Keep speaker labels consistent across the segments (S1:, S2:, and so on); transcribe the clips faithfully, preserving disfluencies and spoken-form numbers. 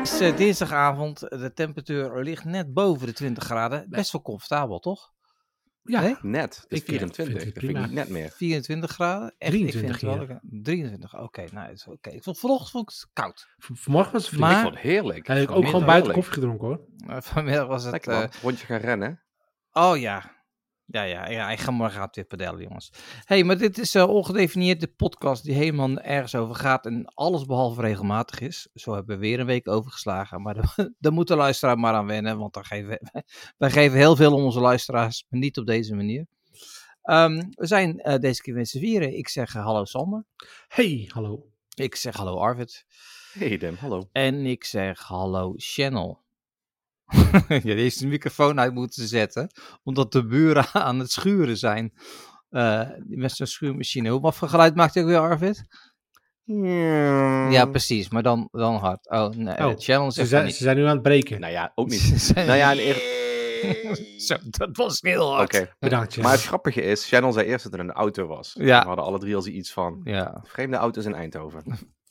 S1: is uh, dinsdagavond. De temperatuur ligt net boven de twintig graden. Best wel comfortabel, toch?
S2: Ja,
S1: nee?
S3: Net. Het is
S2: Ik,
S3: vierentwintig.
S2: vind het
S3: dat vind ik
S2: prima.
S3: niet net meer.
S1: vierentwintig graden? Echt,
S2: drieëntwintig
S1: ik vind het wel, drieëntwintig, oké. Okay, nou, is oké. Okay. Ik vond vanochtend vond ik het koud.
S2: V- Vanmorgen was het
S1: Maar-
S3: Ik
S2: vriend.
S3: vond het heerlijk.
S2: Heb ik ook
S3: Vanmiddag
S2: gewoon buiten
S3: heerlijk.
S2: koffie gedronken hoor.
S1: Uh, vanmiddag was het...
S3: Lekker man.
S1: Uh,
S3: Rondje gaan rennen.
S1: oh ja. Ja, ja, ja, ik ga morgen gaan weer padellen, jongens. Hé, hey, maar dit is uh, ongedefinieerd de podcast die helemaal ergens over gaat en alles behalve regelmatig is. Zo hebben we weer een week overgeslagen, maar daar, daar moet de luisteraar maar aan wennen, want dan geven we, wij geven heel veel om onze luisteraars, maar niet op deze manier. Um, we zijn uh, deze keer met z'n vieren. Ik zeg uh, hallo Sander.
S2: Hey, hallo.
S1: Ik zeg hallo Arvid.
S3: Hey Dem, hallo.
S1: En ik zeg hallo Channel. Ja, die heeft de microfoon uit moeten zetten, omdat de buren aan het schuren zijn uh, met zo'n schuurmachine. Wat voor geluid maakt hij ook weer, Arvid?
S3: Ja,
S1: Ja, precies, maar dan, dan hard. Oh, nee,
S2: Oh,
S1: Channel
S2: Ze
S1: zegt
S2: zijn,
S1: niet.
S2: ze zijn nu aan het breken.
S3: Nou ja, ook niet.
S1: Ze zijn-
S3: nou ja, een eer...
S1: Zo, dat was heel hard.
S3: Oké.
S2: Bedankt. Ja.
S3: Maar het grappige is, Channel zei eerst dat er een auto was.
S1: Ja.
S3: We hadden alle drie al iets van
S1: Ja,
S3: vreemde auto's in Eindhoven.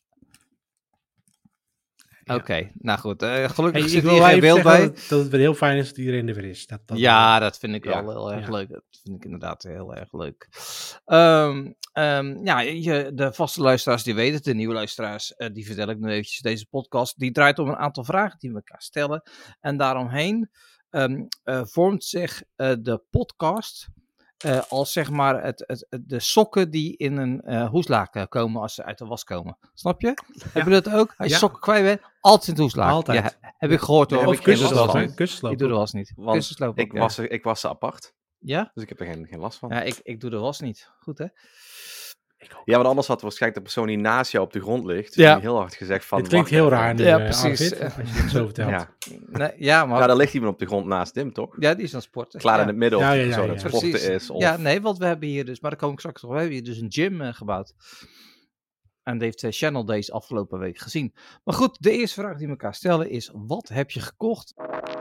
S2: Ja.
S1: oké. Okay. Nou goed, uh, gelukkig
S2: Hey,
S1: zit
S2: ik wil
S1: hier
S2: wel
S1: geen
S2: even
S1: beeld
S2: zeggen
S1: bij.
S2: dat, dat het weer heel fijn is dat iedereen er weer is. Dat, dat
S1: Ja, dat vind ik
S3: Ja.
S1: wel heel erg
S2: Ja.
S1: leuk. Dat vind ik inderdaad heel erg leuk. Um, um, ja, je, de vaste luisteraars die weten het, de nieuwe luisteraars, uh, die vertel ik nu eventjes. Deze podcast, die draait om een aantal vragen die we elkaar stellen. En daaromheen um, uh, vormt zich uh, de podcast uh, als zeg maar het, het, het, de sokken die in een uh, hoeslaken komen als ze uit de was komen. Snap je? Heb je dat ook? Als je
S2: Ja.
S1: sokken kwijt bent, altijd in het hoeslaken.
S2: Altijd.
S1: Ja, heb ik gehoord
S3: Daar
S1: hoor.
S3: heb
S2: Of
S3: ik geen last
S2: kussensloop,
S3: van.
S2: hè? Kussensloop.
S1: Ik doe de was niet.
S3: Want
S1: Kussensloop ook,
S3: ik
S1: ja.
S3: was, er, ik was ze apart,
S1: Ja?
S3: dus ik heb er geen, geen last van.
S1: Ja, ik, ik doe de was niet. Goed, hè?
S3: Ja, want anders had waarschijnlijk de persoon die naast jou op de grond ligt,
S1: Ja.
S3: die heel hard gezegd van...
S2: Het klinkt
S3: wacht
S2: heel
S3: even.
S2: raar nu,
S1: Ja,
S2: eh,
S1: precies.
S2: Arvid, als je het zo vertelt.
S3: Ja.
S1: Nee, ja, maar...
S3: ja, daar ligt iemand op de grond naast Tim, toch?
S1: Ja, die is aan het sporten.
S3: Klaar
S1: ja.
S3: in het midden of
S2: Ja,
S3: die
S2: ja, ja,
S3: persoon
S2: ja.
S3: aan het sporten
S1: Precies.
S3: is. Of...
S1: Ja, nee, want we hebben hier dus... Maar daar kom ik straks nog. We hebben hier dus een gym uh, gebouwd. En dat heeft uh, Channel deze afgelopen week gezien. Maar goed, de eerste vraag die we elkaar stellen is... Wat heb je gekocht?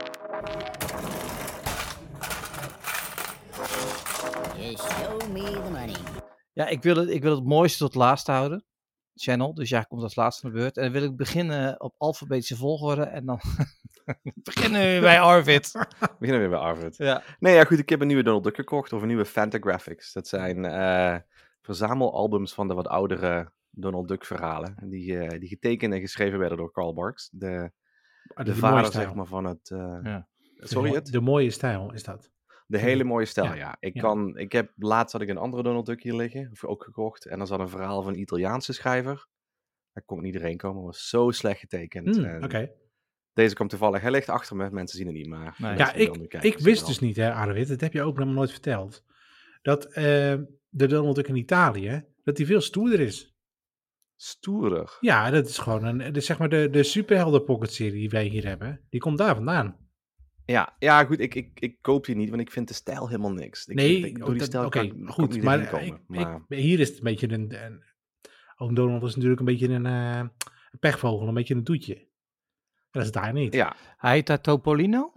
S4: Just show me the money.
S1: Ja, ik wil het, ik wil het mooiste tot laatst houden. Channel, dus jij komt als laatste aan de beurt. En dan wil ik beginnen op alfabetische volgorde. En dan beginnen we bij Arvid.
S3: We beginnen weer bij Arvid.
S1: Ja.
S3: Nee, ja goed, ik heb een nieuwe Donald Duck gekocht, of een nieuwe Fantagraphics. Dat zijn uh, verzamelalbums van de wat oudere Donald Duck verhalen. Die, uh, die getekend en geschreven werden door Carl Barks. De,
S2: Ah,
S3: de
S2: de,
S3: vader,
S2: mooie stijl.
S3: zeg maar, van het... Uh,
S1: Ja.
S3: Sorry,
S2: de,
S3: het?
S2: de mooie stijl is dat.
S3: De hele mooie stijl, ja.
S2: Ja,
S3: Ik,
S2: ja.
S3: kan, ik heb laatst had ik een andere Donald Duck hier liggen, of ook gekocht. En dan zat een verhaal van een Italiaanse schrijver. Daar kon niet iedereen komen, was zo slecht getekend.
S2: Hmm,
S3: En
S2: Oké. Okay.
S3: Deze komt toevallig, hij ligt achter me, mensen zien het niet, maar...
S1: Nee.
S2: Ja, ik, ik wist dus niet, hè, Arvid, dat heb je ook nog nooit verteld, dat uh, de Donald Duck in Italië, dat die veel stoerder is.
S3: Stoerder?
S2: Ja, dat is gewoon een, de, zeg maar de, de superhelden pocket serie die wij hier hebben, die komt daar vandaan.
S3: Ja, ja, goed, ik, ik, ik koop die niet, want ik vind de stijl helemaal niks. Ik,
S2: Nee,
S3: ik, door die stijl
S2: oké,
S3: kan,
S2: goed,
S3: kan ik
S2: maar,
S3: niet komen.
S2: ik,
S3: Maar
S2: ik, hier is het een beetje een, een oom Donald is natuurlijk een beetje een, uh, een pechvogel, een beetje een doetje. Dat is daar niet.
S3: ja,
S1: Hij heet dat Topolino?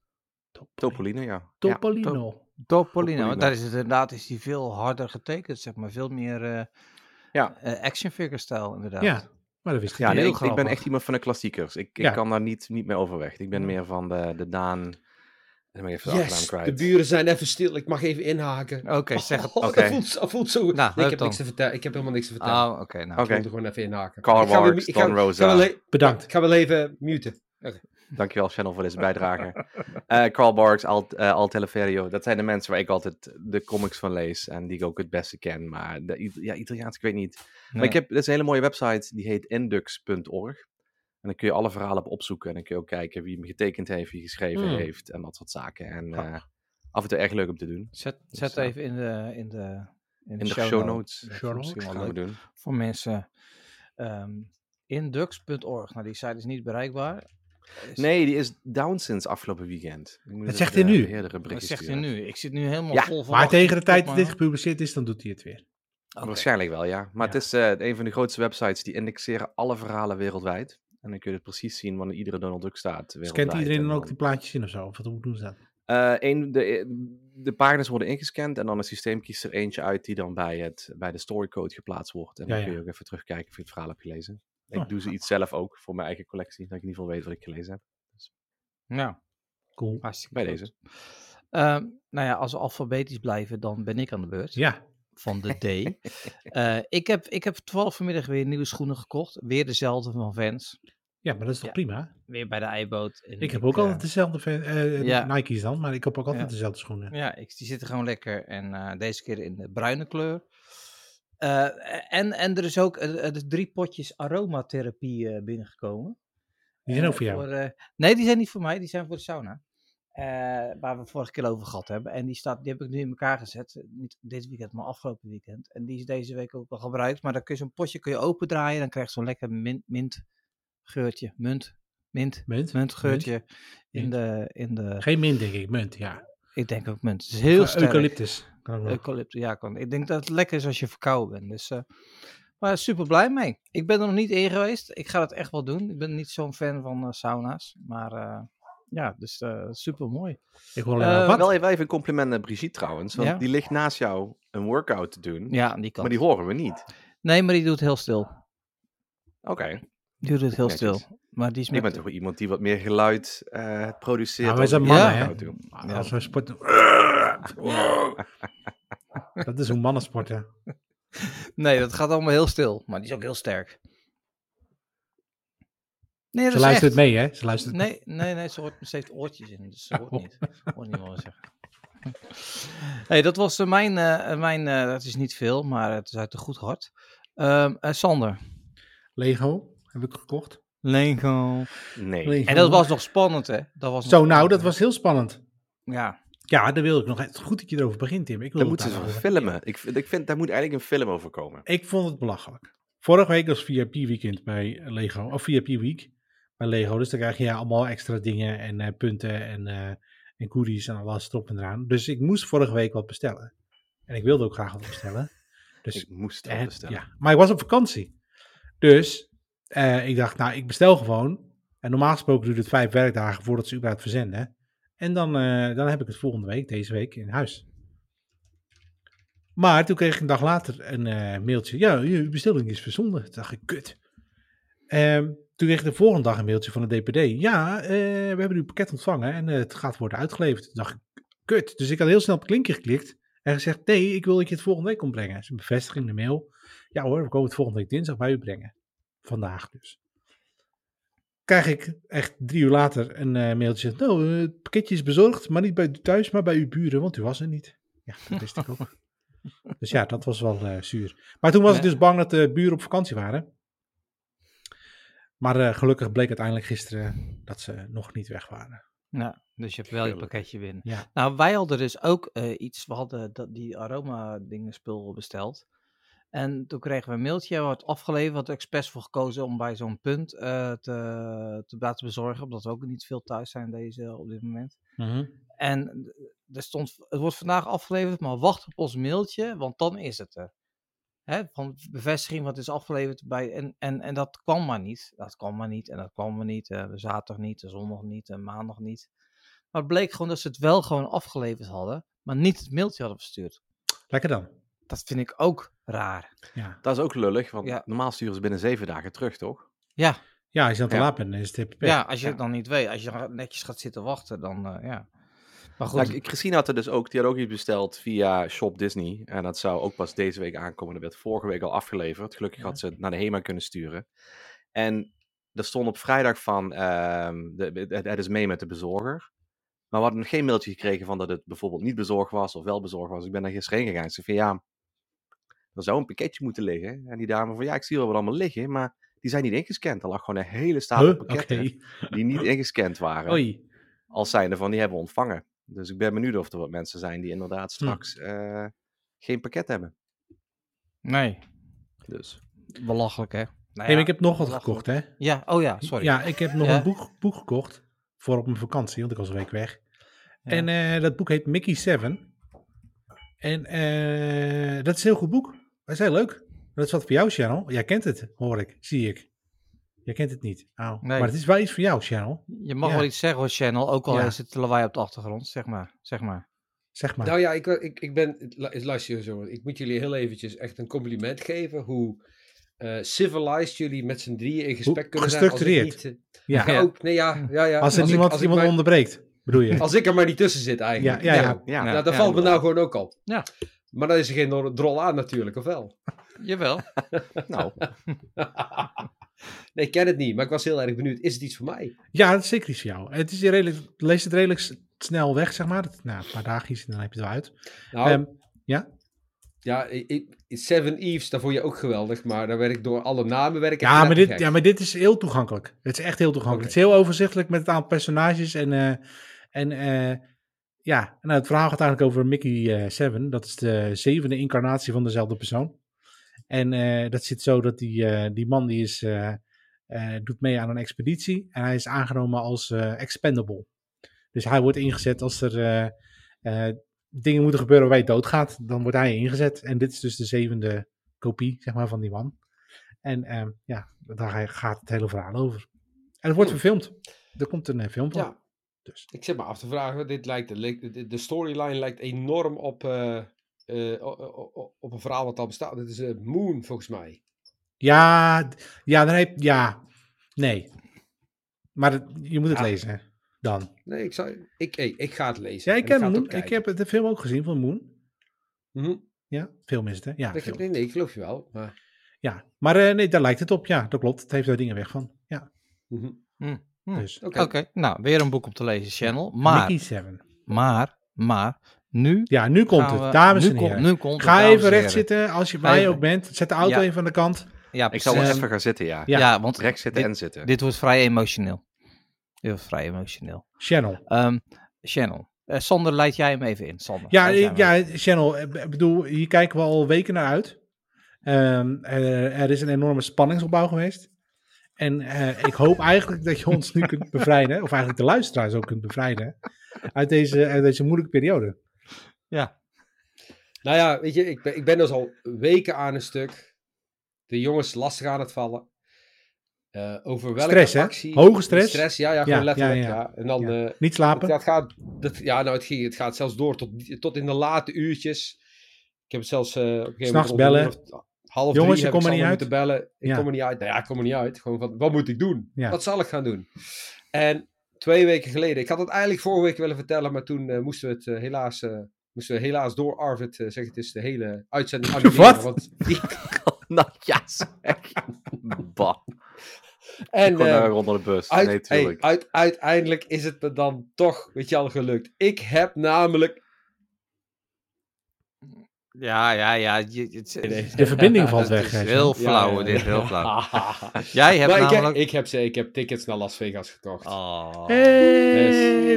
S3: Topolino, ja.
S2: Topolino.
S1: Ja, Topolino,
S3: Topolino.
S1: daar is het inderdaad is die veel harder getekend, zeg maar. Veel meer uh,
S3: Ja.
S1: uh, action figure stijl, inderdaad.
S2: Ja, maar dat wist ik
S3: Ja,
S2: niet.
S3: nee,
S1: heel
S3: ik, ik ben
S1: grappig.
S3: echt iemand van de klassiekers. Ik, ik
S2: Ja.
S3: kan daar niet, niet meer overweg. Ik ben
S2: Ja.
S3: meer van de, de Daan... Dan ben ik even de
S5: Yes,
S3: achternaam
S5: de
S3: kwijt.
S5: buren zijn even stil. Ik mag even inhaken.
S1: Oké, okay, zeg het.
S5: Oh,
S3: Oké.
S5: dat, voelt, dat voelt zo...
S1: Nou,
S5: nee, ik
S1: hup
S5: heb
S1: dan.
S5: niks te vertellen. Ik heb helemaal niks te vertellen.
S1: Oh, oké, okay, nou.
S3: Oké.
S5: Ik wilde gewoon even inhaken.
S3: Carl
S5: Ik ga weer-
S3: Barks,
S5: ik ga-
S3: Don Rosa.
S5: Ik ga wel, e-
S2: Bedankt.
S5: ik ga wel even muten.
S3: Dankjewel, Channel, voor deze bijdrage. uh, Carl Barks, Al, uh, Al Teleferio. Dat zijn de mensen waar ik altijd de comics van lees. En die ik ook het beste ken. Maar de, ja, Italiaans, ik weet niet. Maar
S1: Nee.
S3: ik heb, dat is een hele mooie website. Die heet indux punt org. En dan kun je alle verhalen op opzoeken. En dan kun je ook kijken wie hem getekend heeft, wie geschreven
S2: Hmm.
S3: heeft. En dat soort zaken. En uh,
S2: Grappig.
S3: af en toe erg leuk om te doen.
S1: Zet,
S3: Dus,
S1: zet
S3: uh,
S1: even in de, in de, in
S3: in de show notes.
S1: Dat is
S2: Show
S1: misschien
S2: notes.
S1: wel
S3: gaan we
S1: leuk
S3: doen.
S1: voor mensen. Um, indux punt org. Nou, die site is niet bereikbaar. Is,
S3: Nee, die is down sinds afgelopen weekend. Ik moet
S2: Wat
S3: het,
S2: zegt hij
S3: uh,
S2: nu?
S3: beheerder een
S1: Wat
S3: berichtje
S1: zegt hij
S3: sturen.
S1: nu? Ik zit nu helemaal
S3: Ja,
S1: vol van
S2: Maar tegen de tijd dat
S1: maar...
S2: dit gepubliceerd is, dan doet hij het weer.
S1: Okay.
S3: Waarschijnlijk wel, ja. Maar
S2: Ja.
S3: het is uh, een van de grootste websites die indexeren alle verhalen wereldwijd. En dan kun je het precies zien wanneer iedere Donald Duck staat wereldwijd.
S2: Scant iedereen
S3: En
S2: dan ook die plaatjes in of zo? Of wat hoe doen ze dat?
S3: Uh, een, de, de pagina's worden ingescand en dan het systeem kiest er eentje uit die dan bij, het, bij de storycode geplaatst wordt. En dan
S2: Ja,
S3: kun
S2: ja.
S3: je ook even terugkijken of je het verhaal hebt gelezen. Ik
S2: Oh.
S3: doe ze iets zelf ook voor mijn eigen collectie. Dat ik in ieder geval weet wat ik gelezen heb.
S1: Nou,
S2: Cool.
S1: hartstikke
S3: Bij
S1: goed.
S3: deze.
S1: Ehm, nou ja, als we alfabetisch blijven, dan ben ik aan de beurt.
S2: Ja,
S1: Van de D. Eh, ik, heb, ik heb toevallig vanmiddag weer nieuwe schoenen gekocht. Weer dezelfde van Vans.
S2: ja, maar dat is toch
S1: Ja.
S2: prima?
S1: Weer bij de eiboot. En
S2: Ik heb ook
S1: eh,
S2: altijd dezelfde fan- eh,
S1: ja.
S2: Nike's dan, maar ik heb ook altijd
S1: Ja.
S2: dezelfde schoenen.
S1: Ja, ik, die zitten gewoon lekker. En eh, deze keer in de bruine kleur. Eh, en, en er is ook eh, de drie potjes aromatherapie eh, binnengekomen.
S2: Die zijn ook
S1: Eh,
S2: voor jou.
S1: eh, nee, die zijn niet voor mij. Die zijn voor de sauna. Eh, waar we het vorige keer over gehad hebben. En die, staat, die heb ik nu in elkaar gezet. Eh, Niet dit weekend, maar afgelopen weekend. En die is deze week ook al gebruikt. Maar dan kun je zo'n potje kun je opendraaien. Dan krijg je zo'n lekker mint, mint geurtje. Munt. Mint.
S2: Munt?
S1: Muntgeurtje. In
S2: Mint.
S1: de, in de...
S2: Geen mint, denk ik. Munt, ja.
S1: Ik denk ook munt. Het is heel
S2: Of, eh,
S1: sterk.
S2: Eucalyptus. Kan ook nog.
S1: Eucalyptus, ja, kan. Ik denk dat het lekker is als je verkouden bent. Dus, eh, maar super blij mee. Ik ben er nog niet in geweest. Ik ga het echt wel doen. Ik ben niet zo'n fan van eh, sauna's. Maar eh, ja, dus eh, super mooi.
S2: Ik wil alleen
S1: eh,
S2: maar wat.
S3: Wel even, even een compliment naar Brigitte trouwens. Want
S1: Ja.
S3: die ligt naast jou een workout te doen.
S1: Ja, die kan.
S3: Maar die horen we niet.
S1: Nee, maar die doet heel stil.
S3: Oké.
S1: Die doet het heel
S3: Netjes.
S1: stil. Maar die is
S3: Ik
S1: met...
S3: ben toch wel iemand die wat meer geluid eh produceert.
S2: Ja, wij
S3: als
S2: zijn
S3: ik
S2: mannen,
S3: een
S2: hè?
S3: workout doe.
S1: Ja.
S2: Als we sporten. Dat is hoe mannen sporten.
S1: Nee, dat gaat allemaal heel stil. Maar die is ook heel sterk. Nee, dat
S2: Ze
S1: is
S2: luistert
S1: echt.
S2: mee, hè? Ze luistert
S1: Nee, nee, nee, ze, hoort, ze heeft oortjes in, dus ze hoort
S2: Oh.
S1: niet. Hoort niet wat we zeggen. Hey, dat was eh, mijn, eh, mijn eh, dat is niet veel, maar het is uit een goed hart. Ehm, eh, Sander.
S2: Lego heb ik gekocht.
S1: Lego.
S3: Nee.
S2: Lego.
S1: En dat was nog spannend, hè? Dat was nog
S2: Zo, nou,
S1: spannend,
S2: dat
S1: hè?
S2: was heel spannend.
S1: Ja.
S2: Ja, daar wil ik nog. Het is goed dat je erover begint, Tim. Ik wil
S3: Daar
S2: het
S3: moeten ze
S2: daarover.
S3: filmen. Ik, vind- ik vind, daar moet eigenlijk een film over komen.
S2: Ik vond het belachelijk. Vorige week was V I P weekend bij Lego. Of V I P week bij Lego. Dus dan krijg je ja, allemaal extra dingen en eh, punten en, eh en goodies en alles erop en eraan. Dus ik moest vorige week wat bestellen. En ik wilde ook graag wat bestellen. Dus
S3: Ik moest
S2: Eh,
S3: het bestellen.
S2: ja, maar ik was op vakantie. Dus eh, ik dacht, nou, ik bestel gewoon. En normaal gesproken duurt het vijf werkdagen voordat ze überhaupt verzenden. En dan, eh, dan heb ik het volgende week, deze week, in huis. Maar toen kreeg ik een dag later een eh, mailtje. Ja, uw bestelling is verzonden. Toen dacht ik, kut. Ehm, toen kreeg ik de volgende dag een mailtje van de D P D. Ja, eh, we hebben uw pakket ontvangen en eh, het gaat worden uitgeleverd. Toen dacht ik, kut. Dus ik had heel snel op het linkje geklikt. En gezegd, nee, ik wil dat je het volgende week komt brengen. Dus een bevestiging, de mail. Ja hoor, we komen het volgende week dinsdag bij u brengen. Vandaag dus. Krijg ik echt drie uur later een uh, mailtje. Nou, uh, het pakketje is bezorgd, maar niet bij u thuis, maar bij uw buren, want u was er niet. Ja, dat wist ik ook. Dus ja, dat was wel uh, zuur. Maar toen was
S1: Ja.
S2: ik dus bang dat de buren op vakantie waren. Maar uh, gelukkig bleek uiteindelijk gisteren dat ze nog niet weg waren.
S1: Nou, dus je hebt wel je
S3: Heerlijk.
S1: pakketje binnen.
S2: Ja.
S1: Nou, wij hadden dus ook eh, iets, we hadden dat, die aroma dingen spul besteld. En toen kregen we een mailtje, we hadden afgeleverd, we hadden expres voor gekozen om bij zo'n punt uh, te, te laten bezorgen, omdat we ook niet veel thuis zijn deze op dit moment.
S2: Uh-huh.
S1: En er stond, het wordt vandaag afgeleverd, maar wacht op ons mailtje, want dan is het er. Hè, van bevestiging, wat is afgeleverd bij, en, en, en dat kwam maar niet. Dat kwam maar niet, en dat kwam maar niet, uh, zaterdag niet, zondag niet, en maandag niet. Maar het bleek gewoon dat ze het wel gewoon afgeleverd hadden, maar niet het mailtje hadden verstuurd.
S2: Lekker dan.
S1: Dat vind ik ook raar.
S2: Ja,
S3: Dat is ook lullig, want
S1: Ja.
S3: normaal sturen ze binnen zeven dagen terug, toch?
S1: Ja,
S2: ja als je dan te
S3: Ja.
S2: laat bent, dan is het T P P.
S1: ja als je
S3: Ja.
S1: het dan niet weet, als je netjes gaat zitten wachten, dan uh, ja. Maar goed.
S3: Nou, Christine had er dus ook, die had ook iets besteld via Shop Disney. En dat zou ook pas deze week aankomen. Dat werd vorige week al afgeleverd. Gelukkig
S2: Ja.
S3: had ze het naar de HEMA kunnen sturen. En er stond op vrijdag van, um, de, de, het is mee met de bezorger. Maar we hadden nog geen mailtje gekregen van dat het bijvoorbeeld niet bezorgd was of wel bezorgd was. Ik ben daar gisteren heen gegaan. Ze zei van ja, er zou een pakketje moeten liggen. En die dame van ja, ik zie wel wat allemaal liggen, maar die zijn niet ingescand. Er lag gewoon een hele stapel
S2: Huh?
S3: pakketten
S2: Oké.
S3: die niet ingescand waren.
S2: Oei.
S3: Als zijnde van, die hebben we ontvangen. Dus ik ben benieuwd of er wat mensen zijn die inderdaad straks hm. uh, geen pakket hebben.
S1: Nee.
S3: Dus.
S1: Belachelijk, hè?
S2: Nou ja, hey, ik heb nog wat gekocht, hè?
S1: Ja, oh ja, sorry.
S2: Ja, ik heb nog
S1: ja?
S2: een boek, boek gekocht voor op mijn vakantie, want ik was een week weg. Ja. En uh, dat boek heet Mickey Seven. En uh, dat is een heel goed boek. Dat is heel leuk. Dat is wat voor jou, Channel. Jij kent het, hoor ik, zie ik. Jij kent het niet. Oh. Nee. Maar het is wel iets voor jou, Channel.
S1: Je mag ja. wel iets zeggen hoor, Channel. Ook al ja. is het lawaai op de achtergrond. Zeg maar. Zeg maar.
S2: Zeg maar.
S5: Nou ja, ik, ik, ik ben... Luister zo. Ik moet jullie heel eventjes echt een compliment geven. Hoe eh, civilized jullie met z'n drieën in gesprek
S2: Hoe
S5: kunnen zijn. Als ik
S2: gestructureerd.
S5: niet, eh,
S2: Ja.
S5: ja, ook, nee, ja, ja, ja.
S2: Als er
S5: ik-
S2: niemand
S5: als ik
S2: iemand
S5: maar-
S2: onderbreekt, bedoel je?
S5: Als ik er maar niet tussen zit eigenlijk.
S2: Ja, ja, ja.
S5: Nou,
S3: Ja,
S5: nou, dat
S1: ja,
S5: valt me nou
S3: inderdaad.
S5: gewoon ook al.
S1: Ja.
S5: Maar dan is er geen drol aan natuurlijk, of wel?
S1: Jawel.
S3: Nou,
S5: Nee, ik ken het niet, maar ik was heel erg benieuwd. Is het iets voor mij?
S2: Ja, dat is zeker iets voor jou. Het is redelijk, leest het redelijk s- snel weg, zeg maar. Dat- Nou, een paar dagjes en dan heb je het wel uit.
S5: Nou,
S2: Ehm, ja?
S5: ja, ik, ik- Seven Eves, dat vond je ook geweldig. Maar daar werd ik door alle namen werd ik echt
S2: Ja, maar dit,
S5: knettergek.
S2: ja, maar dit is heel toegankelijk. Het is echt heel toegankelijk.
S5: Oké.
S2: Het is heel overzichtelijk met het aantal personages. En, eh, en eh, ja, nou, het verhaal gaat eigenlijk over Mickey eh, Seven. Dat is de zevende incarnatie van dezelfde persoon. En eh, dat zit zo dat die, eh, die man die is, eh, eh, doet mee aan een expeditie. En hij is aangenomen als eh, expendable. Dus hij wordt ingezet als er eh, eh, dingen moeten gebeuren waar hij doodgaat. Dan wordt hij ingezet. En dit is dus de zevende kopie, zeg maar, van die man. En ehm, ja, daar gaat het hele verhaal over. En het wordt
S5: Hmm.
S2: verfilmd. Er komt een eh, film van.
S5: Ja,
S2: Dus.
S5: ik zit me af te vragen. Dit lijkt, de, de storyline lijkt enorm op, eh, eh, o- o- o- op een verhaal wat al bestaat. Dit is eh, Moon, volgens mij.
S2: Ja, d- ja, dan heb, ja, nee. Maar het- je moet het
S5: Ja.
S2: lezen, hè, dan.
S5: Nee, ik, zou, ik, hey, ik ga het lezen.
S2: Ja, ik,
S5: En
S2: ken
S5: ga het
S2: Moon.
S5: ook
S2: Ik
S5: kijken.
S2: heb het- de film ook gezien van Moon.
S5: Mhm.
S2: Ja, film is het, hè? Ja,
S5: Ik,
S2: film.
S5: nee, nee, ik geloof je wel. Maar,
S2: Ja. Maar eh, nee, daar lijkt het op. Ja, dat klopt. Het heeft daar dingen weg van. Ja,
S5: mhm.
S1: Hm. Hm.
S2: dus.
S5: Oké.
S1: Oké, nou, weer een boek om te lezen, Channel. Maar,
S2: Mickey Seven.
S1: maar, maar, nu
S2: Ja, nu komt
S1: gaan
S2: het.
S1: we-
S2: Dames
S1: nu
S2: en
S1: komt-
S2: heren.
S1: Nu komt het,
S2: Ga
S1: dames
S2: even
S1: en
S2: recht
S1: heren.
S2: zitten als je waar je
S1: Even.
S2: ook bent. Zet de auto
S1: Ja.
S2: even aan de kant.
S1: Ja,
S3: ik zal wel
S1: precies.
S3: even gaan zitten, ja.
S2: Ja.
S1: Ja, want
S3: Recht zitten
S1: dit,
S3: en zitten.
S1: dit wordt vrij emotioneel. Dit wordt vrij emotioneel.
S2: Channel.
S1: Ehm Channel. Eh, Sander, leid jij hem even in. Sander,
S2: Ja,
S1: leid jij
S2: ik-
S1: hem
S2: ja, Channel. Ik be- bedoel, hier kijken we al weken naar uit. Ehm, er, er is een enorme spanningsopbouw geweest. En eh, ik hoop eigenlijk dat je ons nu kunt bevrijden. Of eigenlijk de luisteraars ook kunt bevrijden. Uit deze, uit deze moeilijke periode.
S1: Ja.
S5: Nou ja, weet je, ik ben, ik ben dus al weken aan een stuk. De jongens lastig aan het vallen. Eh, over welke
S2: Stress, hè?
S5: actie...
S2: Hoge stress?
S5: Stress, ja, ja, gewoon
S2: Ja,
S5: letterlijk,
S2: ja,
S5: ja.
S2: ja.
S5: En dan...
S2: Ja.
S5: eh,
S2: Niet slapen.
S5: Het gaat, dat, ja, nou, het, ging, het gaat zelfs door tot, tot in de late uurtjes. Ik heb het zelfs eh, op een gegeven
S2: S'nachts
S5: moment rond een
S2: bellen.
S5: uur of half
S2: Jongens,
S5: drie
S2: je
S5: heb
S2: komt
S5: ik
S2: er niet
S5: Sander moeten bellen. Ik
S2: Ja.
S5: kom er niet uit. Nou ja, ik kom er niet uit. Gewoon van, wat moet ik doen?
S2: Ja.
S5: Wat zal ik gaan doen? En twee weken geleden, ik had het eigenlijk vorige week willen vertellen, maar toen eh, moesten we het eh, helaas... eh, moesten we helaas door Arvid uh, zeggen, het is de hele uitzending annuleren.
S2: Wat?
S5: Want die,
S3: Nou ja, zeg. Bah.
S5: en
S3: Gewoon
S5: eh,
S3: uh, onder de bus.
S5: uit,
S3: nee,
S5: hey,
S3: tuurlijk.
S5: uit, uiteindelijk is het me dan toch, weet je al, gelukt. Ik heb namelijk...
S1: Ja, ja, ja. Je, het,
S2: De verbinding valt
S1: het
S2: weg.
S1: is
S2: hè,
S1: heel
S2: Channel.
S1: flauw,
S5: Ja, ja,
S1: dit
S5: ja.
S1: heel flauw. Jij hebt
S5: Maar ik,
S1: namelijk...
S5: heb, ik, heb, ze- ik heb tickets naar Las Vegas gekocht.
S1: Oh.
S2: Hey.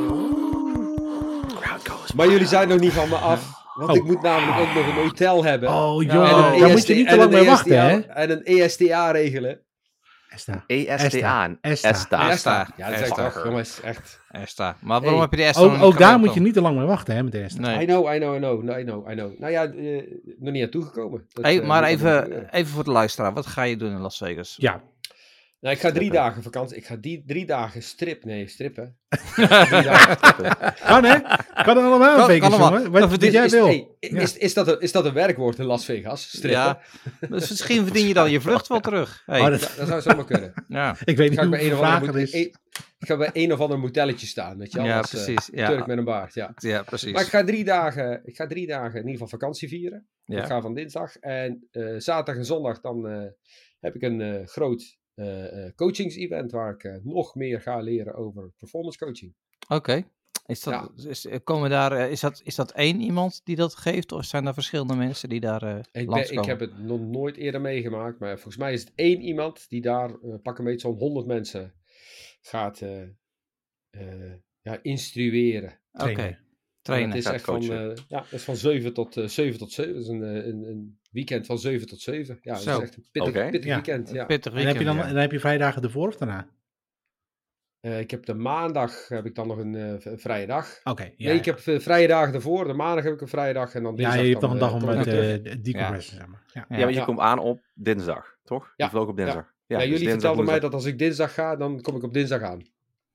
S5: Maar jullie zijn nog niet van me af. Want
S2: Oh.
S5: ik moet namelijk ook nog een hotel hebben.
S2: Oh,
S1: Ja,
S2: joh.
S1: en een
S2: Daar
S5: E S
S2: moet
S5: T
S2: je niet te
S5: en
S2: lang
S5: een
S2: mee wachten,
S5: E S T A
S2: hè?
S5: En een E S T A regelen.
S2: Esther.
S3: E S T A. en
S2: Esta.
S3: Esta.
S1: Esta.
S5: Ja, dat is echt
S3: Esta.
S5: toch, jongens, echt.
S1: Esta. Maar waarom
S5: Hey.
S1: heb je de Esta
S2: Ook,
S1: nog
S2: ook
S1: niet
S2: daar
S1: geregeld
S2: moet je
S1: dan?
S2: niet te lang mee wachten, hè, met de Esther.
S1: Nee.
S5: I know, I know, I know, no, I know, I know. Nou ja, eh, nog niet aan toegekomen. Dat,
S1: Hey,
S5: eh,
S1: maar
S5: moet nog
S1: even,
S5: gebeuren.
S1: even voor de luisteraar. Wat ga je doen in Las Vegas?
S2: Ja.
S5: Nou, ik ga drie
S3: Strippen.
S5: dagen vakantie. Ik ga die drie dagen strip. Nee, strippen. drie dagen.
S2: Kan, hè? Kan er allemaal
S1: Kan-
S2: een Vegas,
S1: kan allemaal.
S2: jongen. Wat,
S1: Dan
S2: wat
S1: verdien-
S2: jij
S5: is,
S2: wil.
S5: hey,
S2: Ja.
S5: is, is, dat een, is dat een werkwoord in Las Vegas? Strippen?
S1: Ja, dus misschien verdien je dan je vlucht wel terug. Hey.
S2: Oh, dat-
S5: Ja, dat zou zomaar kunnen.
S1: Ja,
S2: Ik weet niet
S5: Ga ik, bij
S2: hoeveel
S5: een of andere
S2: vragen er
S5: moet-
S2: is.
S5: een- ik ga bij een of ander motelletje staan, weet je wel?
S1: ja
S5: als, eh,
S1: precies. Ja.
S5: Turk met een baard, ja.
S1: ja, precies.
S5: Maar ik ga drie dagen, ik ga drie dagen in ieder geval vakantie vieren.
S1: Ja.
S5: Ik ga van dinsdag en eh, zaterdag en zondag dan eh, heb ik een eh, groot eh, eh, coachings-event waar ik eh, nog meer ga leren over performance coaching.
S1: Oké. Is dat, is, komen daar, eh, is, dat, is dat één iemand die dat geeft? Of zijn er verschillende mensen die daar eh
S5: Ik, ben,
S1: langskomen?
S5: ik heb het nog nooit eerder meegemaakt, maar volgens mij is het één iemand die daar, uh, pak een beetje zo'n honderd mensen gaat uh, uh, ja, instrueren.
S1: Oké.
S2: Trainen.
S1: Trainen.
S5: Het is
S3: gaat
S5: echt van,
S3: coachen.
S5: uh, ja, het is van zeven tot zeven tot zeven. Het is een, uh, een, een weekend van zeven tot zeven. Ja, dat
S1: Zo.
S5: is echt een pittig,
S3: Oké.
S5: pittig
S2: Ja.
S5: weekend. Ja.
S1: Pittig
S2: En heb, je
S1: weekend.
S2: dan,
S1: ja.
S2: en dan heb je vrijdagen ervoor of daarna?
S5: Uh, ik heb de maandag heb ik dan nog een uh, v- vrije dag.
S2: Oké. Ja,
S5: nee, ik heb uh, vrije dagen ervoor. De maandag heb ik een vrije dag. En dan
S2: ja,
S5: dinsdag
S2: je hebt
S5: dan,
S2: nog een dag
S5: uh,
S2: om
S5: kom ik
S2: met
S5: weer terug.
S2: uh, decompressen, zeg maar. Ja.
S1: Ja.
S3: Ja, want je
S5: Ja.
S3: komt aan op dinsdag, toch?
S5: Ja.
S3: Je vloog op dinsdag. Ja,
S5: Ja,
S3: dus
S5: jullie
S3: dinsdag,
S5: vertelden mij
S3: woensdag.
S5: dat als ik dinsdag ga, dan kom ik op dinsdag aan.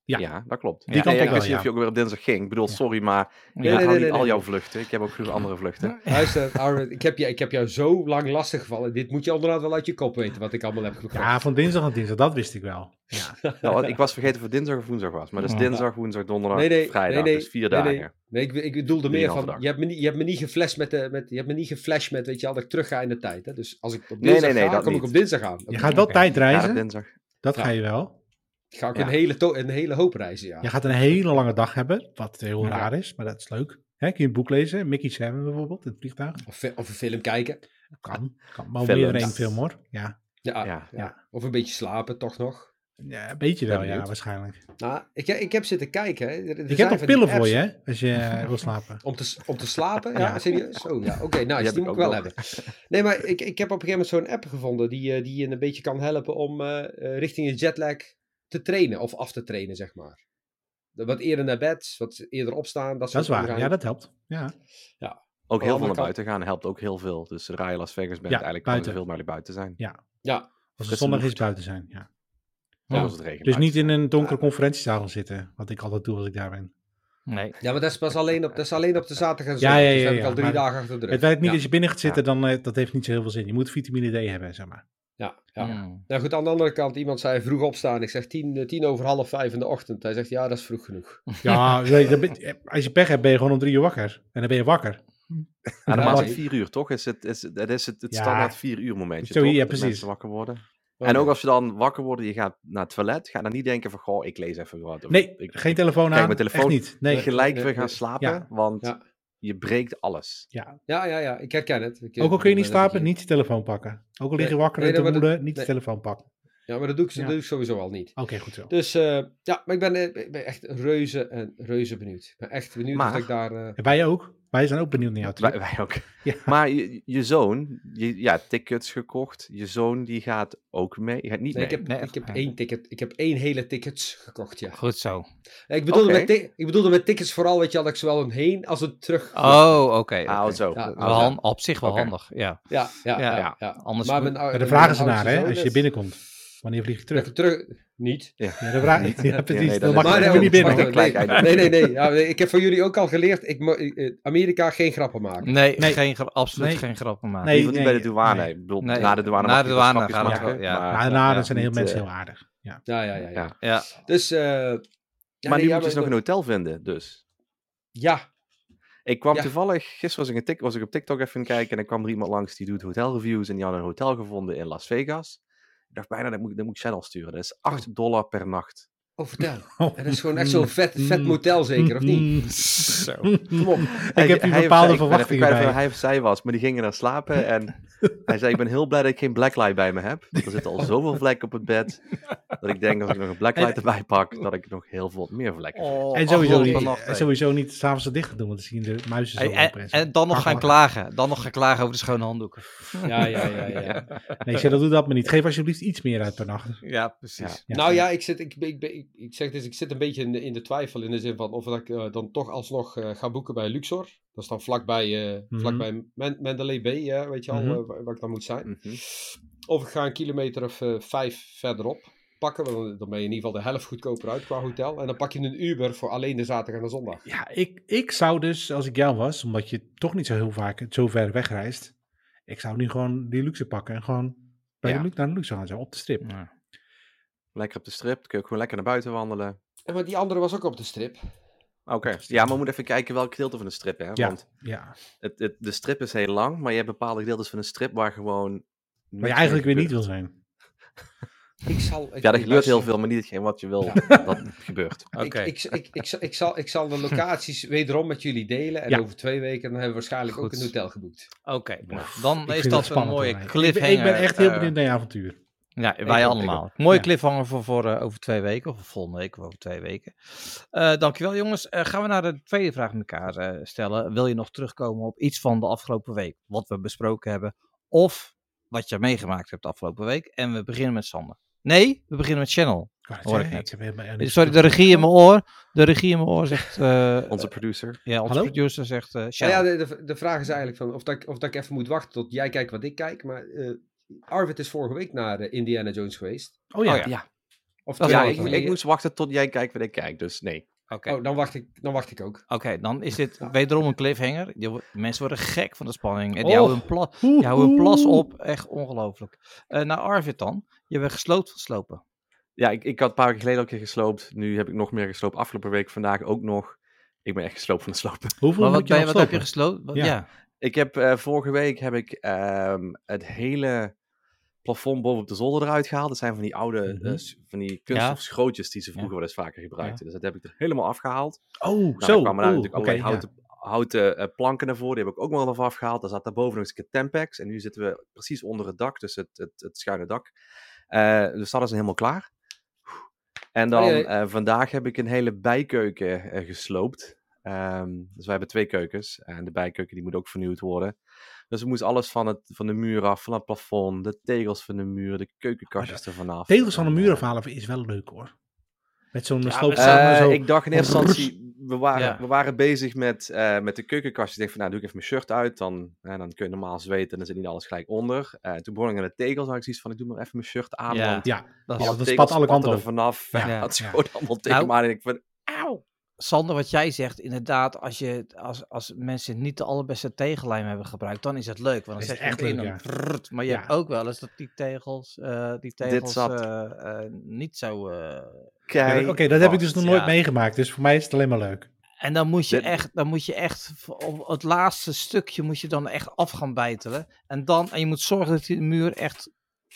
S2: Ja.
S3: Ja, dat klopt.
S2: Die
S3: Ja,
S2: kant
S3: ja,
S2: op
S3: ik
S2: wel,
S3: wist niet of
S2: ja.
S3: je ook weer op dinsdag ging. Ik bedoel,
S2: Ja.
S3: sorry, maar
S1: Ja.
S3: ik
S5: nee,
S3: haal
S5: nee,
S3: niet
S5: nee,
S3: al
S5: nee,
S3: jouw
S5: nee.
S3: vluchten. Ik heb ook genoeg andere vluchten.
S5: Luister, Arvid, ik heb, je, ik heb jou zo lang lastig gevallen. Dit moet je onderhand wel uit je kop weten, wat ik allemaal heb gekocht.
S2: Ja, van dinsdag naar dinsdag, dat wist ik wel. Ja.
S3: Nou, want ik was vergeten of het dinsdag of woensdag was. Maar dus
S1: Ja.
S3: dinsdag, woensdag, donderdag,
S5: Nee, nee,
S3: vrijdag.
S5: nee, nee,
S3: dus vier
S5: nee,
S3: dagen.
S5: nee. Nee, ik, ik bedoelde meer
S3: Drieënhalve
S5: van,
S3: dag.
S5: je hebt, me niet, je hebt me niet geflasht met de, met, je hebt me niet geflasht met, weet je al, dat ik terug ga in de tijd. Hè? Dus als ik op
S3: Nee,
S5: dinsdag
S3: nee, nee,
S5: ga,
S3: dat
S5: kom ik
S3: niet.
S5: op dinsdag aan.
S2: Je gaat wel
S1: Oké.
S3: Ja, dat
S2: tijdreizen,
S3: dinsdag.
S2: dat
S5: Ja.
S2: ga je wel.
S5: Ga ik
S3: Ja.
S5: een, hele to- een hele hoop reizen, ja.
S2: Je gaat een hele lange dag hebben, wat heel
S5: Ja.
S2: raar is, maar dat is leuk. Hè, kun je een boek lezen, Mickey Seven bijvoorbeeld, in het vliegtuig.
S5: Of, fi- of een film kijken.
S2: Kan, kan maar
S3: Films.
S2: meer dan één film hoor. Ja.
S5: Ja,
S3: Ja.
S5: ja. Of een beetje slapen, toch nog.
S2: Ja, een beetje wel,
S3: Ben
S2: ja,
S3: benieuwd.
S2: waarschijnlijk.
S5: Nou, ik, ik heb zitten kijken. Hè. Er- er
S2: Ik
S5: zijn
S2: heb nog
S5: van die
S2: pillen voor
S5: apps
S2: je, hè, als je eh, wil slapen.
S5: Om te, s- om te slapen? Ja,
S2: Ja.
S5: serieus? Oh ja, oké, nou,
S3: Die
S5: die,
S3: heb
S5: die
S3: ik
S5: moet ik
S3: ook
S5: wel
S3: nog.
S5: hebben. Nee, maar ik, ik heb op een gegeven moment zo'n app gevonden die, eh, die je een beetje kan helpen om eh, eh, richting je jetlag te trainen of af te trainen, zeg maar. Wat eerder naar bed, wat eerder opstaan, dat
S2: Dat
S5: soort
S2: is waar,
S5: dingen.
S2: ja, dat helpt. Ja.
S3: Ook heel
S5: andere
S3: veel naar
S5: kant-
S3: buiten gaan helpt ook heel veel. Dus zodra je Las Vegas bent,
S2: Ja,
S3: eigenlijk kan je
S2: buiten.
S3: zoveel mogelijk buiten zijn.
S5: Ja,
S2: Als het
S3: Frisse
S2: zondag is
S3: lucht.
S2: buiten zijn, ja.
S3: Ja, als het regent
S2: Dus niet
S3: buiten
S2: in een donkere conferentiezaal gaan zitten, wat ik altijd doe als ik daar ben.
S1: Nee.
S5: ja, maar dat is pas alleen op, dat is alleen op de zaterdag en
S2: Ja,
S5: zondag.
S2: ja,
S5: Dus
S2: ja,
S5: dat heb ik
S2: ja,
S5: al drie
S2: maar
S5: dagen achter de rug.
S2: Het werkt niet
S5: ja.
S2: als je binnen gaat zitten, dan eh, dat heeft niet zo heel veel zin. Je moet vitamine D hebben, zeg maar.
S5: Ja, ja.
S1: Mm.
S5: Nou goed, aan de andere kant, iemand zei vroeg opstaan. Ik zeg tien, eh, tien over half vijf in de ochtend. Hij zegt, ja, dat is vroeg genoeg.
S2: Ja, weet je, dan ben- als je pech hebt, ben je gewoon om drie uur wakker. En dan ben je wakker.
S3: Ja, normaal
S5: Ja,
S3: is het
S5: nee.
S3: vier uur, toch? Is het, is, het- het is het, het
S2: Ja.
S3: standaard vier uur momentje,
S2: Zo,
S3: toch?
S2: ja,
S3: Dat
S2: precies.
S3: mensen wakker worden.
S5: Oh,
S3: En
S5: nee.
S3: ook als je dan wakker wordt, je gaat naar het toilet, ga dan niet denken van, goh, ik lees even wat. Of
S2: Nee,
S3: ik,
S2: geen telefoon
S3: kijk
S2: aan.
S3: mijn telefoon.
S2: Echt niet. Nee.
S5: Nee.
S3: gelijk
S5: nee,
S3: weer gaan
S5: nee.
S3: slapen,
S2: Ja.
S3: want
S5: Ja.
S3: je breekt alles.
S2: Ja.
S5: Ja, ja, ja, ik herken het. Ik,
S2: Ook al kun je niet
S5: dat-
S2: slapen, niet je telefoon pakken. Ook al lig je
S5: Nee,
S2: wakker
S5: nee,
S2: en te
S5: maar dat-
S2: moede, niet
S5: nee.
S2: je telefoon pakken.
S5: Ja, maar dat doe ik,
S2: Ja.
S5: dat doe ik sowieso al niet.
S2: Oké, goed zo.
S5: Dus eh, ja, maar ik ben, eh, ik ben echt reuze en reuze benieuwd. Ik ben echt benieuwd
S3: Maar-
S5: of ik daar... eh,
S2: En wij ook. Wij zijn ook benieuwd naar jou,
S3: Wij,
S2: Trip.
S3: wij ook.
S2: Ja.
S3: Maar je, je zoon, je, ja, tickets gekocht. Je zoon die gaat ook mee. Je gaat niet
S5: nee, ik
S3: mee.
S5: heb,
S1: Nee,
S5: ik heb
S1: nee.
S5: één ticket. Ik heb één hele tickets gekocht, ja.
S1: Goed zo.
S5: Ik bedoelde,
S3: Oké.
S5: met, ti- ik bedoelde met tickets vooral, weet je, dat ik zowel een heen als een terug...
S1: Oh, oké.
S3: Ah,
S1: oké.
S3: zo.
S5: Ja,
S1: Wel
S3: Ah, zo.
S1: han- op zich wel
S3: Oké.
S1: handig, ja.
S5: Ja, ja,
S1: Ja,
S5: ja.
S1: ja.
S5: ja.
S1: Anders
S5: maar
S1: moet-
S5: mijn,
S2: Maar
S5: mijn
S2: de vragen ze
S5: oudste
S2: naar, hè,
S5: zoon
S2: als je
S5: is-
S2: binnenkomt. Wanneer vlieg je
S5: Dat
S2: terug?
S5: ik terug... Niet.
S2: Ja, de vraag, ja, precies.
S3: nee,
S2: dan
S3: dat
S2: mag
S3: is-
S2: je
S5: Maar
S2: er niet
S5: nee,
S2: binnen.
S5: wacht
S2: hoor.
S5: even,
S3: Gelijk
S5: nee,
S3: uit.
S5: nee, nee. Ja, ik heb van jullie ook al geleerd, ik, mo- eh, Amerika geen grappen maken.
S1: Nee,
S2: Nee.
S1: Geen, gra- absoluut
S2: Nee.
S1: geen grappen maken.
S3: In ieder geval
S2: Nee,
S3: niet bij de douane.
S2: nee.
S3: Ik bedoel,
S1: Nee.
S3: na de douane
S1: Na
S3: mag
S1: de
S3: je wel
S1: douane
S3: grapjes
S1: gaat het
S3: maken,
S1: wel, ja.
S3: maar-
S2: Maar daarna
S1: ja,
S2: zijn heel
S3: niet,
S2: mensen
S3: eh,
S2: heel aardig. Ja.
S5: Ja, ja, ja. ja.
S3: Ja.
S1: Ja.
S5: Dus, eh ja,
S3: Maar
S5: nee,
S3: nu
S5: ja,
S3: moet je dus nog
S5: maar-
S3: een hotel vinden, dus.
S5: Ja,
S3: Ik kwam
S5: Ja.
S3: toevallig, gisteren was ik, een tik, was ik op TikTok even gaan kijken en dan kwam er iemand langs die doet hotelreviews en die had een hotel gevonden in Las Vegas. Ik dacht bijna, dat moet, dat moet ik Channel sturen. Dat is acht dollar per nacht.
S5: oh vertel.
S2: Oh.
S5: En dat is gewoon echt zo'n vet, vet motel zeker, of niet?
S1: Zo.
S5: Kom op.
S2: Ik heb hier bepaalde verwachtingen
S3: Ik weet niet
S2: bij.
S3: hij of zij was, maar die gingen naar slapen en hij zei, ik ben heel blij dat ik geen blacklight bij me heb. Want er zitten al zoveel vlekken op het bed, dat ik denk als ik nog een blacklight erbij pak, dat ik nog heel veel meer vlekken heb.
S1: Oh,
S2: En sowieso
S1: acht
S2: niet,
S1: dollar per nacht,
S2: en
S1: hè.
S2: sowieso niet s'avonds zo dicht doen, want dan zien de muizen zo
S1: Hey,
S2: lopen.
S1: en,
S2: zo.
S1: en dan nog
S2: Ach,
S1: gaan
S2: ach.
S1: klagen. Dan nog gaan klagen over de schone handdoeken.
S5: Ja, ja, ja, ja.
S2: Nee, ik zeg, dat doe dat maar niet. Geef alsjeblieft iets meer uit per nacht.
S1: Ja, precies.
S2: Ja.
S5: Nou ja, ik, zit, ik, ik, ik, ik zeg dus, ik zit een beetje in de, in de twijfel in de zin van of dat ik eh, dan toch alsnog eh, ga boeken bij Luxor. Dat is dan vlakbij, eh
S2: Mhm.
S5: vlakbij Man- Mandalay Bay, ja, weet je al,
S2: Mhm.
S5: eh, waar, waar ik dan moet zijn.
S3: Mhm.
S5: Of ik ga een kilometer of eh, vijf verderop pakken, want dan- dan ben je in ieder geval de helft goedkoper uit qua hotel. En dan pak je een Uber voor alleen de zaterdag en de zondag.
S2: Ja, ik, ik zou dus, als ik jou was, omdat je toch niet zo heel vaak zo ver wegreist, ik zou nu gewoon die luxe pakken en gewoon bij
S3: Ja.
S2: de luxe, naar de luxe gaan, zo op de strip.
S1: Ja.
S3: Lekker op de strip, kun je ook gewoon lekker naar buiten wandelen.
S5: En maar die andere was ook op de strip.
S3: Oké, ja, maar we moeten even kijken welk gedeelte van de strip, hè.
S2: Ja,
S3: Want
S2: ja.
S3: het, het, de strip is heel lang, maar je hebt bepaalde gedeeltes van de strip waar gewoon...
S2: Maar je eigenlijk weer niet wil zijn.
S5: Ik zal... Ik,
S3: Ja, er
S5: ik
S3: gebeurt
S5: luister-
S3: heel veel, maar niet hetgeen wat je wil
S5: Ja.
S3: dat gebeurt.
S1: Oké.
S5: Ik, ik, ik, ik, zal- ik, zal, ik zal de locaties wederom met jullie delen. En
S2: Ja.
S5: over twee weken dan hebben we waarschijnlijk ook
S1: Goed.
S5: een hotel geboekt.
S1: Oké,
S3: Ja.
S1: nou, dan
S2: Ik
S1: is
S2: vind het
S1: dat een
S2: spannend,
S1: mooie
S2: hoor. Ik ben-
S1: cliffhanger.
S2: Ik ben echt heel
S1: eh,
S2: benieuwd naar je avontuur.
S1: Ja,
S5: Ik
S1: wij
S5: ook,
S1: allemaal. Mooie
S2: Ja.
S1: cliffhanger voor, voor eh, over twee weken, of volgende week, of over twee weken. Eh dankjewel jongens. Eh, gaan we naar de tweede vraag met elkaar eh, stellen. Wil je nog terugkomen op iets van de afgelopen week, wat we besproken hebben, of wat je meegemaakt hebt de afgelopen week? En we beginnen met Sander. Nee, we beginnen met Channel.
S2: Ik wou net
S1: Hoor ik
S2: zeggen,
S1: net.
S2: heb helemaal niks
S1: Sorry, de
S2: terug-
S1: regie in mijn oor. De regie in mijn oor zegt... eh,
S3: Onze producer.
S1: ja, onze
S2: Hallo?
S1: producer zegt eh
S5: Nou
S1: Channel.
S5: ja, de, de, de vraag is eigenlijk van of, dat, ik- of dat ik even moet wachten tot jij kijkt wat ik kijk. Maar eh Arvid is vorige week naar eh, Indiana Jones geweest.
S2: Oh ja,
S1: Oh ja.
S3: Ja.
S5: Of
S1: Dat is
S3: Ja,
S5: twee
S3: ik,
S1: wel
S5: weken?
S3: ik moest wachten tot jij kijkt wat ik kijk, dus nee.
S1: Oké,
S5: Oh, dan wacht ik, dan wacht ik ook.
S1: Oké, dan is dit wederom een cliffhanger. Die wo- mensen worden gek van de spanning. En die
S5: Oh.
S1: houden hun, pla- die houden hun plas op. Echt ongelooflijk. Eh nou, Arvid dan. Je bent gesloopt van slopen.
S3: Ja, ik, ik had een paar weken geleden ook een keer gesloopt. Nu heb ik nog meer gesloopt. Afgelopen week, vandaag ook nog. Ik ben echt gesloopt van het slopen.
S2: Hoeveel
S1: Maar wat,
S2: moet je
S1: ben je,
S2: nog
S1: wat heb je
S2: slopen?
S1: gesloopt? Wat-
S2: Ja.
S1: ja.
S3: Ik heb eh, vorige week heb ik ehm, het hele plafond boven op de zolder eruit gehaald. Dat zijn van die oude,
S2: Mhm.
S3: eh, s- van die kunststof schrootjes die ze vroeger wel eens vaker gebruikten. Dus dat heb ik er helemaal afgehaald.
S2: Oh,
S3: Nou,
S2: zo.
S3: dan kwamen daar
S2: Oeh,
S3: natuurlijk
S2: oké,
S3: allerlei
S2: ja.
S3: houten, houten eh, planken naar voren. Die heb ik ook wel even afgehaald. Daar zat daarboven nog eens een keer Tempex. En nu zitten we precies onder het dak, dus het, het, het schuine dak. Eh, dus dat is helemaal klaar. En dan
S5: Oh, ja.
S3: eh, vandaag heb ik een hele bijkeuken eh, gesloopt. Ehm, dus wij hebben twee keukens. En de bijkeuken die moet ook vernieuwd worden. Dus we moesten alles van, het, van de muur af, van het plafond, de tegels van de muur, de keukenkastjes er vanaf.
S2: Tegels van de
S3: En,
S2: muur
S3: eh,
S2: afhalen is wel leuk hoor. Met zo'n
S1: Ja,
S2: sloopstang
S3: eh,
S2: zo.
S3: ik dacht in eerste instantie, we waren,
S1: Ja.
S3: we waren bezig met, eh, met de keukenkastjes. Ik dacht van, nou doe ik even mijn shirt uit, dan, eh, dan kun je normaal zweten en dan zit niet alles gelijk onder. Eh, toen begon ik aan de tegels, had ik zoiets van, ik doe maar even mijn shirt aan,
S1: Ja.
S3: want
S2: Ja,
S1: Dat
S2: ja,
S1: is-
S3: alle
S2: dat
S3: tegels
S2: spat alle kanten
S3: spatten er
S2: op.
S3: vanaf.
S2: Ja,
S3: Ja, het
S2: ja.
S3: schoot allemaal tegen
S1: Nou,
S3: me aan en ik van, auw.
S1: Sander, wat jij zegt, inderdaad, als, je, als, als mensen niet de allerbeste tegellijm hebben gebruikt, dan is het leuk. Want dan
S2: Is
S1: zet je
S2: echt
S1: het in
S2: leuk,
S1: en
S2: ja.
S1: prrrt, maar je
S2: Ja.
S1: hebt ook wel eens dat die tegels, eh, die tegels
S3: zat.
S1: eh, eh, niet zo... eh,
S2: Ja,
S3: Kei
S2: Oké, dat heb ik dus
S3: vast.
S2: nog nooit
S1: ja.
S2: meegemaakt. Dus voor mij is het alleen maar leuk.
S1: En dan moet je
S3: Dit-
S1: echt, dan moet je echt, v- op het laatste stukje moet je dan echt af gaan bijtelen. En dan, en je moet zorgen dat die muur echt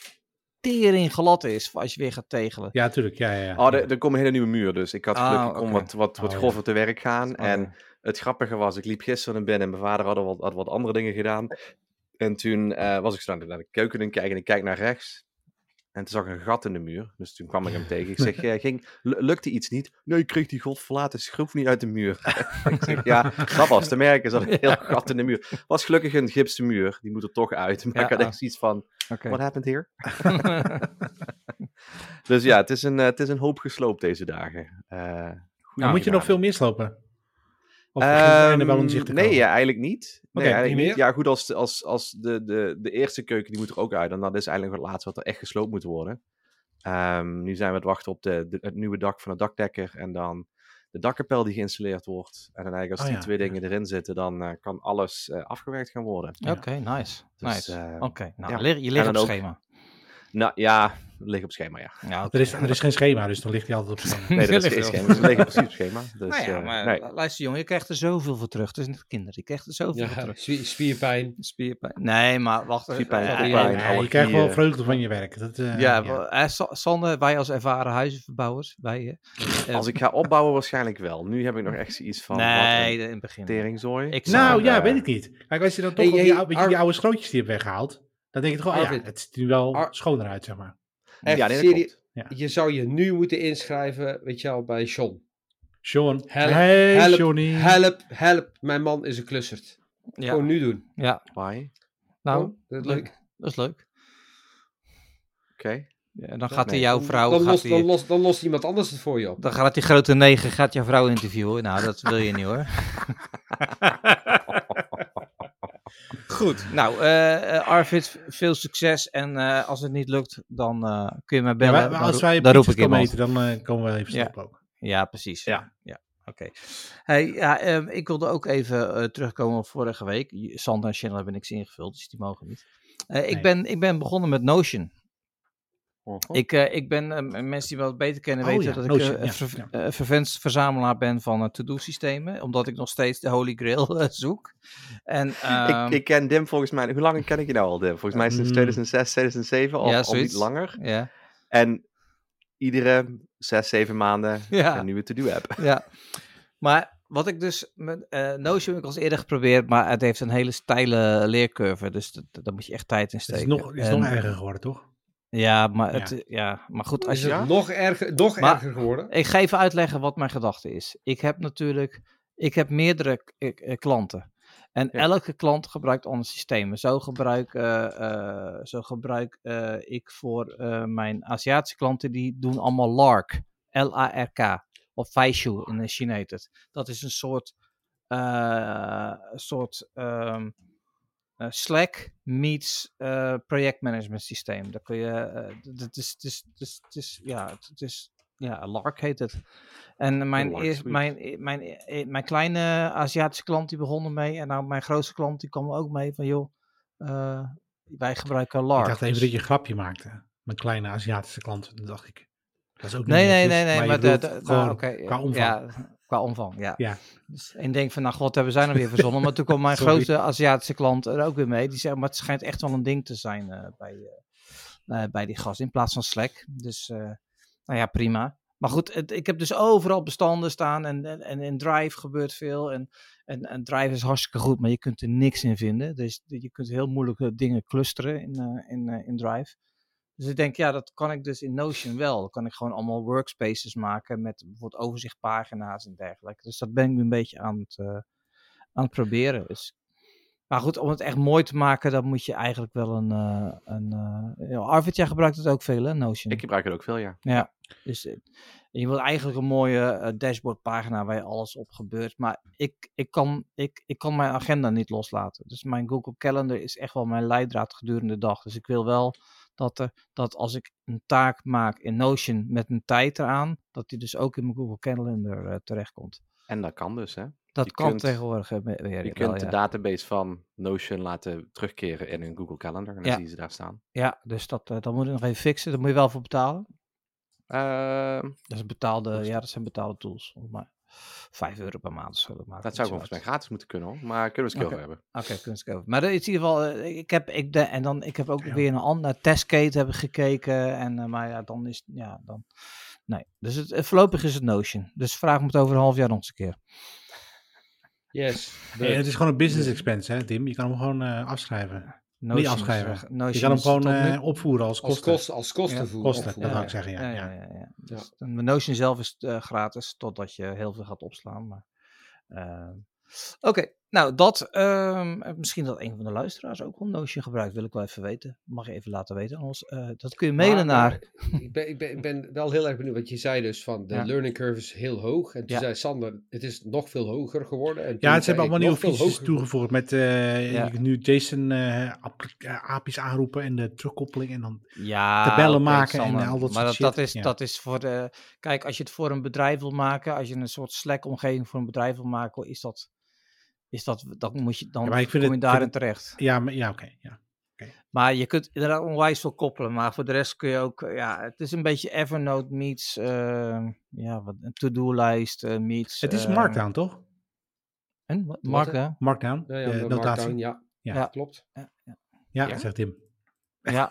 S1: tering glad is, voor als je weer gaat tegelen.
S2: Ja, natuurlijk. Ja, ja, ja.
S3: Oh, er, er komt een hele nieuwe muur, dus ik had
S1: Ah,
S3: geluk, ik kon
S1: oké.
S3: wat, wat, wat
S2: Oh, ja.
S3: grover te werk gaan.
S1: Oké.
S3: En het grappige was, ik liep gisteren naar binnen en mijn vader had al wat, had wat andere dingen gedaan. En toen eh, was ik zo naar de keuken aan het kijken en ik kijk naar rechts. En toen zag ik een gat in de muur, dus toen kwam ik hem tegen. Ik zeg, eh, ging, lu- lukte iets niet? Nee, ik kreeg die godverlaten schroef niet uit de muur. Ik zeg, ja, dat was te merken, er zat een heel gat in de muur. Was gelukkig een gipsen muur, die moet er toch uit. Maar
S1: Ja,
S3: ik had
S1: ah.
S3: echt zoiets van,
S1: Oké.
S3: what happened here? Dus ja, het is een, eh, het is een hoop gesloopt deze dagen. Eh
S2: Maar moet je nog veel meer slopen? Of
S3: Ehm,
S2: begint het einde wel in zicht te
S3: nee,
S2: komen?
S3: ja, eigenlijk niet. Nee,
S2: Oké,
S3: eigenlijk
S5: niet
S3: niet.
S5: meer?
S3: Ja, goed, als, als, als de, de, de eerste keuken die moet er ook uit. En dat is eigenlijk het laatste wat er echt gesloopt moet worden. Ehm, nu zijn we aan het wachten op de, de, het nieuwe dak van de dakdekker. En dan de dakkapel die geïnstalleerd wordt. En dan eigenlijk als
S2: Oh,
S3: die
S2: ja,
S3: twee
S2: ja.
S3: dingen erin zitten, dan eh, kan alles eh, afgewerkt gaan worden.
S1: Oké, nice.
S3: Dus,
S1: nice.
S3: eh,
S1: Oké, nou,
S3: ja.
S1: lig- je
S3: En
S1: ligt op
S3: dan ook-
S1: schema.
S3: Nou ja, ligt op schema, ja.
S1: Ja, oké.
S2: Er is, er is geen schema, dus dan ligt hij altijd op schema.
S3: Nee, dat is
S1: Ligt
S3: geen
S1: wel.
S3: schema. Ze liggen precies op schema. Dus,
S1: Nou ja,
S3: eh,
S1: maar
S3: nee.
S1: luister jongen, je krijgt er zoveel voor terug. Het is net kinderen, je krijgt er zoveel voor
S5: Ja,
S1: terug.
S5: spie- spierpijn.
S1: Spierpijn. Nee, maar wacht. eh,
S3: Spierpijn,
S1: eh,
S3: koppijn,
S1: eh,
S2: Nee, je krijgt wel
S3: allergieën.
S2: vreugde van je werk. Dat, eh,
S1: Ja,
S2: ja.
S1: wel, eh, Sa- Sander, wij als ervaren huizenverbouwers, wij... eh, eh,
S3: Als ik ga opbouwen, waarschijnlijk wel. Nu heb ik nog echt zoiets van,
S1: nee,
S3: wat
S1: in het begin.
S3: een teringzooi.
S1: Ik
S2: Nou
S1: zou-
S2: ja,
S3: eh,
S2: weet ik niet. Kijk, als je dan toch
S5: Hey,
S2: op die,
S5: hey,
S2: oude- weet je, die
S5: Ar-
S2: oude schrootjes die je hebt weggehaald, dan denk je toch, oh ja,
S5: Arvid.
S2: het ziet er nu wel
S5: Ar-
S2: schoner uit, zeg maar.
S5: Echt,
S3: Ja, nee, dat
S5: serie-
S3: klopt.
S2: Ja.
S5: Je zou je nu moeten inschrijven, weet je wel, bij Sean.
S2: Sean,
S5: Help,
S2: hey
S5: help,
S2: Johnny.
S5: help, help, mijn man is een klussert.
S1: Ja,
S5: Gewoon nu doen.
S1: ja.
S3: Why?
S1: nou,
S5: Oh, dat is
S1: leuk.
S5: leuk.
S1: Dat is leuk.
S3: Oké.
S1: Ja, dan gaat hij
S3: nee.
S1: jouw
S5: Dan-
S1: vrouw...
S5: Dan,
S1: gaat
S5: lost,
S1: hij-
S5: dan, lost, dan lost iemand anders het voor je op.
S1: Dan gaat die grote negen, gaat jouw vrouw interviewen. Nou, dat wil je niet hoor. Goed, nou eh, eh, Arvid, veel succes. En eh, als het niet lukt, dan eh, kun je mij
S2: Ja,
S1: bellen.
S2: maar
S1: Dan
S2: als
S1: roep-
S2: wij
S1: dan roep
S2: pizza's
S1: ik
S2: komen
S1: iemand.
S2: eten, dan eh, komen we even
S1: Ja.
S2: stoppen ook.
S1: Ja, precies. Ja,
S3: Ja.
S1: ja. Oké. Hey, ja, ehm, ik wilde ook even eh, terugkomen op vorige week. Je- Sander en Channel hebben niks ingevuld, dus die mogen niet. Eh, ik,
S2: Nee.
S1: ben, ik ben begonnen met Notion.
S3: Oh.
S1: Ik, eh, ik ben, eh, mensen die me wat beter kennen
S2: Oh
S1: weten
S2: ja,
S1: dat ik
S2: Notion,
S1: eh,
S2: ja,
S1: ver-
S2: ja.
S1: eh, vervent verzamelaar ben van uh, to-do-systemen. Omdat ik nog steeds de Holy Grail eh, zoek. En, ehm,
S3: ik, ik ken Dim volgens mij... Hoe lang ken ik je nou al, Dim? Volgens mij sinds
S2: Mm.
S3: tweeduizend zes, tweeduizend zeven of
S1: Ja,
S3: al niet
S1: zoiets.
S3: langer.
S1: ja,
S3: En iedere zes, zeven maanden
S1: Ja.
S3: een nieuwe to-do-app.
S1: ja. Maar wat ik dus met eh, Notion heb ik al eens eerder geprobeerd, maar het heeft een hele steile leercurve. Dus dat- dat- daar moet je echt tijd in
S2: Het is
S1: steken.
S2: nog, het is
S1: En-
S2: nog erger geworden, toch?
S1: Ja, maar,
S2: Ja.
S1: het, ja, maar goed, als
S5: Is
S1: je...
S5: het nog erger, nog
S1: Maar-
S5: erger geworden?
S1: Ik ga even uitleggen wat mijn gedachte is. Ik heb natuurlijk, ik heb meerdere k- eh, klanten. En
S3: Ja.
S1: elke klant gebruikt andere systemen. Zo gebruik, eh, eh, zo gebruik eh, ik voor eh, mijn Aziatische klanten, die doen allemaal Lark. L A R K. Of Faishu in de Chinees het. Dat is een soort, eh, een soort ehm, uh, Slack meets uh, projectmanagement systeem. Daar kun je, uh, het is, het is, het is, het is, ja, het is, ja, Lark heet het. En mijn,
S3: Lark
S1: eerst,
S3: Suite.
S1: mijn, mijn, mijn, mijn kleine Aziatische klant die begon ermee. En nou mijn grootste klant die kwam ook mee van joh, uh, wij gebruiken Lark.
S2: Ik dacht even
S1: dus...
S2: dat je een grapje maakte. Mijn kleine Aziatische klant, dat dacht ik. Dat is ook niet
S1: Nee, nee,
S2: netjes,
S1: nee, nee,
S2: maar,
S1: maar,
S2: je
S1: de,
S2: bedoelt
S1: de,
S2: gewoon
S1: nou, okay,
S2: qua omvang.
S1: Ja, qua omvang, ja.
S2: Ja.
S1: Dus, en denk van, nou god, hebben zij nou weer verzonnen. Maar toen kwam mijn
S2: Sorry.
S1: grootste Aziatische klant er ook weer mee. Die zei, maar het schijnt echt wel een ding te zijn uh, bij, uh, uh, bij die gast in plaats van Slack. Dus, uh, nou ja, prima. Maar goed, het, ik heb dus overal bestanden staan en, en, en in Drive gebeurt veel. En, en, en Drive is hartstikke goed, maar je kunt er niks in vinden. Dus je kunt heel moeilijke dingen clusteren in, uh, in, uh, in Drive. Dus ik denk, ja, dat kan ik dus in Notion wel. Dan kan ik gewoon allemaal workspaces maken met bijvoorbeeld overzichtpagina's en dergelijke. Dus dat ben ik nu een beetje aan het, uh, aan het proberen. Dus. Maar goed, om het echt mooi te maken, dan moet je eigenlijk wel een... Uh, een uh, ja, Arvid, jij gebruikt het ook veel, hè, Notion?
S3: Ik gebruik het ook veel, ja.
S1: Ja, dus uh, je wilt eigenlijk een mooie uh, dashboardpagina waar je alles op gebeurt. Maar ik, ik, kan, ik, ik kan mijn agenda niet loslaten. Dus mijn Google Calendar is echt wel mijn leidraad gedurende de dag. Dus ik wil wel... Dat, er, dat als ik een taak maak in Notion met een tijd eraan, dat die dus ook in mijn Google Calendar uh, terechtkomt.
S3: En dat kan dus, hè?
S1: Dat
S3: je
S1: kan
S3: kunt,
S1: tegenwoordig uh, weer.
S3: Je
S1: wel,
S3: kunt
S1: ja.
S3: de database van Notion laten terugkeren in een Google Calendar. En dan
S1: ja.
S3: zie je ze daar staan.
S1: Ja, dus dat, uh, dat moet ik nog even fixen. Daar moet je wel voor betalen.
S3: Uh,
S1: dat, is een betaalde, ja, dat zijn betaalde tools. Maar vijf euro per maand. Zullen maar
S3: dat zou volgens mij gratis moeten kunnen, hoor. Maar kunnen we het okay. over hebben.
S1: Oké, okay, kunnen we het over. Maar in ieder geval, uh, ik heb, ik de, en dan, ik heb ook ja. weer een andere testcase hebben gekeken. En, uh, maar ja, dan is, ja, dan, nee. Dus het, uh, voorlopig is het Notion. Dus vraag me het over een half jaar nog eens een keer.
S5: Yes.
S2: Ja, het is gewoon een business expense, hè, Tim. Je kan hem gewoon uh, afschrijven.
S1: Notion
S2: Niet afschrijven.
S1: Is,
S2: je kan hem gewoon uh, opvoeren als kosten.
S5: Als, kost, als kosten
S2: ja,
S5: voeren.
S2: Kosten,
S5: opvoeren.
S2: dat
S5: ja.
S2: zou ik zeggen, ja.
S1: ja,
S2: ja.
S1: ja, ja, ja. Dus ja. De Notion zelf is uh, gratis, totdat je heel veel gaat opslaan. Maar, uh, Oké, okay. Nou dat, uh, misschien dat een van de luisteraars ook wel Notion gebruikt, wil ik wel even weten. Mag je even laten weten, anders, uh, dat kun je mailen maar, naar...
S5: Ik ben, ik, ben, ik ben wel heel erg benieuwd, want je zei dus van de ja. learning curve is heel hoog. En toen ja. zei Sander, het is nog veel hoger geworden. En
S2: ja, ze hebben allemaal nieuwe features toegevoegd met uh, ja. nu JSON uh, A P I's aanroepen en de terugkoppeling en dan
S1: ja,
S2: tabellen
S1: okay,
S2: maken
S1: Sander,
S2: en al dat
S1: maar
S2: soort
S1: dat,
S2: shit.
S1: dat is,
S2: ja.
S1: dat is voor de... Kijk, als je het voor een bedrijf wil maken, als je een soort Slack-omgeving voor een bedrijf wil maken, is dat... Is dat, dan moet je, dan ja, kom je het, daarin terecht.
S2: Ja, maar, ja oké. Okay, ja. Okay.
S1: Maar je kunt inderdaad onwijs veel koppelen. Maar voor de rest kun je ook... Ja, het is een beetje Evernote meets... Uh, ja, wat, een to-do-lijst uh, meets...
S2: Het is
S1: uh,
S2: Markdown, toch?
S1: En? Wat? Markdown?
S2: Markdown,
S5: ja, ja,
S2: de notatie.
S5: Markdown, ja.
S2: Ja.
S5: ja. Klopt.
S2: Ja, ja. ja, ja. zegt Tim.
S1: Ja.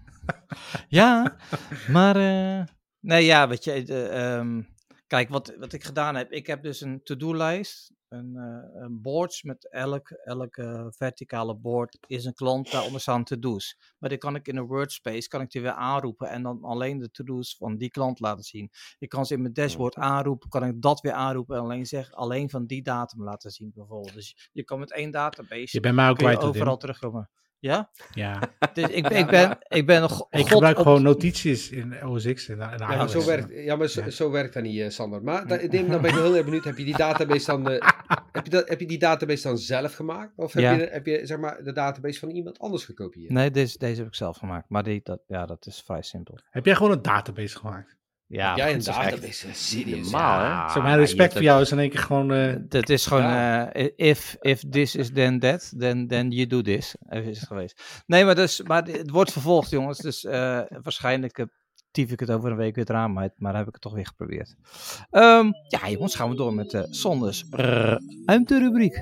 S1: ja, maar... Uh, nee, ja, weet je... Uh, um, kijk, wat, wat ik gedaan heb... Ik heb dus een to-do-lijst... Een, uh, een boards met elk, elke uh, verticale board is een klant, daaronder staan to-do's. Maar die kan ik in een workspace, kan ik die weer aanroepen en dan alleen de to-do's van die klant laten zien. Ik kan ze in mijn dashboard aanroepen, kan ik dat weer aanroepen en alleen zeggen, alleen van die datum laten zien bijvoorbeeld. Dus je kan met één database,
S2: je bent mij ook kwijt,
S1: overal terugkomen. Ja?
S2: Ja.
S1: Dus ik, ik ben, ik ben nog.
S2: Ik gebruik op... gewoon notities in O S X en, en
S5: ja, maar zo werkt, ja, maar zo, ja. zo werkt dat niet, uh, Sander. Maar da, dan ben ik heel erg benieuwd. Heb je die database dan, uh, heb je dat, heb je die database dan zelf gemaakt? Of heb, ja. je, heb je zeg maar de database van iemand anders gekopieerd?
S1: Nee, deze, deze heb ik zelf gemaakt. Maar die, dat, ja, dat is vrij simpel.
S2: Heb jij gewoon een database gemaakt?
S1: Ja,
S5: heb jij een database? Serieus?
S3: Normaal,
S2: ja, hè? Zo, mijn respect voor jou is in één keer gewoon... Uh...
S1: Dat is gewoon, ja. uh, if, if this is then that, then, then you do this. Is het geweest. Nee, maar, dus, maar het wordt vervolgd, jongens. Dus uh, waarschijnlijk uh, tief ik het over een week weer eraan, maar, maar heb ik het toch weer geprobeerd. Um, ja, jongens, gaan we door met uh, Sonders ruimterubriek.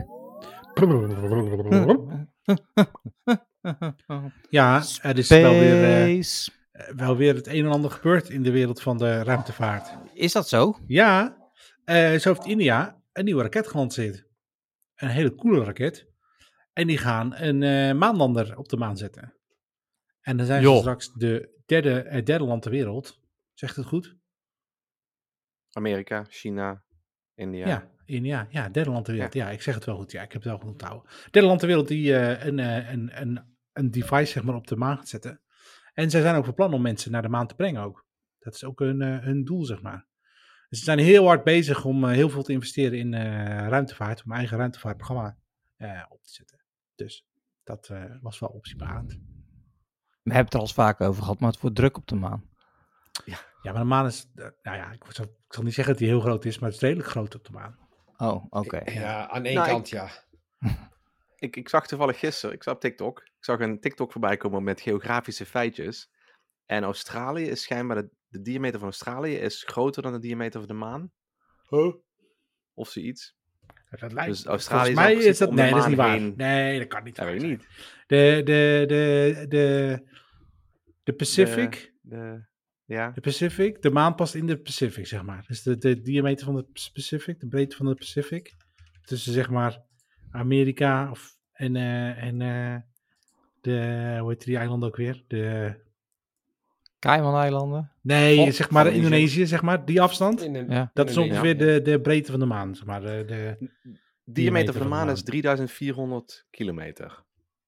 S2: Ja, er is wel weer... Uh... wel weer het een en ander gebeurd in de wereld van de ruimtevaart.
S1: Is dat zo?
S2: Ja, uh, zo heeft India een nieuwe raket gelanceerd. Een hele coole raket. En die gaan een uh, maanlander op de maan zetten. En dan zijn
S1: jo.
S2: ze straks de derde, uh, derde land ter wereld. Zegt het goed?
S3: Amerika, China, India.
S2: Ja, India. Ja, derde land ter wereld. Ja. ja, ik zeg het wel goed. Ja, ik heb het wel goed onthouden. Derde land ter wereld die uh, een, uh, een, een, een device zeg maar, op de maan gaat zetten. En zij zijn ook van plan om mensen naar de maan te brengen ook. Dat is ook hun, uh, hun doel, zeg maar. Dus ze zijn heel hard bezig om uh, heel veel te investeren in uh, ruimtevaart. Om een eigen ruimtevaartprogramma uh, op te zetten. Dus Dat uh, was wel opzienbarend.
S1: We hebben het er al eens vaak over gehad, maar het wordt druk op de maan.
S2: Ja, ja maar de maan is... Uh, nou ja, ik zal, ik zal niet zeggen dat die heel groot is, maar het is redelijk groot op de maan.
S1: Oh, oké. Okay.
S5: Ja, ja, aan één
S3: nou,
S5: kant,
S3: ik,
S5: ja.
S3: ik, ik zag toevallig gisteren, ik zag op TikTok, ik zag een TikTok voorbij komen met geografische feitjes. En Australië is schijnbaar, de, de diameter van Australië is groter dan de diameter van de maan.
S2: Huh?
S3: Of zoiets.
S2: Dat lijkt,
S3: dus Australië
S2: volgens mij is dat... Nee, dat is niet waar.
S3: Heen...
S2: Nee, dat kan niet.
S3: Ja, weet je niet.
S2: De, de, de, de, de Pacific...
S3: De, de, ja.
S2: De Pacific, de maan past in de Pacific, zeg maar. Dus de, de diameter van de Pacific, de breedte van de Pacific. Tussen, zeg maar, Amerika of, en, uh, en uh, de... Hoe heet die eilanden ook weer? De...
S1: Cayman-eilanden?
S2: Nee,
S3: oh,
S2: zeg maar
S3: Indonesië.
S2: Indonesië, zeg maar. Die afstand.
S5: In een,
S1: Ja.
S2: Dat is ongeveer de, de breedte van de maan, zeg maar. De, de
S3: diameter,
S2: diameter
S3: van de maan,
S2: maan
S3: is drieduizend vierhonderd kilometer.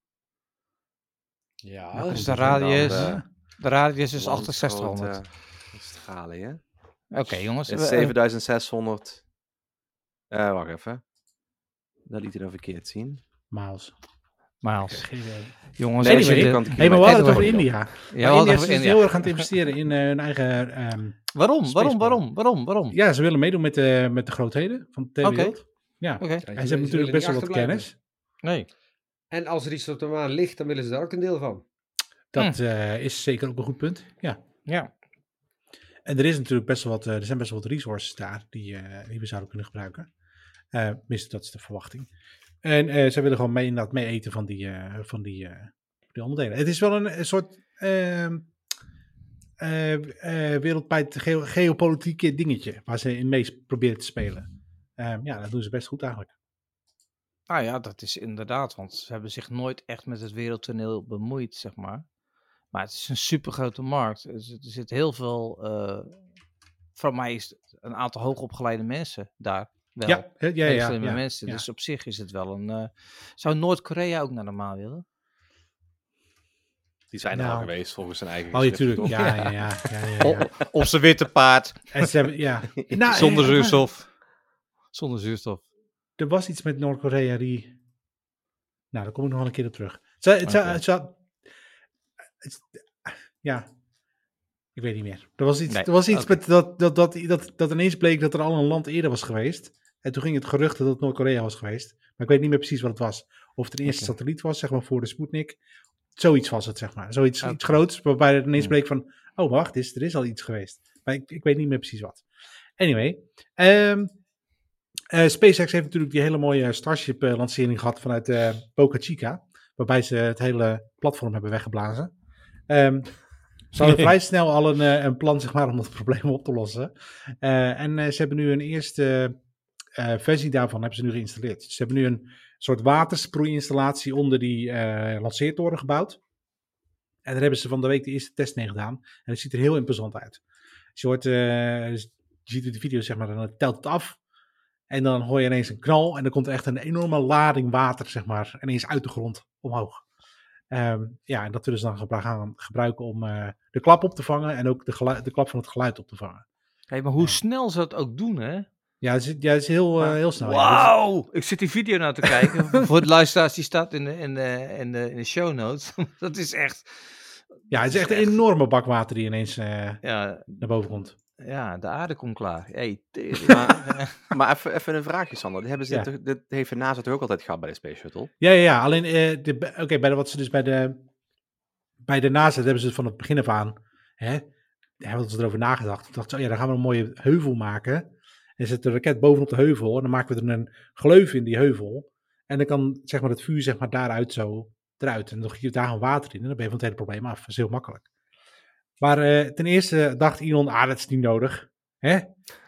S5: Ja,
S2: Nou,
S1: Dus
S2: goed,
S1: de radius,
S3: de
S1: de radius is
S3: landsgrootte
S1: achtenzestighonderd.
S3: Australië.
S1: Oké, okay, jongens.
S3: is
S1: we-
S3: zevenduizend zeshonderd. Uh, wacht even. Dat liet hij dan verkeerd zien.
S2: miles.
S1: Miles.
S2: Geen idee.
S1: Jongens,
S2: Anyway,
S1: als je de-
S3: vierkante
S2: Hey, maar we hadden het over
S1: Anyway.
S2: India.
S1: Ja,
S2: Maar
S1: we hadden
S2: India
S1: het
S2: is
S1: over
S2: dus
S1: India.
S2: heel erg aan het investeren in uh, hun eigen... Um,
S1: Waarom? Waarom?
S2: Spaceport.
S1: Waarom? Waarom? Waarom?
S2: ja, ze willen meedoen met de, met de grootheden van de
S1: Oké.
S2: wereld. Ja.
S1: Oké.
S2: En ze hebben natuurlijk best wel wat kennis.
S1: Nee.
S5: En als er iets op de maan ligt, dan willen ze daar ook een deel van.
S2: Dat uh, is zeker ook een goed punt. Ja.
S1: Ja.
S2: En er is natuurlijk best wel wat, uh, er zijn best wel wat resources daar die, uh, die we zouden kunnen gebruiken. Uh, Tenminste, dat is de verwachting. En uh, ze willen gewoon mee, inderdaad mee eten van die, uh, van die, uh, die onderdelen. Het is wel een, een soort uh, uh, uh, wereldwijd ge- geopolitieke dingetje waar ze in mee proberen te spelen. Uh, ja, dat doen ze best goed eigenlijk.
S1: Nou ja, dat is inderdaad, want ze hebben zich nooit echt met het wereldtoneel bemoeid, zeg maar. Maar het is een supergrote markt. Er zit, er zit heel veel, uh, voor mij is het een aantal hoogopgeleide mensen daar wel.
S2: Ja, ja, ja.
S1: Hele
S2: ja,
S1: slimme
S2: ja,
S1: mensen,
S2: ja.
S1: dus op zich is het wel een... Uh, zou Noord-Korea ook naar de maan willen?
S3: Die zijn er
S2: Nou.
S3: al geweest volgens zijn eigen
S2: Oh, ja,
S3: geschrift,
S2: tuurlijk.
S3: toch?
S2: Ja, ja, ja. ja, ja, ja.
S1: Op, op zijn witte paard,
S2: En ze hebben, ja. Nou,
S1: zonder
S2: eh,
S1: zuurstof. Zonder zuurstof.
S2: Er was iets met Noord-Korea die... Nou, daar kom ik nog wel een keer op terug. Het zou, het zou,
S1: Oké.
S2: het zou, het- ja, ik weet niet meer. Er was iets,
S1: Nee,
S2: er was iets
S1: oké.
S2: met dat, dat, dat, dat, dat ineens bleek dat er al een land eerder was geweest. En toen ging het gerucht dat het Noord-Korea was geweest. Maar ik weet niet meer precies wat het was. Of het een eerste
S1: Oké.
S2: satelliet was, zeg maar, voor de Sputnik. Zoiets was het, zeg maar. Zoiets
S1: Oké.
S2: iets groots, waarbij het ineens
S1: Hmm.
S2: bleek van... Oh, wacht, is, er is al iets geweest. Maar ik, ik weet niet meer precies wat. Anyway. ehm Uh, SpaceX heeft natuurlijk die hele mooie Starship-lancering gehad vanuit uh, Boca Chica. Waarbij ze het hele platform hebben weggeblazen. Um, ze hadden vrij snel al een, uh, een plan, zeg maar, om dat probleem op te lossen. Uh, en uh, ze hebben nu een eerste uh, versie daarvan hebben ze nu geïnstalleerd. Ze hebben nu een soort watersproeiinstallatie onder die uh, lanceertoren gebouwd. En daar hebben ze van de week de eerste test mee gedaan. En het ziet er heel imposant uit. Dus je hoort, uh, je ziet in de video, zeg maar, dan telt het af. En dan hoor je ineens een knal en dan komt er echt een enorme lading water, zeg maar, ineens uit de grond omhoog. Um, ja, en dat willen ze dan gebru- gaan gebruiken om uh, de klap op te vangen en ook de, gelu- de klap van het geluid op te vangen.
S1: Hey, maar hoe
S2: Ja.
S1: snel ze dat ook doen, hè?
S2: Ja, het is, ja, het is heel, uh, heel snel. Ja.
S1: Wauw! Ik zit die video nou te kijken. Voor de luisteraars, die staat in de, in de, in de, in de show notes. Dat is echt...
S2: Ja, het is echt een enorme bak water die ineens uh,
S1: Ja,
S2: naar boven komt.
S1: ja, de aarde komt klaar. Hey, tering.
S3: Maar, maar even, even een vraagje, Sander. Dit, hebben ze
S2: Ja.
S3: dit, dit heeft NASA toch ook altijd gehad bij de Space Shuttle?
S2: Ja, ja, ja. Alleen, uh, de- oké, okay, bij de, wat ze dus bij de, bij de NASA, dat hebben ze het van het begin af aan, hè, hebben ze erover nagedacht. Toen dachten ze, oh ja, dan gaan we een mooie heuvel maken. En zet de raket bovenop de heuvel en dan maken we er een gleuf in die heuvel. En dan kan, zeg maar, het vuur, zeg maar, daaruit zo eruit. En dan giet je daar een water in en dan ben je van het hele probleem af. Dat is heel makkelijk. Maar uh, ten eerste dacht Elon, ah, dat is niet nodig. Hè?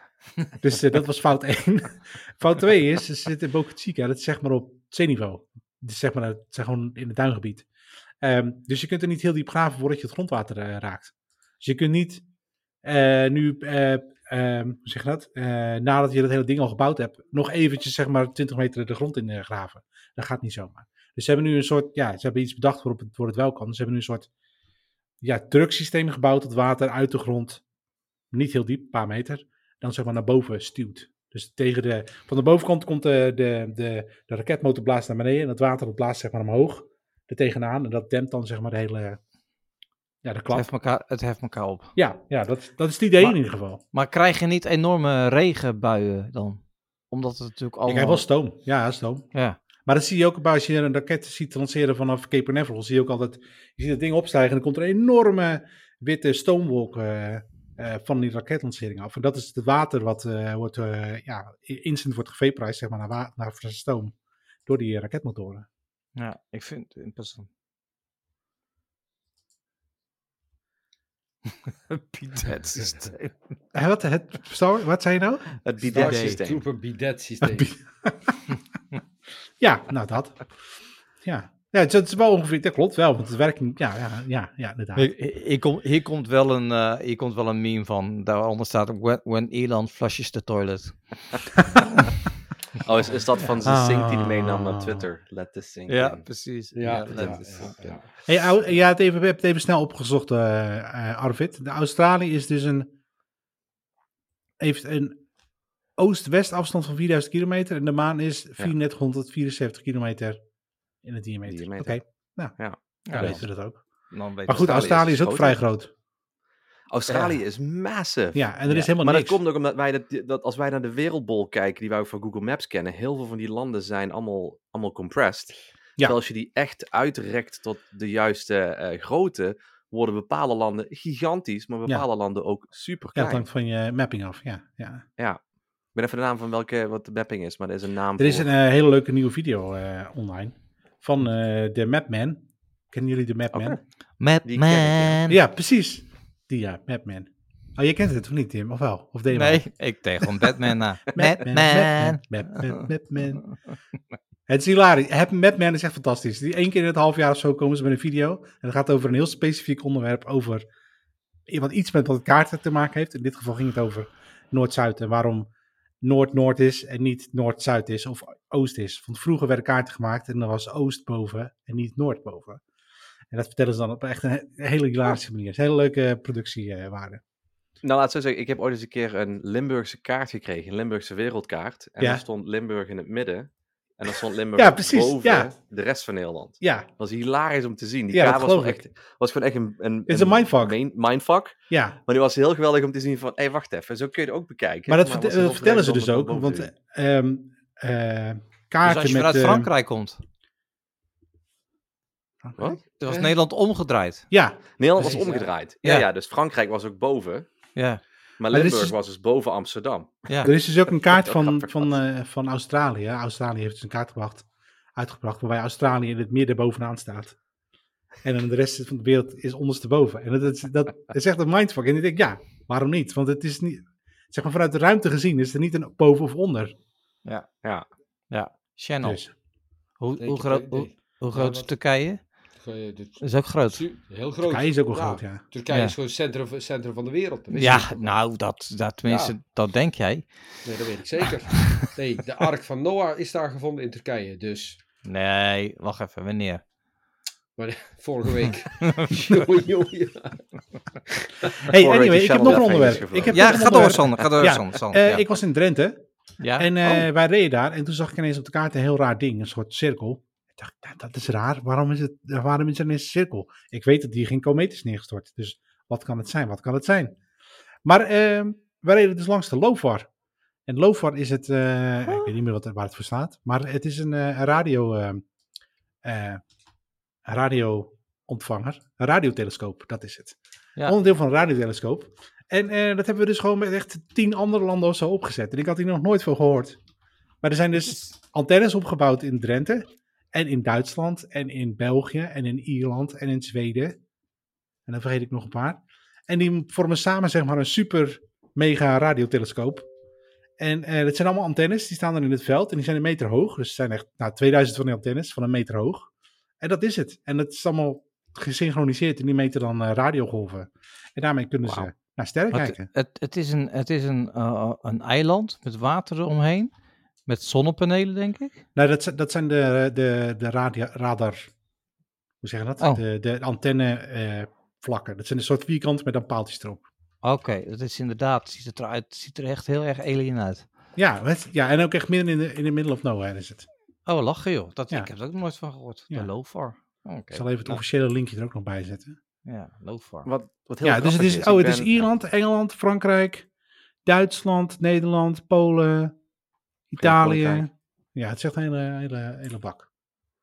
S2: Dus uh, dat was fout één. Fout twee is, ze zitten in Boca Chica, dat is zeg maar op zeeniveau. Dus zeg maar, het is gewoon in het duingebied. Um, dus je kunt er niet heel diep graven voordat je het grondwater uh, raakt. Dus je kunt niet uh, nu, uh, um, hoe zeg je dat, uh, nadat je dat hele ding al gebouwd hebt, nog eventjes zeg maar twintig meter de grond in uh, graven. Dat gaat niet zomaar. Dus ze hebben nu een soort, ja, ze hebben iets bedacht waarop het, waarop het wel kan. Ze hebben nu een soort, ja, druksysteem gebouwd dat water uit de grond, niet heel diep, een paar meter, dan zeg maar naar boven stuwt. Dus tegen de, van de bovenkant komt de, de, de, de raketmotor blaast naar beneden en het water dat blaast zeg maar omhoog. er tegenaan. En dat dempt dan zeg maar de hele, ja, de
S1: Het
S2: klap.
S1: heft elkaar, het heft elkaar op.
S2: Ja, ja dat, dat is het idee
S1: Maar-
S2: in ieder geval.
S1: Maar krijg je niet enorme regenbuien dan? Omdat het natuurlijk
S2: Ik
S1: allemaal...
S2: heb wel stoom. Ja, stoom.
S1: Ja,
S2: Maar dat zie je ook bij als je een raket ziet lanceren vanaf Cape Canaveral. Zie je ook altijd, je ziet het ding opstijgen en dan komt er een enorme witte stoomwolk eh, eh, van die raketlancering af. En dat is het water wat eh, wordt, eh, ja, instant wordt gevaporized, zeg maar, naar, wa- naar stoom. Door die eh, raketmotoren.
S1: ja, ik vind het interessant. Bidet systeem.
S2: Eh, wat, het, sorry, wat zei je nou?
S3: Het
S5: Starship
S3: bidet-systeem.
S5: Trooper bidet systeem.
S2: Ja, nou dat. Ja, ja het, het is wel ongeveer, dat klopt wel, want het werkt niet. Ja, ja, ja, ja inderdaad.
S1: Hier, hier, komt, hier, komt wel een, eh, hier komt wel een meme van. Daaronder staat when, when Elon flushes the toilet.
S3: Oh, is, is dat van zijn sync die hij meenam naar
S2: Ah.
S3: Twitter? Let this sink
S1: Ja,
S3: in.
S1: precies.
S5: Ja, ja,
S1: let
S5: ja,
S1: it
S5: ja,
S1: sink in.
S5: ja.
S2: Hey, Au- ja, het even, we hebben het even snel opgezocht, eh eh, Arvid. De Australië is dus een, heeft een oost-west afstand van vierduizend kilometer en de maan is vierduizend kilometer in het diameter.
S3: Diameter.
S2: Oké, nou,
S3: Ja.
S2: dan
S1: Ja,
S2: weten we dat ook.
S1: dan weet
S2: Maar goed,
S3: Australië
S2: Australië
S3: is
S2: is ook
S3: groter.
S2: vrij groot.
S3: Australië
S1: Ja.
S3: is massive.
S2: Ja, en er
S1: Ja.
S2: is helemaal
S3: Maar dat
S2: niks.
S3: komt ook omdat wij, dat, dat als wij naar de wereldbol kijken, die wij ook van Google Maps kennen, heel veel van die landen zijn allemaal, allemaal compressed. Terwijl als je die echt uitrekt tot de juiste eh, grootte, worden bepaalde landen gigantisch, maar bepaalde landen ook super
S2: Ja,
S3: klein.
S2: het hangt van je mapping af, ja. ja.
S3: Ja. Ik ben even de naam van welke, wat de mapping is, maar er is een naam
S2: Er is
S3: voor.
S2: een eh, hele leuke nieuwe video eh, online van eh, de Mapman. Kennen jullie de Mapman?
S3: Oké.
S1: Map
S3: Die ken ik, ja.
S1: man.
S2: Ja, precies. Die ja, Mapman. Oh, je kent het of niet, Tim? Of wel? Of deed je
S1: Nee,
S2: wel?
S1: ik tegen gewoon Batman na.
S2: Mapman,
S1: Batman.
S2: Mapman, Mapman. Het is hilarisch. Heb- Mapman is echt fantastisch. Die één keer in het half jaar of zo komen ze met een video. En dat gaat over een heel specifiek onderwerp. Over wat iets met wat kaarten te maken heeft. In dit geval ging het over Noord-Zuid. En waarom Noord-Noord is en niet Noord-Zuid is of Oost is. Want vroeger werden kaarten gemaakt en dan was Oost boven en niet Noord boven. En dat vertellen ze dan op echt een he- hele hilarische manier. Het is een hele leuke productiewaarde.
S3: Nou, laat ik zo zeggen, ik heb ooit eens een keer een Limburgse kaart gekregen, een Limburgse wereldkaart. En
S2: Ja.
S3: daar stond Limburg in het midden. En dan stond Limburg
S2: Ja, precies,
S3: boven
S2: ja.
S3: de rest van Nederland.
S2: Ja,
S3: Dat was hilarisch om te zien. Die
S2: Ja, dat
S3: kaart was, wel
S2: geloof
S3: echt, was gewoon echt een... een
S2: is een mindfuck.
S3: main- mindfuck.
S2: ja.
S3: Maar die was heel geweldig om te zien van, hé, hey, wacht even, zo kun je het ook bekijken.
S2: Maar dat,
S3: was
S2: verte-
S3: heel
S2: dat vertellen ze
S3: vreemd
S2: dus
S3: om
S2: ook.
S3: het boven
S2: Want
S3: te zien.
S2: ehm eh,
S1: Dus
S2: kaarten
S1: als je
S2: met...
S1: vanuit
S2: ehm,
S1: Frankrijk komt,
S2: Frankrijk?
S3: Wat?
S1: dan was
S5: Eh?
S1: Nederland omgedraaid.
S2: Ja,
S3: Nederland was
S2: precies, ja.
S3: omgedraaid. Ja.
S1: Ja.
S3: Ja, dus Frankrijk was ook boven.
S1: Ja,
S3: Maar
S2: Maar er is
S3: Limburg
S2: dus-
S3: was dus boven Amsterdam.
S1: ja.
S2: er is dus ook een kaart
S3: Heel
S2: van,
S3: grappig
S2: van,
S3: was.
S2: eh, van Australië. Australië heeft dus een kaart gebracht, uitgebracht waarbij Australië in het midden bovenaan staat. En dan de rest van de wereld is ondersteboven. En dat, dat, is- dat is echt een mindfuck. En ik denk, ja, waarom niet? Want het is niet... Zeg maar, vanuit de ruimte gezien is er niet een boven of onder.
S1: Ja.
S3: Ja.
S1: Ja, Channel.
S2: Dus,
S1: Hoe,
S5: Nee,
S1: hoe,
S5: ik-
S1: groot,
S5: nee,
S1: hoe,
S5: nee.
S1: hoe
S5: Ja,
S1: groot is
S5: wat-
S1: Turkije?
S5: Turkije, dit-
S1: Dat is ook groot.
S5: su- Heel groot.
S2: Turkije is ook wel
S5: Ja,
S2: groot, ja.
S5: Turkije
S1: Ja.
S5: is gewoon het centrum, centrum van de wereld. Dat wist
S1: Ja,
S5: je toch?
S1: nou, dat, dat tenminste,
S5: Ja.
S1: dat denk jij.
S5: Nee, dat weet ik zeker. Nee, de Ark van Noah is daar gevonden in Turkije. Dus,
S1: Nee, wacht even, wanneer?
S5: maar vorige week. Jongen, jongen, ja.
S2: Hey,
S3: Vorige week
S2: anyway,
S3: die
S2: ik heb
S3: shuttle
S2: nog een
S3: even
S2: onderwerp.
S3: is
S2: Ik heb
S1: Ja,
S2: nog een
S1: ga door,
S2: onderwerp.
S1: Sander. Ga door,
S2: Ja,
S1: Sander. Sander,
S2: Eh,
S1: ja.
S2: Ik was in Drenthe.
S1: Ja?
S2: En eh,
S1: Oh,
S2: wij reden daar en toen zag ik ineens op de kaart een heel raar ding, een soort cirkel. Ik dacht, nou, dat is raar, waarom is, het, waarom is er ineens een cirkel? Ik weet dat hier geen komeet is neergestort, dus wat kan het zijn, wat kan het zijn? Maar eh, wij reden dus langs de Lofar. En Lofar is het, eh, ik weet niet meer wat, waar het voor staat, maar het is een, eh, een radio, eh, eh, een radioontvanger, een radiotelescoop, dat is het.
S1: Ja.
S2: Onderdeel van een radiotelescoop. En eh, dat hebben we dus gewoon met echt tien andere landen of zo opgezet. En ik had hier nog nooit van gehoord. Maar er zijn dus antennes opgebouwd in Drenthe. En in Duitsland. En in België. En in Ierland. En in Zweden. En dan vergeet ik nog een paar. En die vormen samen zeg maar een super mega radiotelescoop. En eh, dat zijn allemaal antennes. Die staan er in het veld. En die zijn een meter hoog. Dus het zijn echt nou, tweeduizend van die antennes. Van een meter hoog. En dat is het. En dat is allemaal gesynchroniseerd. En die meten dan eh, radiogolven. En daarmee kunnen
S3: Wauw.
S2: ze naar sterren
S1: Het,
S2: kijken.
S1: het, het is, een, het is een, uh, een eiland met water eromheen. Met zonnepanelen, denk ik.
S2: Nou, dat, zijn- dat zijn de, de, de radia, radar... Hoe zeg je dat?
S1: Oh.
S2: De, de antenne eh, vlakken. Dat zijn een soort vierkant met dan paaltjes erop.
S1: Oké, dat is inderdaad. Ziet het eruit. Ziet er echt heel erg alien uit.
S2: Ja, het, ja, en ook echt midden in de, in de middle of nowhere is het.
S1: Oh, lachen joh. Dat,
S2: Ja.
S1: Ik heb er ook nooit van gehoord.
S2: Ja.
S1: De Lofar. Oké.
S2: Ik zal even het
S3: Nou.
S2: officiële linkje er ook nog bij zetten.
S1: Ja, Low-Far.
S3: Wat, wat heel
S2: Ja, dus het
S3: grappig
S2: is, oh,
S3: ik
S2: het is
S3: ben-
S2: Ierland, Engeland, Frankrijk, Duitsland, Nederland, Polen, Italië.
S3: Koninkrijk.
S2: Ja, het zegt een hele, hele, hele bak.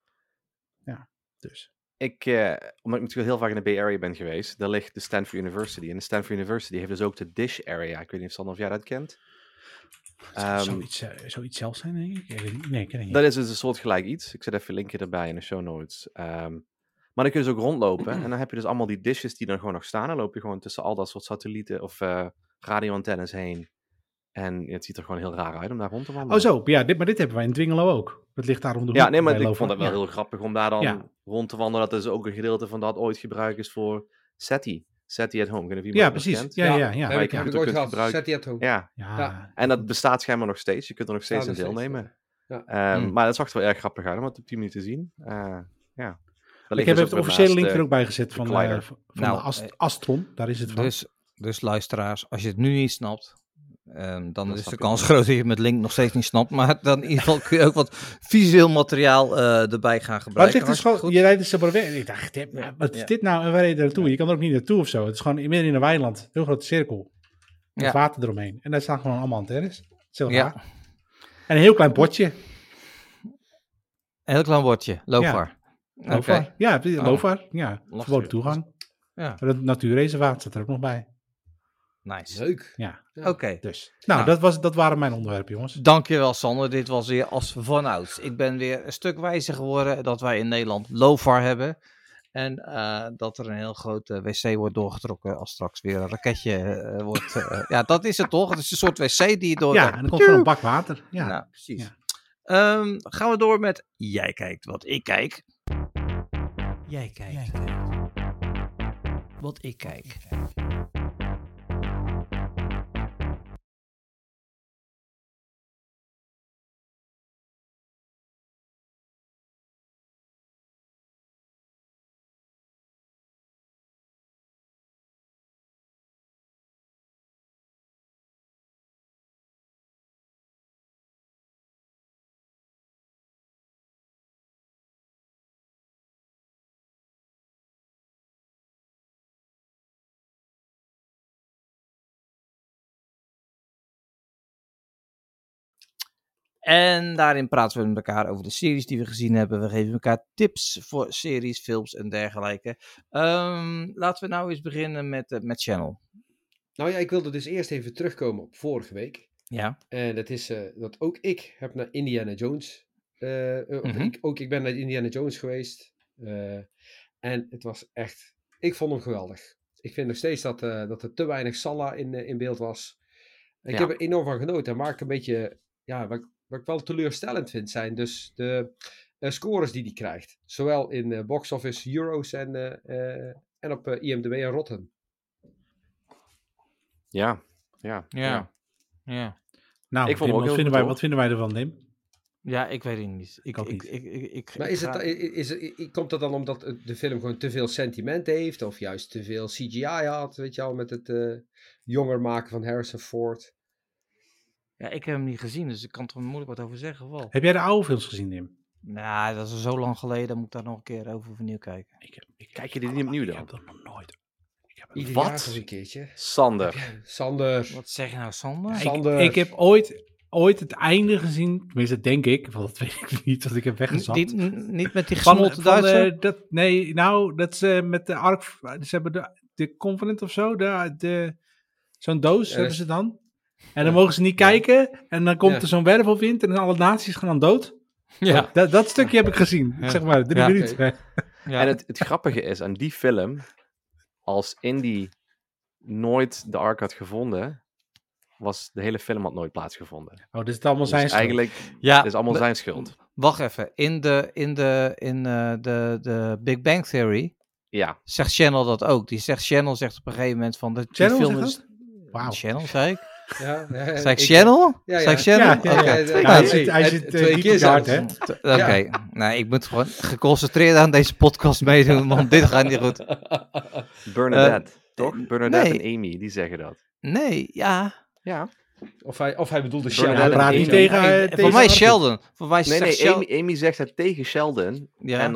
S2: Ja, dus.
S3: Ik, eh, omdat ik natuurlijk heel vaak in de Bay Area ben geweest, daar ligt de Stanford University. En de Stanford University heeft dus ook de Dish Area. Ik weet niet of Sander of jij dat kent.
S2: Het zou
S3: Ehm,
S2: zoiets, uh, zoiets zelfs zijn, denk ik. ik weet niet. Nee, ik ken het niet.
S3: Dat is dus een soort gelijk iets. Ik zet even een linkje erbij in de show notes. Ehm, maar dan kun je dus ook rondlopen. En dan heb je dus allemaal die dishes die dan gewoon nog staan. Dan loop je gewoon tussen al dat soort satellieten of uh, radioantennes heen. En het ziet er gewoon heel raar uit om daar rond te wandelen.
S2: Oh zo, ja, dit, maar dit hebben wij in Dwingelo ook. Dat ligt daar om de hoek.
S3: Ja, nee, maar
S2: bij
S3: ik
S2: Lova.
S3: vond het wel
S2: Ja.
S3: heel grappig om daar dan
S2: Ja.
S3: rond te wandelen. Dat is ook een gedeelte van dat ooit gebruikt is voor SETI. SETI at Home. Ik weet niet of
S2: Ja,
S3: iemand dat
S2: precies.
S3: kent.
S2: Ja, ja, ja.
S5: heb
S2: ja.
S3: Maar
S5: ik,
S3: je
S5: heb
S3: kunt
S5: ik
S3: het
S5: ooit
S3: ook
S5: gehad.
S3: gebruiken.
S5: Zet die at home.
S3: Ja,
S2: Ja.
S5: Ja.
S3: en dat bestaat schijnbaar nog steeds. Je kunt er nog steeds
S5: Ja,
S3: in
S5: nog steeds,
S3: deelnemen.
S5: ja.
S3: Ehm,
S1: Hmm.
S3: Maar dat zag er wel erg grappig uit om het op die manier te zien. Uh, ja.
S2: Ik
S3: Ik
S2: heb even het officiële link er ook bij gezet van,
S3: Collider.
S2: uh, van
S1: Nou,
S2: de Ast-
S1: eh,
S2: Astron. Daar is het van.
S1: Dus, dus luisteraars, als je het nu niet snapt, ehm, dan is
S3: snap
S1: de
S3: je
S1: kans
S3: het
S1: groot dat je het met link nog steeds niet snapt. Maar dan in ieder geval kun je ook wat visueel materiaal uh, erbij gaan
S2: Maar het
S1: gebruiken.
S2: ligt dus gewoon, je rijdt dus op een weg. Ik dacht, dit-
S1: Ja,
S2: wat is
S1: ja.
S2: dit nou? En waar reden er naartoe? Je kan er ook niet naartoe of zo. Het is gewoon midden in een weiland. Een heel grote cirkel. Met
S1: Ja.
S2: water eromheen. En daar staan gewoon allemaal antennes. Dat is heel
S1: Ja.
S2: raar. En een heel klein bordje.
S1: Een heel klein woordje, Low-Far. Oké.
S2: Lofar. Ja,
S1: Oh.
S2: Lofar. Ja,
S1: Lastig.
S2: verboden toegang.
S1: Ja,
S2: Maar het natuurreservaat staat er ook nog bij.
S1: nice.
S5: Leuk.
S2: Ja,
S5: Ja.
S1: Oké.
S2: dus. Nou,
S1: Nou.
S2: Dat, was, dat waren mijn onderwerpen, jongens.
S1: Dankjewel Sander, dit was weer als vanouds. Ik ben weer een stuk wijzer geworden dat wij in Nederland Low-Far hebben. En uh, dat er een heel groot uh, wc wordt doorgetrokken als straks weer een raketje uh, wordt. Uh, ja, dat is het toch? Het is een soort wc die je door...
S2: Ja, en er komt gewoon een bak water. Ja.
S1: Nou, precies. Ja. Um, gaan we door met Jij kijkt wat ik kijk. Jij kijkt Jij kijkt. Wat ik kijk. En daarin praten we met elkaar over de series die we gezien hebben. We geven elkaar tips voor series, films en dergelijke. Um, laten we nou eens beginnen met, uh, met Channel.
S5: Nou ja, ik wilde dus eerst even terugkomen op vorige week.
S1: Ja.
S5: En dat is uh, dat ook ik heb naar Indiana Jones. Uh, uh,
S1: Mm-hmm.
S5: ik, ook ik ben naar Indiana Jones geweest. Uh, en het was echt... Ik vond hem geweldig. Ik vind nog steeds dat, uh, dat er te weinig Salla in, uh, in beeld was. Ik
S3: Ja.
S5: heb er enorm van genoten. En waar ik een beetje... Ja, wat, wat ik wel teleurstellend vind zijn dus de uh, scores die hij krijgt. Zowel in uh, Box Office Euros en, uh, uh, en op uh, I M D B en Rotten.
S3: Ja, ja,
S1: Ja.
S3: ja.
S1: Ja.
S2: Nou,
S3: Ik vond hem
S2: Tim,
S3: ook
S2: wat,
S3: heel
S2: vinden
S3: goed,
S2: wij,
S3: hoor.
S2: wat vinden wij ervan, Dim?
S1: Ja, ik weet het niet. Ik,
S2: ook
S1: ik,
S2: niet.
S1: ik, ik, ik,
S5: Maar
S1: ik
S5: is het,
S1: ga-
S5: is, is, is- komt dat dan omdat de film gewoon te veel sentiment heeft? Of juist te veel C G I had, weet je al, met het uh, jonger maken van Harrison Ford?
S1: Ja, ik heb hem niet gezien, dus ik kan er moeilijk wat over zeggen. Wel.
S2: Heb jij de oude films gezien, Dim?
S1: Nou, dat is zo lang geleden, dan moet ik daar nog een keer over opnieuw kijken.
S2: Ik heb, ik,
S3: Kijk je die niet opnieuw
S2: Ik
S3: dan?
S2: heb dat nog nooit. Ik heb
S5: Ieder
S3: Wat?
S5: jaar eens een keertje.
S3: Sander.
S5: Sander.
S1: Wat zeg je nou, Sander?
S2: Ik,
S5: Sander.
S2: ik heb ooit, ooit het einde gezien, tenminste denk ik, want dat weet ik niet, want ik heb weggezapt.
S1: Niet, n- niet met die
S2: Van,
S1: gesmolten
S2: van
S1: Duitser?
S2: de, dat, nee, nou, dat is uh, met de Ark, ze hebben de, de Covenant of zo, de, de, zo'n doos
S5: Ja,
S2: hebben
S5: dat
S2: ze dan. En dan
S5: ja.
S2: mogen ze niet kijken en dan komt
S5: Ja.
S2: er zo'n wervelwind en alle naties gaan dan dood.
S1: Ja.
S2: Dat, dat stukje heb ik gezien,
S1: Ja.
S2: zeg maar, drie
S1: Ja.
S2: minuten.
S1: ja.
S3: En het, het grappige is aan die film, als Indy nooit de Ark had gevonden, was de hele film had nooit plaatsgevonden.
S2: Oh, dit is allemaal
S3: Dus
S2: zijn schuld.
S3: eigenlijk,
S1: ja,
S3: het is allemaal
S1: we-
S3: zijn schuld.
S1: Wacht even. In, de, in, de, in uh, de, de Big Bang Theory
S3: Ja,
S1: zegt Channel dat ook. Die zegt, Channel zegt op een gegeven moment van... De, die
S2: Channel
S1: film
S2: zegt
S1: is...
S2: dat? Wauw.
S1: Channel, zei ik?
S5: Ja, ja,
S1: Zei ik
S5: ik-
S1: Channel?
S5: Ja,
S1: Zei
S5: ja.
S1: ik Channel?
S2: Ja, ja,
S1: Oké.
S2: ja.
S5: Oké.
S2: Ja, hij
S5: Ja,
S2: zit, hij
S5: het-
S2: zit uh,
S5: twee
S2: diep
S5: keer
S2: in de hart,
S5: zelfs.
S2: hè?
S1: T- Oké, nou ik moet gewoon geconcentreerd aan deze podcast meedoen, want dit gaat niet goed.
S3: Bernadette, toch? Bernadette
S1: nee.
S3: en Amy, die zeggen dat.
S1: Nee, ja.
S3: Ja.
S5: Of hij, of hij bedoelde
S3: Bernadette
S5: Sheldon.
S3: en
S2: praat niet
S3: Amy.
S2: tegen,
S1: Nee,
S2: uh,
S1: voor
S2: tegen
S1: mij is
S2: Arthur.
S1: Sheldon. Voor mij
S3: Nee,
S1: zegt
S3: nee,
S1: Shel-
S3: Amy, Amy zegt het tegen Sheldon.
S1: Ja.
S3: En dan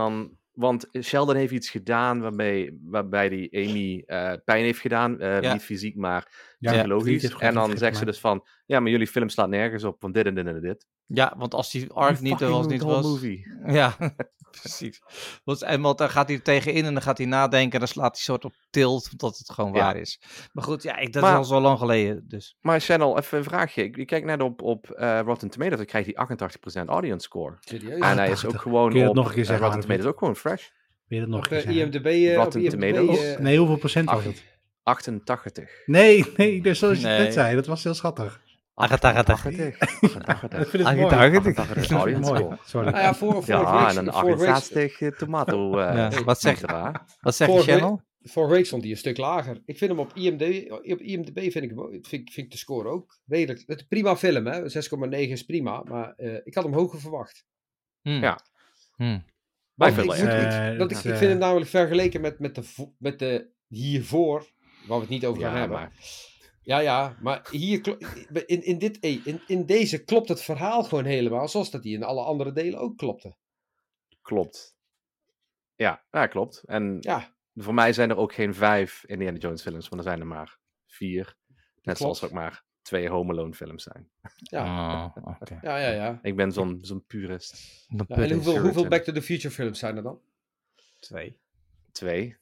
S3: Want Sheldon heeft iets gedaan waarbij, waarbij die Amy uh, pijn heeft gedaan. Uh,
S1: Ja.
S3: Niet fysiek, maar
S2: Ja,
S3: psychologisch.
S2: heeft
S3: En dan
S2: heeft
S3: zegt ze
S2: gemaakt.
S3: dus van... Ja, maar jullie film slaat nergens op, want dit en dit en dit.
S1: Ja, want als die arc
S3: You
S1: niet er
S3: fucking
S1: was,
S3: ruined
S1: niet
S3: the whole
S1: was...
S3: movie.
S1: Ja, precies. Want, en want dan gaat hij er tegenin en dan gaat hij nadenken en dan slaat hij soort op tilt, omdat het gewoon
S3: Ja.
S1: waar is. Maar goed, ja, ik, dat
S3: Maar-
S1: is al zo lang geleden, dus...
S3: Maar Channel, even een vraagje. Ik, ik kijk net op, op uh, Rotten Tomatoes, dan krijgt hij achtentachtig procent audience score.
S5: Serieus?
S3: En hij is
S2: achtentachtig.
S3: ook gewoon
S2: Kun je dat
S3: op
S2: nog een keer
S3: uh,
S2: zeggen,
S3: Rotten
S2: Arvid?
S3: Tomatoes ook gewoon fresh.
S2: Wil je dat nog
S5: Op
S2: een keer
S5: uh,
S2: zeggen?
S5: I M D B... Uh, op
S3: Rotten
S5: I M D B
S3: Tomatoes?
S5: uh,
S2: Nee, hoeveel procent was
S3: Ach-
S2: het?
S3: achtentachtig.
S2: Nee, nee, dus zoals je
S1: Nee.
S2: het net zei, dat was heel schattig.
S1: achtentachtig.
S2: Ik
S3: achtentachtig.
S2: vind het mooi.
S1: achtentachtig.
S3: audience
S2: Mooi,
S3: score.
S2: sorry.
S5: Nou ja, voor, vorige
S3: Ja,
S5: week...
S3: en een
S5: vorige week-
S3: achtenzestig tomato. Uh,
S1: Ja, wat zeg-
S3: extra.
S1: Wat zeg je,
S5: Vorige week-
S1: Channel?
S5: Vorige week stond hij een stuk lager. Ik vind hem op I M D B, op I M D B vind ik, hem ook- vind, ik- vind ik de score ook redelijk. Het is een prima film, hè? zes komma negen is prima, maar uh, ik had hem hoger verwacht.
S1: Hmm.
S3: Ja.
S1: Hmm.
S3: Wij
S5: Want ik,
S3: vinden
S5: moet-
S3: echt.
S2: Eh,
S5: ik, dat ik,
S2: het,
S5: ik
S2: eh,
S5: vind hem namelijk vergeleken met, met, de, vo- met de hiervoor, waar we het niet over gaan
S3: Ja,
S5: hebben.
S3: maar
S5: Ja, ja, maar hier, klo- in, in, dit, hey, in, in deze klopt het verhaal gewoon helemaal, zoals dat die in alle andere delen ook klopte.
S3: klopt. Ja, ja, klopt. En
S5: Ja,
S3: voor mij zijn er ook geen vijf Indiana Jones films, maar er zijn er maar vier. Net
S5: klopt.
S3: zoals er ook maar twee Home Alone films zijn.
S5: ja,
S1: Oh, oké.
S5: ja, ja. ja.
S3: Ik ben zo'n zo'n purist.
S1: Dan
S5: Ja,
S1: put
S5: en
S1: it.
S5: hoeveel, hoeveel
S3: Puritan.
S5: Back to the Future films zijn er dan?
S1: Twee.
S3: Twee.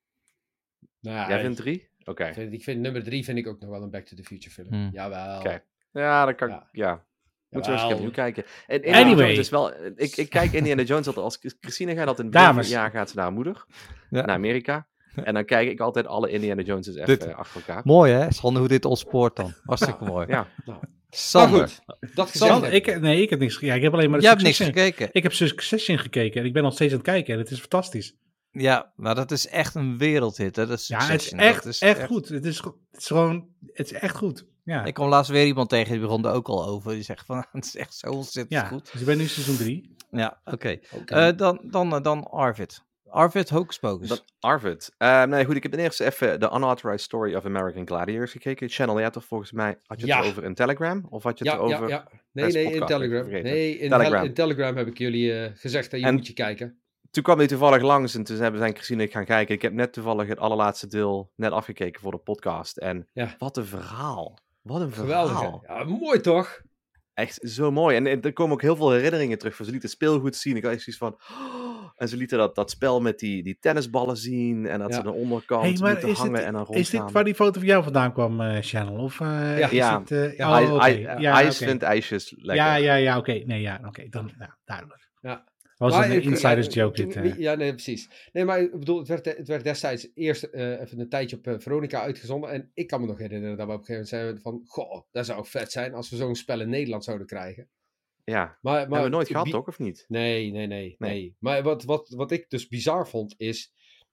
S5: Nou, ja,
S3: Jij vindt drie? Oké.
S5: ik vind, ik vind nummer drie vind ik ook nog wel een Back to the Future film.
S1: Hmm.
S5: Jawel.
S3: Oké. Ja, dat kan ik.
S5: Ja.
S3: Ja. Moeten we eens
S5: Jawel.
S3: opnieuw kijken. En Indiana
S2: Anyway.
S3: Jones is wel, ik, ik kijk Indiana Jones altijd als Christine gaat dat in
S2: Dames.
S3: het jaar gaat ze naar haar moeder,
S1: Ja.
S3: naar Amerika. En dan kijk ik altijd alle Indiana Joneses even
S1: Dit-
S3: eh, achter elkaar.
S1: Mooi hè, Sander, hoe dit ontspoort dan. Hartstikke mooi.
S3: Ja.
S5: Nou,
S1: Sander,
S5: maar goed, dat gezegd
S2: Jan,
S5: hebben.
S2: ik, nee, ik heb niks gekeken. Ja, ik heb alleen maar de
S1: jij hebt niks
S2: Succession-
S1: gekeken.
S2: Ik heb Succession gekeken en ik ben nog steeds aan het kijken en het is fantastisch.
S1: Ja, maar dat is echt een wereldhit hè. Dat is
S2: Ja, het is
S1: Succession.
S2: echt,
S1: Dat is
S2: echt goed. Het is, go- het is gewoon, het is echt goed. Ja,
S1: Ik kwam laatst weer iemand tegen, die begon er ook al over. Die zegt van, het is echt zo ontzettend
S2: ja.
S1: goed.
S2: Dus ik ben nu seizoen drie.
S1: Ja, oké.
S5: Oké.
S1: Eh, dan, dan, eh, dan Arvid. Arvid Hocus Pocus.
S3: Dan Arvid. Uh, nee, goed, ik heb ten eerste even The Unauthorized Story of American Gladiators gekeken. Channel, jij had toch volgens mij, had je het
S5: Ja.
S3: over in Telegram? Of had je het
S5: Ja,
S3: erover?
S5: ja, ja. Nee,
S3: Tijdens
S5: nee, in
S3: podcast,
S5: Telegram.
S3: ben ik vergeten.
S5: Nee, in
S3: Telegram.
S5: Telegram. in Telegram heb ik jullie eh, gezegd dat je
S3: En-
S5: moet je kijken.
S3: Toen kwam hij toevallig langs en toen hebben zijn Christine en ik gaan kijken. Ik heb net toevallig het allerlaatste deel net afgekeken voor de podcast. En
S5: Ja.
S3: wat een verhaal. Wat een verhaal.
S5: Geweldig. hè? Ja, mooi toch?
S3: Echt zo mooi. En, en er komen ook heel veel herinneringen terug. Van, ze lieten speelgoed zien. Ik had echt zoiets van... oh, en ze lieten dat, dat spel met die, die tennisballen zien. En dat
S5: Ja.
S3: ze aan de onderkant
S2: Hey, maar
S3: moeten
S2: is,
S3: hangen
S2: het,
S3: en dan
S2: is
S3: rondgaan.
S2: dit waar die foto van jou vandaan kwam, eh Channel? Of eh,
S5: Ja.
S2: is
S3: Ja.
S2: het... eh,
S5: Ja,
S2: oh, oké.
S3: Ijs,
S2: Ja,
S3: ijs
S2: oké.
S3: vindt ijsjes lekker.
S2: Ja, ja, ja, oké. Nee, ja, oké. Dan, ja, duidelijk.
S5: Ja.
S2: Was
S5: Maar
S2: een
S5: ik-
S2: insiders
S5: ja,
S2: joke
S5: toen-
S2: dit. eh.
S5: Ja, nee, precies. Nee, maar ik bedoel, het werd, het werd destijds eerst eh, even een tijdje op eh, Veronica uitgezonden. En ik kan me nog herinneren dat we op een gegeven moment zeiden van... Goh, dat zou vet zijn als we zo'n spel in Nederland zouden krijgen.
S3: Ja.
S5: Maar, maar
S3: Hebben we nooit gehad,
S5: bi-
S3: toch? Of niet?
S5: Nee, nee, nee, nee.
S3: Nee.
S5: Maar wat, wat, wat ik dus bizar vond is...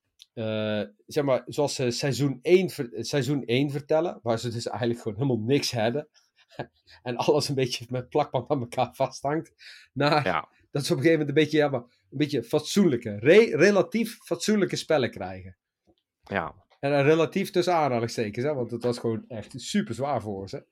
S5: eh, zeg maar, zoals ze seizoen één, ver- seizoen één vertellen... Waar ze dus eigenlijk gewoon helemaal niks hebben... en alles een beetje met plakband aan elkaar vasthangt... Naar
S3: Ja.
S5: dat ze op een gegeven moment een beetje, ja, maar, een beetje fatsoenlijke... Re- relatief fatsoenlijke spellen krijgen.
S3: Ja.
S5: En dan relatief tussen aanhalingstekens, hè, want het was gewoon echt super zwaar voor ze.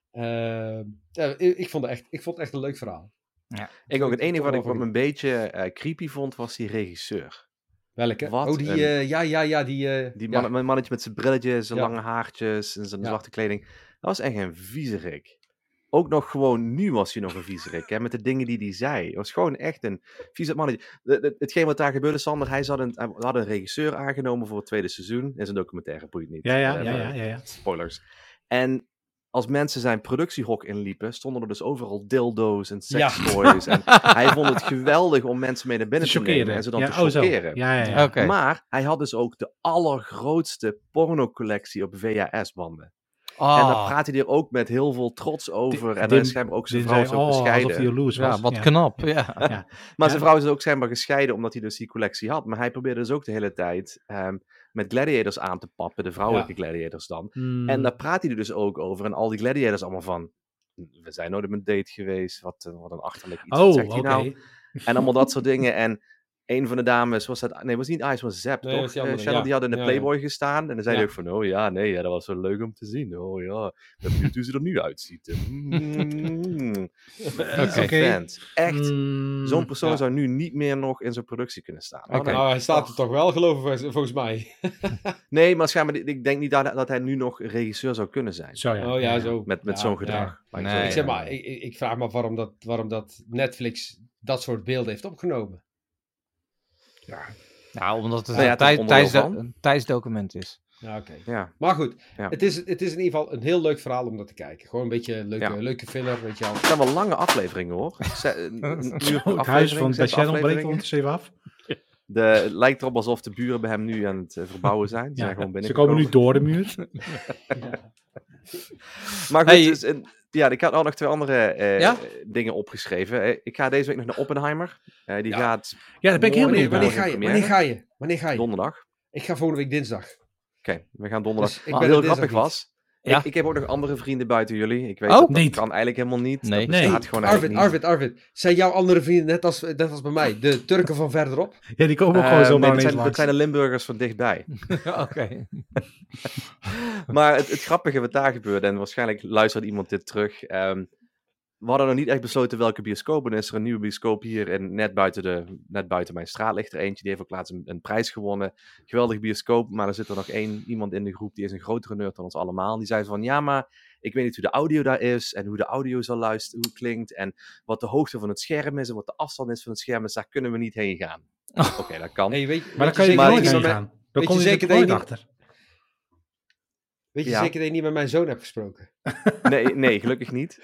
S5: Ehm, ja, ik, ik, vond het echt, ik vond het echt een leuk verhaal.
S3: Ik ook. Het enige wat ik
S5: Toch wel
S3: wat me een beetje eh, creepy vond, was die regisseur.
S5: Welke?
S3: Wat
S5: oh, die,
S3: een-
S5: eh, ja, ja, ja, die... eh,
S3: Die
S5: ja.
S3: man, mijn mannetje met zijn brilletjes, zijn
S5: Ja.
S3: lange haartjes en zijn
S5: Ja.
S3: zwarte kleding. Dat was echt een viezerik. Ook nog gewoon, nu was hij nog een viezerik, hè, met de dingen die hij zei. Het was gewoon echt een vieze mannetje. De, de, hetgeen wat daar gebeurde, Sander, hij zat een, hij had een regisseur aangenomen voor het tweede seizoen. In zijn documentaire, boeit niet.
S2: Ja, ja,
S3: Eh,
S2: ja, ja, ja, ja.
S3: Spoilers. En als mensen zijn productiehok inliepen, stonden er dus overal dildo's en
S5: Ja.
S3: sextoys. En hij vond het geweldig om mensen mee naar binnen
S2: Te
S3: te, nemen
S2: chockeren.
S3: en ze dan
S2: Ja,
S3: te
S2: oh, zo.
S3: chockeren.
S2: Ja, ja, ja.
S1: Oké.
S3: Maar hij had dus ook de allergrootste pornocollectie op V H S-banden.
S1: Ah,
S3: En daar praat hij er ook met heel veel trots over. En
S2: Dim-
S3: dan is schijnbaar ook zijn
S2: Dit
S3: vrouw
S2: zei,
S3: is ook
S2: oh, alsof
S3: gescheiden.
S2: hij jaloers was.
S1: ja, wat
S2: ja.
S1: knap. Ja.
S2: Ja.
S3: Maar
S2: Ja.
S3: zijn vrouw is ook schijnbaar gescheiden omdat hij dus die collectie had. Maar hij probeerde dus ook de hele tijd ehm, met gladiators aan te pappen. De vrouwelijke gladiators dan.
S2: Hmm.
S3: En daar praat hij er dus ook over. En al die gladiators allemaal van... We zijn nooit op een date geweest. Wat, een- wat een achterlijk iets. Wat
S2: Oh,
S3: zegt
S2: oké.
S3: hij nou? En allemaal dat soort dingen. En een van de dames, was dat, nee, was niet Ice, was Zep,
S5: Nee,
S3: toch?
S5: was die
S3: Eh,
S5: andere,
S3: Channel,
S5: ja.
S3: die had in de
S5: Ja,
S3: Playboy gestaan. En dan zei hij
S5: Ja.
S3: ook van, oh ja, nee, ja, dat was zo leuk om te zien. Oh ja, ik ben benieuwd hoe ze er nu uitziet. Mm. Vieze
S2: Oké.
S3: vent. Echt,
S2: Mm,
S3: zo'n persoon
S5: ja.
S3: zou nu niet meer nog in zo'n productie kunnen staan. Wat
S1: Oké.
S3: een-
S5: Nou, hij staat er
S3: Och.
S5: toch wel, geloof ik, volgens mij.
S3: Nee, maar schijnbaar, ik denk niet dat, dat hij nu nog regisseur zou kunnen zijn.
S2: Zo ja.
S5: Oh ja, zo.
S3: Met, met
S5: Ja,
S3: zo'n
S5: ja.
S3: gedrag. Laat ik
S1: Nee,
S3: zo
S5: Ik zeg
S3: zeggen.
S5: maar, ik, ik ik vraag me af waarom dat, waarom dat Netflix dat soort beelden heeft opgenomen.
S1: Nou, omdat het
S3: Nou ja,
S1: een,
S3: het is
S1: tij-
S3: onderdeel
S1: tijdsdo-
S3: van.
S1: een tijdsdocument is.
S5: Ja, oké.
S3: Ja.
S5: Maar goed,
S3: Ja.
S5: het, is, het is in ieder geval een heel leuk verhaal om dat te kijken. Gewoon een beetje een leuke,
S3: Ja.
S5: leuke filler, weet je wel.
S3: Het zijn wel lange afleveringen hoor. Ze, een, een uur per
S2: Het huis van
S3: aflevering, zes
S2: Dashiell breekt
S3: afleveringen.
S2: ondertussen even af.
S3: De, het lijkt erop alsof de buren bij hem nu aan het eh, verbouwen zijn. Ze, zijn
S2: Ja,
S3: gewoon
S2: ze komen nu
S3: binnengekomen.
S2: door de muur.
S3: Maar goed,
S1: Hey.
S3: dus, een- ja, ik had al nog twee andere eh,
S1: Ja?
S3: dingen opgeschreven. Eh, ik ga deze week nog naar Oppenheimer. Eh, die
S5: Ja.
S3: gaat
S2: Ja, daar ben ik heel
S3: Wanneer-
S2: benieuwd
S5: Wanneer,
S2: naar.
S5: wanneer
S3: morgen
S5: ga je?
S3: première.
S5: Wanneer ga je? Wanneer ga je?
S3: donderdag.
S5: Ik ga volgende week dinsdag.
S3: Oké, we gaan donderdag.
S5: Dus ik
S3: Wat
S5: ben
S3: heel
S5: er
S3: grappig
S5: dinsdag
S3: was.
S1: Ja.
S3: Ik, ik heb ook nog andere vrienden buiten jullie. Ik weet
S1: Oh?
S3: dat dat
S2: Nee.
S3: kan eigenlijk helemaal niet.
S1: Nee.
S3: Dat bestaat
S2: Nee.
S3: gewoon
S5: Arvid,
S3: eigenlijk niet.
S5: Arvid, Arvid. Zijn jouw andere vrienden net als, net als bij mij? De Turken van verderop?
S2: Ja, die komen ook
S3: Eh,
S2: gewoon zo
S3: nee,
S2: maar
S3: dat,
S2: ineens
S3: zijn, dat
S2: langs.
S3: zijn de Limburgers van dichtbij.
S1: Oké.
S3: Maar het, het grappige wat daar gebeurde, en waarschijnlijk luistert iemand dit terug. ehm, we hadden nog niet echt besloten welke bioscoop. En is er een nieuwe bioscoop hier in, net, buiten de, net buiten mijn straat ligt er eentje. Die heeft ook laatst een, een prijs gewonnen. Geweldig bioscoop, maar er zit er nog één iemand in de groep. Die is een grotere nerd dan ons allemaal. Die zei van, ja maar ik weet niet hoe de audio daar is. En hoe de audio zal luisteren, hoe het klinkt. En wat de hoogte van het scherm is. En wat de afstand is van het scherm. Dus daar kunnen we niet heen gaan.
S1: Oh.
S3: Oké, dat kan.
S5: Hey, weet,
S2: Maar
S5: weet
S2: dan
S5: je
S2: kan je
S5: zeker
S2: er
S5: dat
S2: nooit
S5: je
S2: heen
S5: met-
S2: gaan. Dan
S5: weet
S2: kom
S5: je
S2: je er
S5: zeker dat
S2: nooit
S5: je
S2: achter.
S5: Weet je
S3: Ja.
S5: zeker dat je niet met mijn zoon hebt gesproken?
S3: Nee, nee, gelukkig niet.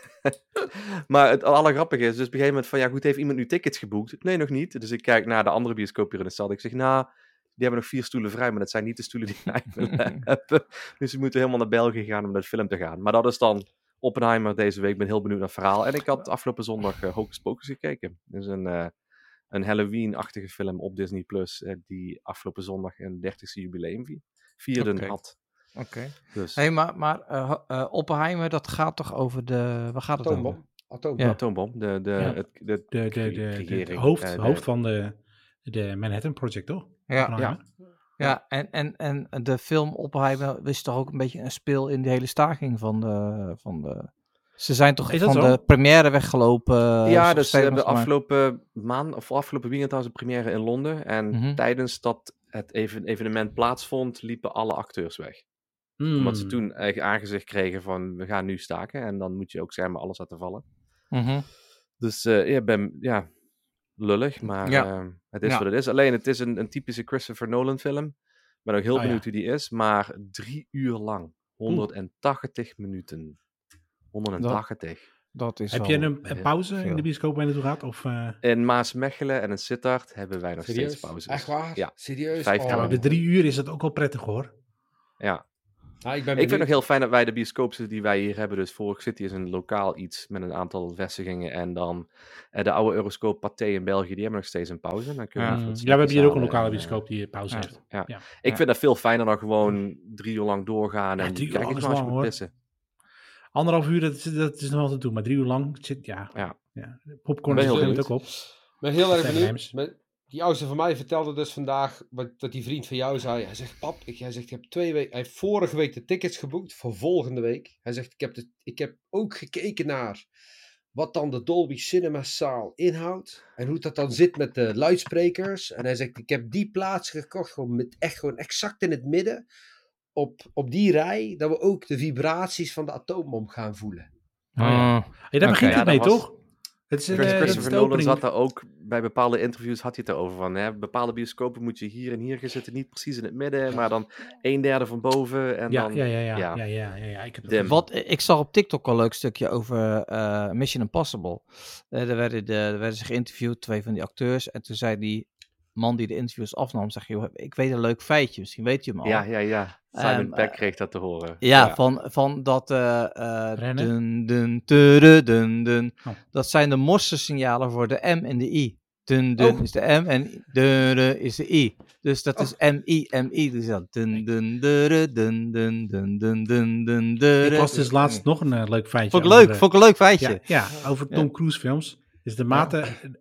S3: Maar het allergrappige is, dus op een gegeven moment van, ja goed, heeft iemand nu tickets geboekt? Nee, nog niet. Dus ik kijk naar de andere bioscoop hier in de stad. Ik zeg, nou, die hebben nog vier stoelen vrij, maar dat zijn niet de stoelen die wij willen hebben. Dus we moeten helemaal naar België gaan om naar de film te gaan. Maar dat is dan Oppenheimer deze week. Ik ben heel benieuwd naar het verhaal. En ik had afgelopen zondag uh, Hocus Pocus gekeken. Dat is een, uh, een Halloween-achtige film op Disney+, Plus, uh, die afgelopen zondag een dertigste jubileum vi- vierden
S1: Oké.
S3: had.
S1: Oké.
S3: Dus
S1: Hé, maar, maar uh, uh, Oppenheimer, dat gaat toch over de... Waar gaat het over?
S5: Atoombom. Atoombom.
S1: Ja.
S3: de atoombom, de, de,
S2: Ja.
S3: het, de,
S2: De, de, de, de,
S3: regering,
S2: de hoofd,
S3: eh, de-
S2: hoofd van de, de Manhattan Project, toch?
S1: Ja,
S2: Oppenheimer.
S1: ja en, en, en de film Oppenheimer is toch ook een beetje een speel in die hele staking van de... Van de... Ze zijn toch
S2: Is dat
S1: van
S2: zo?
S1: de première weggelopen?
S3: Ja,
S1: uh,
S3: dus we
S1: statements
S3: hebben
S1: gemaakt.
S3: afgelopen maand of afgelopen weekend hadden ze een première in Londen. En
S1: Mhm.
S3: tijdens dat het even, evenement plaatsvond, liepen alle acteurs weg.
S2: Mm.
S3: Omdat ze toen eigenlijk aangezicht kregen van, we gaan nu staken. En dan moet je ook schijnbaar alles laten vallen.
S1: Mhm.
S3: Dus eh ja, ben, ja, lullig, maar
S1: Ja.
S3: eh, het is
S1: Ja.
S3: wat het is. Alleen, het is een, een typische Christopher Nolan film. Ik ben ook heel
S2: Oh,
S3: benieuwd
S2: ja.
S3: hoe die is. Maar drie uur lang. honderdtachtig minuten. honderdtachtig.
S1: Dat is
S2: Heb
S1: wel
S2: je een, een
S3: heel
S2: pauze in
S1: veel.
S2: de bioscoop waar je naartoe gaat? Of, uh...
S3: In Maasmechelen en in Sittard hebben wij nog
S5: Serieus?
S3: steeds pauzes.
S5: Echt waar?
S3: Ja.
S5: Serieus?
S3: Vijf
S5: Oh.
S2: ja, maar bij drie uur is dat ook wel prettig hoor.
S3: Ja.
S5: Ah, ik ben
S3: Ik vind het
S5: benieuwd.
S3: nog heel fijn dat wij de bioscoopsen die wij hier hebben, dus Fork City is een lokaal iets met een aantal vestigingen en dan eh, de oude Euroscoop Pathé in België, die hebben nog steeds een pauze. Dan kunnen
S1: Ja.
S3: we
S2: Mm,
S3: even wat
S2: ja, we hebben hier ook een
S3: snackjes
S2: lokale
S3: halen en,
S2: bioscoop die pauze
S1: ja.
S2: heeft.
S3: eh,
S2: Ja.
S3: Ik
S1: Ja.
S3: vind dat veel fijner dan gewoon drie uur lang doorgaan
S2: Ja,
S3: en
S2: drie uur
S3: kijk
S2: lang
S3: eens
S2: is
S3: maar als je
S2: lang,
S3: moet
S2: hoor.
S3: pissen.
S2: Anderhalf uur, dat is, dat is nog wel te doen. Maar drie uur lang zit, ja.
S3: Ja.
S2: ja. Popcorn
S3: Ben
S2: is op
S3: heel
S2: een gegeven moment ook op.
S5: Ik ben heel erg
S2: Sam
S5: benieuwd.
S2: Rams.
S5: Maar die oudste van mij vertelde dus vandaag wat, wat die vriend van jou zei. Hij zegt, pap, ik, hij zegt, ik heb twee weken, hij heeft vorige week de tickets geboekt voor volgende week. Hij zegt, ik heb, de, ik heb ook gekeken naar wat dan de Dolby Cinema zaal inhoudt. En hoe dat dan zit met de luidsprekers. En hij zegt, ik heb die plaats gekocht, gewoon met, echt gewoon exact in het midden. Op, op die rij, dat we ook de vibraties van de atoombom gaan voelen.
S2: Oh, ja.
S1: Mm.
S2: Hey, daar
S1: Oké.
S2: begint
S3: Ja,
S2: het
S3: dat
S2: mee,
S3: was-
S2: toch? Het is, een,
S3: Chris-
S2: eh, dat is
S3: Christopher
S2: de
S3: Nolan
S2: opening.
S3: zat daar ook, bij bepaalde interviews had hij het erover van, hè, bepaalde bioscopen moet je hier en hier gaan zitten, niet precies in het midden, maar dan een derde van boven en
S2: Ja,
S3: dan...
S2: ja, ja, ja,
S3: ja.
S2: ja, ja, ja, ja, ik heb het
S3: Dim.
S2: gezien.
S1: Wat, ik zag op TikTok al een leuk stukje over eh, Mission Impossible. Eh er, werden de, er werden ze geïnterviewd, twee van die acteurs. En toen zei die man die de interviews afnam, zeg je, joh, ik weet een leuk feitje, misschien weet je hem al.
S3: Ja, ja, ja. Simon
S1: Ehm,
S3: Peck kreeg dat te horen.
S1: Ja, Van, van dat eh eh,
S2: Rennen?
S1: dun, dun, tudu, dun, dun.
S2: Oh.
S1: Dat zijn de morsensignalen voor de M en de I. Dun, dun
S5: Oh.
S1: is de M en dun, dun is de I. Dus dat is M I, M I. Dus dat dun, dun, dun, dun, dun, dun, dun, dun, dun, dun.
S2: Ik las dus laatst nog een eh, leuk feitje.
S1: Vond ik
S2: over
S1: leuk,
S2: de-
S1: vond ik een leuk feitje.
S2: Ja, ja, over
S1: Ja.
S2: Tom Cruise films. Is de mate...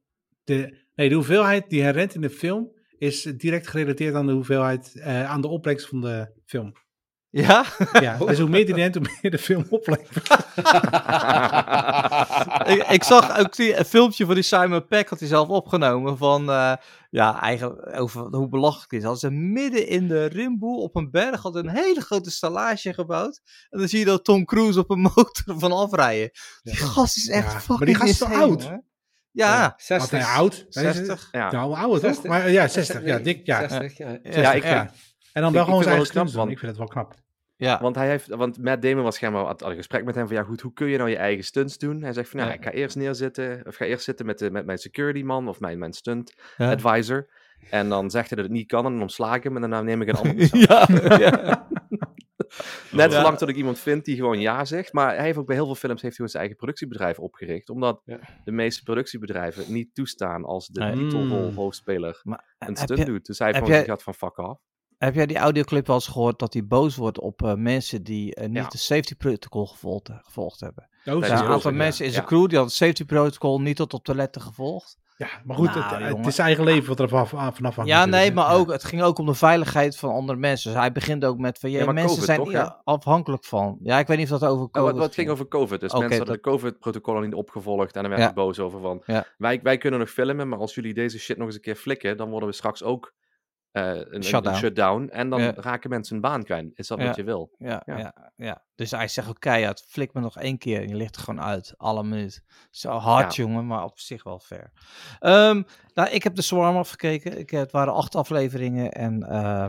S2: De, nee, de hoeveelheid die hij rent in de film is direct gerelateerd aan de hoeveelheid, uh, aan de opbrengst van de film.
S1: Ja?
S2: Ja, dus hoe meer die rent, hoe meer de film oplevert.
S1: ik, ik zag ook die, een filmpje van die Simon Pegg had hij zelf opgenomen van, uh, ja, eigenlijk over hoe belachelijk het is. Hadden ze midden in de Rimboe op een berg had een hele grote stallage gebouwd. En dan zie je dat Tom Cruise op een motor van afrijden. Die
S2: Ja.
S1: gast is echt
S2: Ja,
S1: fucking
S2: maar die gast is toch
S1: insane,
S2: oud?
S1: hè? Ja.
S2: Wat
S5: zestig.
S2: hij oud?
S1: zestig.
S3: Ja.
S2: Nou, ouder toch?
S5: zestig.
S2: Maar, ja, zestig. Ja, dik. Ja.
S5: zestig, ja.
S1: Ja,
S3: Ja, ik
S2: ja.
S3: vind-
S2: En dan
S3: ik-
S2: wel
S3: ik
S2: gewoon
S3: vind
S2: zijn
S3: wel
S2: eigen
S3: knap,
S2: stunts doen.
S3: want-
S2: Ik vind het wel knap.
S1: Ja.
S3: Want hij heeft, want Matt Damon was schijnbaar had, had een gesprek met hem van ja goed, hoe kun je nou je eigen stunts doen? Hij zegt van nou,
S1: Ja.
S3: ik ga eerst neerzitten, of ga eerst zitten met, de, met mijn security man of mijn, mijn stunt
S1: Ja.
S3: advisor. En dan zegt hij dat het niet kan en dan omsla ik hem en daarna neem ik een ander persoon.
S1: ja, ja.
S3: Net
S1: Ja.
S3: zolang tot ik iemand vind die gewoon ja zegt. Maar hij heeft ook bij heel veel films heeft hij zijn eigen productiebedrijf opgericht. Omdat
S5: Ja.
S3: de meeste productiebedrijven het niet toestaan als de
S1: Nee.
S3: titelrol
S2: Mm.
S3: hoofdspeler
S1: Maar
S3: een
S1: heb
S3: stunt
S1: je-
S3: doet. Dus hij heeft
S1: heb
S3: gewoon
S1: jij-
S3: gezegd van fuck off.
S1: Heb jij die audioclip wel eens gehoord dat hij boos wordt op uh, mensen die uh, niet
S3: Ja.
S1: de safety protocol gevolgd, gevolgd hebben?
S2: Oh,
S3: Tijdens
S1: Er zijn
S3: die
S1: een aantal
S3: roze, ja.
S1: mensen in zijn
S3: Ja.
S1: crew die hadden het safety protocol niet tot op de letter gevolgd.
S2: Ja, maar goed,
S1: Nou,
S2: het, het
S1: jongen.
S2: is zijn eigen leven wat er vanaf, vanaf hangt.
S1: Ja, nee,
S2: natuurlijk,
S1: maar
S2: hè.
S1: ook, het ging ook om de veiligheid van andere mensen. Dus hij begint ook met van, ja,
S3: Ja, maar
S1: mensen
S3: COVID
S1: zijn
S3: toch,
S1: hier
S3: hè?
S1: afhankelijk van. Ja, ik weet niet of dat over
S3: Ja,
S1: COVID
S3: wat, wat ging
S1: ging.
S3: over COVID. Dus
S1: Oké,
S3: mensen hadden
S1: dat-
S3: de COVID-protocollen niet opgevolgd. En dan werd
S1: Ja.
S3: hij boos over van...
S1: Ja.
S3: Wij, wij kunnen nog filmen, maar als jullie deze shit nog eens een keer flikken... dan worden we straks ook eh, een, een,
S1: Shutdown.
S3: een shutdown. En dan
S1: Ja.
S3: raken mensen hun baan kwijt. Is dat
S1: Ja.
S3: wat je wil?
S1: Ja, ja.
S3: Ja.
S1: Ja, dus hij zegt ook keihard, flik me nog één keer en je ligt er gewoon uit, alle minuut. Zo hard,
S3: Ja.
S1: jongen, maar op zich wel fair. Ehm, nou, ik heb de Swarm afgekeken. Ik, het waren acht afleveringen en eh,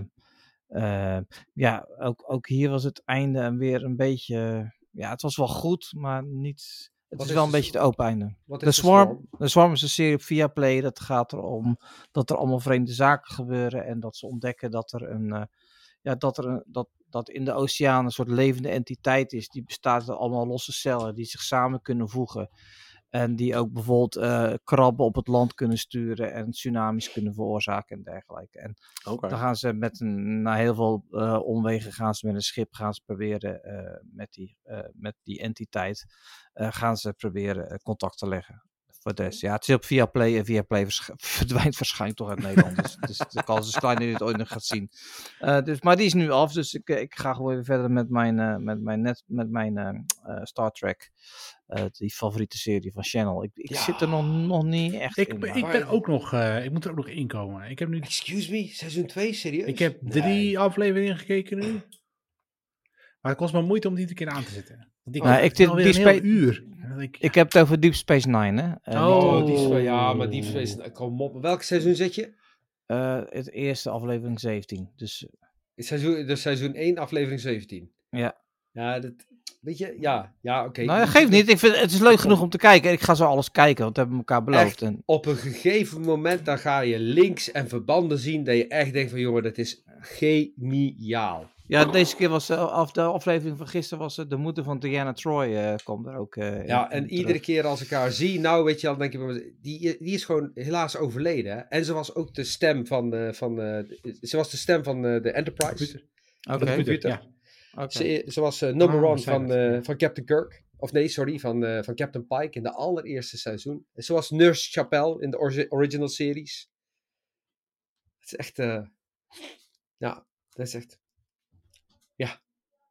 S1: eh, ja, ook, ook hier was het einde weer een beetje, ja, het was wel goed, maar niet, het
S5: Wat
S1: is
S5: is
S1: wel een
S5: de
S1: beetje het open einde.
S5: Wat
S1: De
S5: is de
S1: Swarm,
S5: Swarm?
S1: de Swarm is een serie op Viaplay. Dat gaat erom dat er allemaal vreemde zaken gebeuren. En dat ze ontdekken dat er een. Uh, ja, dat er een. Dat, dat in de oceaan een soort levende entiteit is. Die bestaat uit allemaal losse cellen die zich samen kunnen voegen. En die ook bijvoorbeeld uh, krabben op het land kunnen sturen. En tsunamis kunnen veroorzaken en dergelijke. En
S3: Oké.
S1: dan gaan ze met een. Na heel veel uh, omwegen gaan ze met een schip. Gaan ze proberen uh, met, die, uh, met die entiteit. Uh, gaan ze proberen uh, contact te leggen. Voor des. Ja, het is op Viaplay en Viaplay vers- verdwijnt waarschijnlijk toch uit Nederland. Dus, dus de kans is klein dat je het ooit nog gaat zien. Uh, dus, maar die is nu af, dus ik, ik ga gewoon weer verder met mijn, uh, met mijn, net, met mijn uh, uh, Star Trek. Uh, die favoriete serie van Channel. Ik, ik
S5: Ja.
S1: zit er nog, nog niet echt
S2: Ik,
S1: in.
S2: ben-
S1: maar-
S2: ik ben ook nog, uh, ik moet er ook nog inkomen. Ik heb nu,
S5: Excuse me, seizoen twee, serieus?
S2: ik heb drie
S5: Nee.
S2: afleveringen gekeken nu. Maar het kost me moeite om die een keer aan te zetten. Want die
S1: Nou,
S2: kost
S1: ik dit-
S2: alweer
S1: die
S2: een heel
S1: spe-
S2: uur. En dan denk ik,
S1: Ik heb het over Deep Space Nine, hè? Uh,
S2: Oh.
S5: Oh, Deep Space, ja, maar Deep Space, kom op. Welk seizoen zit je?
S1: uh, het eerste aflevering zeventien. Dus
S5: Seizoen, dus seizoen één, aflevering zeventien.
S1: ja.
S5: Ja, dat, weet je, ja, ja, oké.
S1: Nou, dat geeft niet. Ik vind, het is leuk genoeg om te kijken. Ik ga zo alles kijken, want we hebben elkaar beloofd.
S5: Echt?
S1: En,
S5: Op een gegeven moment, dan ga je links en verbanden zien, dat je echt denkt van, jongen, dat is geniaal.
S1: ja, deze keer was uh, af, de aflevering van gisteren was uh, de moeder van Diana Troy uh, kwam er ook uh,
S5: Ja,
S1: in-
S5: en
S1: in
S5: iedere
S1: terug.
S5: keer als ik haar zie, nou weet je al, denk je, bij mezelf, die, die is gewoon helaas overleden. Hè? En ze was ook de stem van, uh, van uh, ze was de stem van uh, de Enterprise.
S1: Oké,
S5: de computer.
S2: ja.
S1: oké.
S5: Ze, ze was uh, number
S2: Ah,
S5: one
S2: zei
S5: van,
S2: dat,
S5: uh,
S2: ja.
S5: van Captain Kirk. Of nee, sorry, van, uh, van Captain Pike in de allereerste seizoen. En ze was Nurse Chapel in de orgi- original series. Het is echt, uh, ja, dat is echt, ja.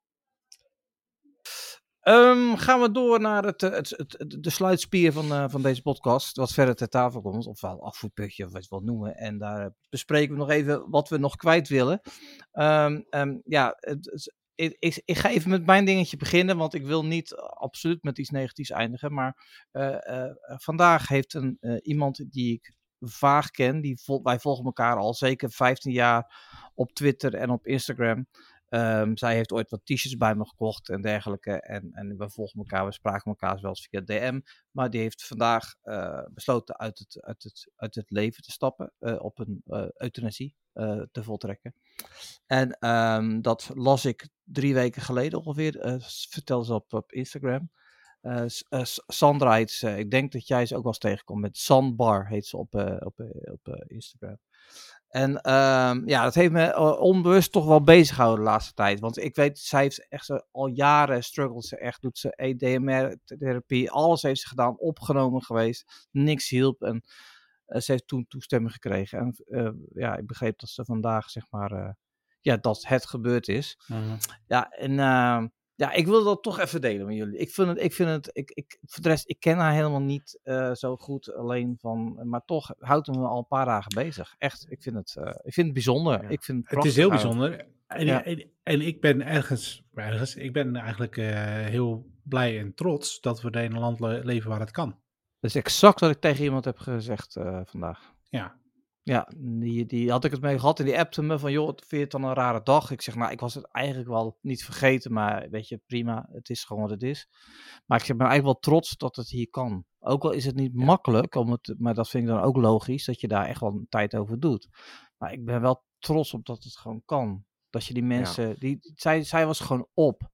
S1: Um, gaan we door naar het, het, het, het, de sluitspier van, uh, van deze podcast, wat verder ter tafel komt, ofwel afvoerputje of wat je het wil noemen. En daar bespreken we nog even wat we nog kwijt willen. Um, um, ja, het, het, ik, ik, ik ga even met mijn dingetje beginnen, want ik wil niet absoluut met iets negatiefs eindigen. Maar uh, uh, vandaag heeft een, uh, iemand die ik vaag ken, die vol, wij volgen elkaar al zeker vijftien jaar op Twitter en op Instagram. Um, zij heeft ooit wat t-shirts bij me gekocht en dergelijke. En, en we volgen elkaar, we spraken elkaar wel eens via D M. Maar die heeft vandaag uh, besloten uit het, uit, het, uit het leven te stappen. Uh, op een uh, euthanasie uh, te voltrekken. En um, dat las ik drie weken geleden ongeveer. Uh, vertelde ze op, op Instagram. Uh, uh, Sandra heet ze. Ik denk dat jij ze ook wel eens tegenkomt. Met Sandbar heet ze op, uh, op, uh, op uh, Instagram. En um, ja, dat heeft me uh, onbewust toch wel bezig gehouden de laatste tijd. Want ik weet, zij heeft echt zo, al jaren struggelt ze echt. Doet ze E D M R-therapie, alles heeft ze gedaan, opgenomen geweest. Niks hielp. En Uh, ze heeft toen toestemming gekregen. En uh, ja, ik begreep dat ze vandaag, zeg maar, uh, ja, dat het gebeurd is.
S2: Uh-huh.
S1: Ja, en uh, ja, ik wil dat toch even delen met jullie. Ik vind het, ik vind het, ik, ik, voor de rest, ik ken haar helemaal niet uh, zo goed, alleen van, maar toch houdt me al een paar dagen bezig. Echt, ik vind het, uh, ik vind het bijzonder.
S3: Ja.
S1: Ik vind het,
S2: Het is heel bijzonder. En,
S1: ja.
S2: en, en ik ben ergens, ergens, ik ben eigenlijk uh, heel blij en trots dat we in een land le- leven waar het kan.
S1: Dat is exact wat ik tegen iemand heb gezegd uh, vandaag.
S2: Ja.
S1: Ja, die, die had ik het mee gehad en die appte me van, joh, vind je het dan een rare dag? Ik zeg, nou, ik was het eigenlijk wel niet vergeten, maar weet je, prima, het is gewoon wat het is. Maar ik ben eigenlijk wel trots dat het hier kan. Ook al is het niet ja. makkelijk, om het, maar dat vind ik dan ook logisch, dat je daar echt wel een tijd over doet. Maar ik ben wel trots op dat het gewoon kan. Dat je die mensen, ja. die, zij, zij was gewoon op.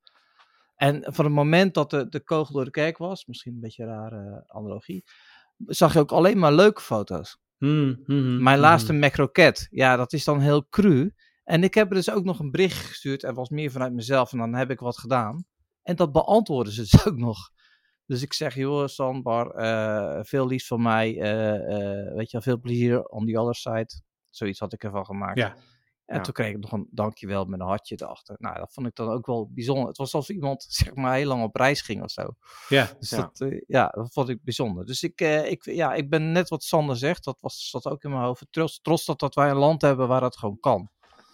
S1: En van het moment dat de, de kogel door de kerk was, misschien een beetje een rare analogie, zag je ook alleen maar leuke foto's.
S2: Mm, mm,
S1: Mijn
S2: mm.
S1: laatste Macrocat, ja, dat is dan heel cru. En ik heb er dus ook nog een bericht gestuurd, en was meer vanuit mezelf, en dan heb ik wat gedaan. En dat beantwoorden ze dus ook nog. Dus ik zeg, joh, Sandbar, uh, veel liefst van mij, uh, uh, weet je, veel plezier on the other side. Zoiets had ik ervan gemaakt.
S2: Ja.
S1: En
S2: ja.
S1: toen kreeg ik nog een dankjewel met een hartje erachter. Nou, dat vond ik dan ook wel bijzonder. Het was alsof iemand, zeg maar, heel lang op reis ging of zo.
S2: Ja,
S1: dus
S2: ja.
S1: Dat, uh, ja, dat vond ik bijzonder. Dus ik, uh, ik, ja, ik ben net wat Sander zegt, dat was, zat ook in mijn hoofd. Trots, trots dat, dat wij een land hebben waar dat gewoon kan.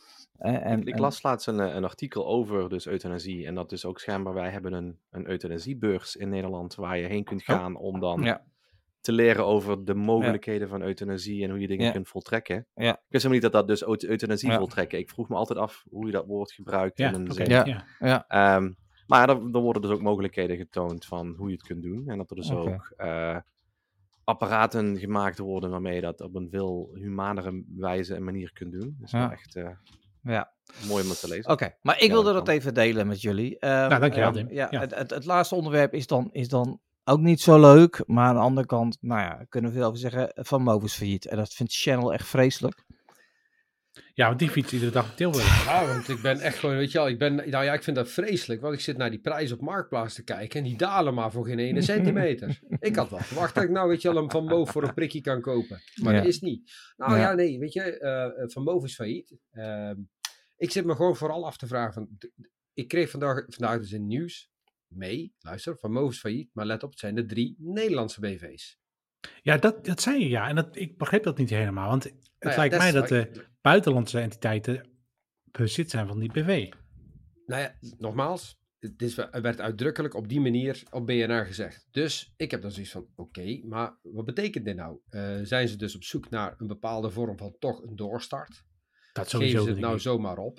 S3: En, en, ik las laatst een, een artikel over dus euthanasie. En dat dus ook schijnbaar, wij hebben een, een euthanasiebeurs in Nederland waar je heen kunt gaan oh. om dan...
S1: Ja.
S3: te leren over de mogelijkheden ja. van euthanasie en hoe je dingen
S1: ja.
S3: kunt voltrekken.
S1: Ja.
S3: Ik wist helemaal niet dat dat dus euthanasie
S1: ja.
S3: voltrekken. Ik vroeg me altijd af hoe je dat woord gebruikt
S2: ja,
S3: in een
S2: okay.
S3: zin.
S1: Ja. Ja.
S3: Um, maar er, er worden dus ook mogelijkheden getoond van hoe je het kunt doen. En dat er dus okay. ook uh, apparaten gemaakt worden waarmee je dat op een veel humanere wijze en manier kunt doen. Dus
S1: ja.
S3: wel echt uh,
S1: ja.
S3: mooi om het te lezen.
S1: Oké, okay. maar ik ja, wilde dat, dat even delen met jullie. Um,
S2: nou, dankjewel,
S1: um, ja, ja. Het, het, het laatste onderwerp is dan... Is dan ook niet zo leuk, maar aan de andere kant, nou ja, kunnen we veel over zeggen, Van Moof is failliet. En dat vindt Channel echt vreselijk.
S2: Ja, want die fietst iedere dag op Tilburg.
S5: Ja, want ik ben echt gewoon, weet je wel, ik ben, nou ja, ik vind dat vreselijk, want ik zit naar die prijs op Marktplaats te kijken en die dalen maar voor geen ene centimeter. Ik had wel verwacht dat ik nou, weet je wel, een Van Moof voor een prikkie kan kopen. Maar ja. dat is niet. Nou ja, ja nee, weet je, uh, Van Moof is failliet. Uh, ik zit me gewoon vooral af te vragen, van, ik kreeg vandaag, vandaag dus in nieuws, mee, luister, Van Moof is failliet, maar let op, het zijn de drie Nederlandse B V's.
S2: Ja, dat, dat zei je, ja. En dat, ik begreep dat niet helemaal, want het nou ja, lijkt mij dat de uh, buitenlandse entiteiten bezit zijn van die B V.
S5: Nou ja, nogmaals, het is, werd uitdrukkelijk op die manier op B N R gezegd. Dus ik heb dan zoiets van, oké, okay, maar wat betekent dit nou? Uh, zijn ze dus op zoek naar een bepaalde vorm van toch een doorstart?
S2: Dat sowieso.
S5: Geven ze het nou ik. zomaar op?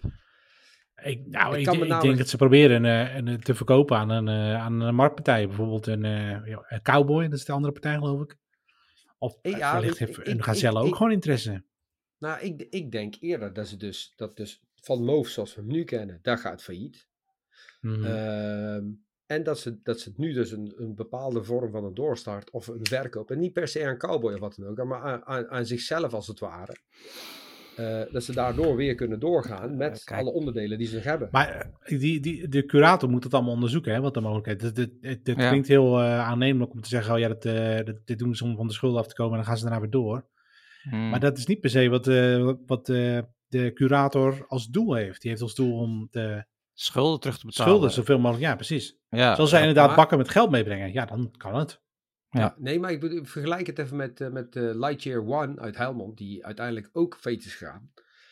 S2: Ik, nou, ik, ik, ik nou denk dat ze proberen uh, uh, te verkopen aan een, uh, aan een marktpartij. Bijvoorbeeld een, uh, een Cowboy, dat is de andere partij geloof ik. Of uh, ja, wellicht heeft ik, een Gazelle ik, ook ik, gewoon interesse.
S5: Nou, ik, ik denk eerder dat ze dus, dat dus Van Moof zoals we hem nu kennen, daar gaat failliet. Mm-hmm. Uh, en dat ze, dat ze het nu dus een, een bepaalde vorm van een doorstart of een verkoop. En niet per se aan Cowboy of wat dan ook, maar aan, aan, aan zichzelf als het ware. Uh, dat ze daardoor weer kunnen doorgaan met uh, alle onderdelen die ze nog hebben.
S2: Maar uh, die, die, de curator moet het allemaal onderzoeken, hè, wat de mogelijkheid is. Dit, dit, dit ja. klinkt heel uh, aannemelijk om te zeggen, oh ja, dat, uh, dat, dit doen ze om van de schuld af te komen en dan gaan ze daarna weer door. Hmm. Maar dat is niet per se wat, uh, wat uh, de curator als doel heeft. Die heeft als doel om de
S1: schulden terug te betalen.
S2: Schulden zoveel mogelijk, ja precies.
S1: Ja,
S2: Zoals zij
S5: ja,
S2: inderdaad
S5: maar...
S2: bakken met geld meebrengen, ja, dan kan het.
S5: Ja. Ja, nee, maar ik bedoel, vergelijk het even met, uh, met uh, Lightyear One uit Helmond, die uiteindelijk ook failliet is gegaan.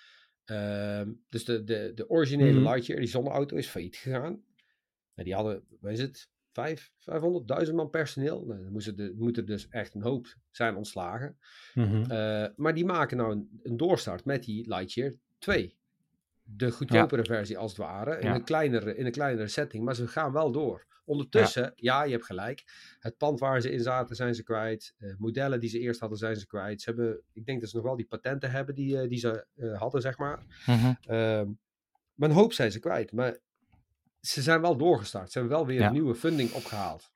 S5: Uh, dus de, de, de originele mm-hmm. Lightyear, die zonneauto, is failliet gegaan. En die hadden, wat is het, vijfhonderdduizend man personeel. Nou, dan moesten de, moet er dus echt een hoop zijn ontslagen. Mm-hmm. Uh, maar die maken nou een, een doorstart met die Lightyear twee. De goedkopere ja. versie als het ware, in, ja. een kleinere, in een kleinere setting. Maar ze gaan wel door. Ondertussen, ja. ja, je hebt gelijk. Het pand waar ze in zaten zijn ze kwijt. Uh, modellen die ze eerst hadden zijn ze kwijt. Ze hebben, ik denk dat ze nog wel die patenten hebben die, uh, die ze uh, hadden, zeg maar. Mm-hmm. Uh, maar een hoop zijn ze kwijt. Maar ze zijn wel doorgestart. Ze hebben wel weer ja. een nieuwe funding opgehaald.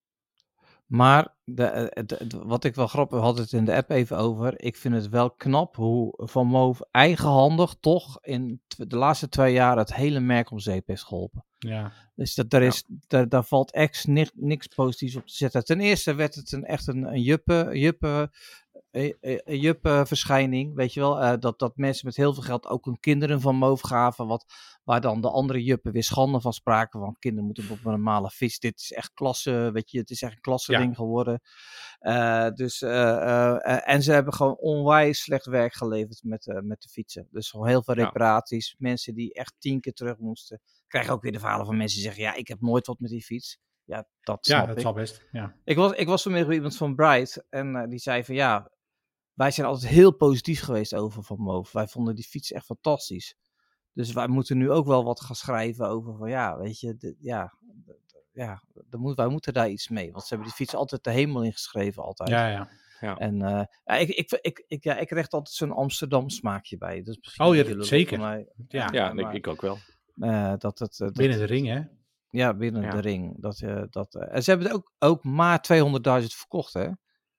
S1: Maar de, de, de, wat ik wel grappig, we hadden het in de app even over. Ik vind het wel knap hoe Van Moof eigenhandig toch in t- de laatste twee jaar het hele merk om zeep heeft geholpen.
S2: Ja.
S1: Dus dat, daar, is, ja. daar, daar valt echt niks, niks positiefs op te zetten. Ten eerste werd het een, echt een, een juppe, juppe een, een Jup-verschijning, weet je wel. Uh, dat, dat mensen met heel veel geld ook hun kinderen van Moof gaven. Wat, waar dan de andere Juppen weer schande van spraken. Want kinderen moeten op een normale fiets. Dit is echt klasse, weet je. Het is echt een klasse ding ja. geworden. Uh, dus, uh, uh, uh, en ze hebben gewoon onwijs slecht werk geleverd met, uh, met de fietsen. Dus gewoon heel veel reparaties. Ja. Mensen die echt tien keer terug moesten. Krijgen ook weer de verhalen van mensen die zeggen, ja, ik heb nooit wat met die fiets. Ja, dat snap
S2: ja, dat
S1: ik.
S2: zal best. Ja.
S1: Ik was, ik was vanmiddag bij iemand van Bright en uh, die zei van ja, wij zijn altijd heel positief geweest over Van Moof. Wij vonden die fiets echt fantastisch. Dus wij moeten nu ook wel wat gaan schrijven over van ja, weet je, de, ja, de, de, ja de moet, wij moeten daar iets mee. Want ze hebben die fiets altijd de hemel ingeschreven altijd.
S2: Ja, ja. ja.
S1: En uh, ja, ik, ik, ik, ik, ja, ik krijg altijd zo'n Amsterdam smaakje bij. Dus
S2: oh ja, zeker.
S1: Mij.
S3: Ja, ja, ja maar, ik, ik ook wel.
S1: Uh, dat het, uh, dat
S2: binnen de ring, hè?
S1: Ja, binnen ja. de ring. Dat, uh, dat, uh, en ze hebben het ook, ook maar tweehonderdduizend verkocht, hè?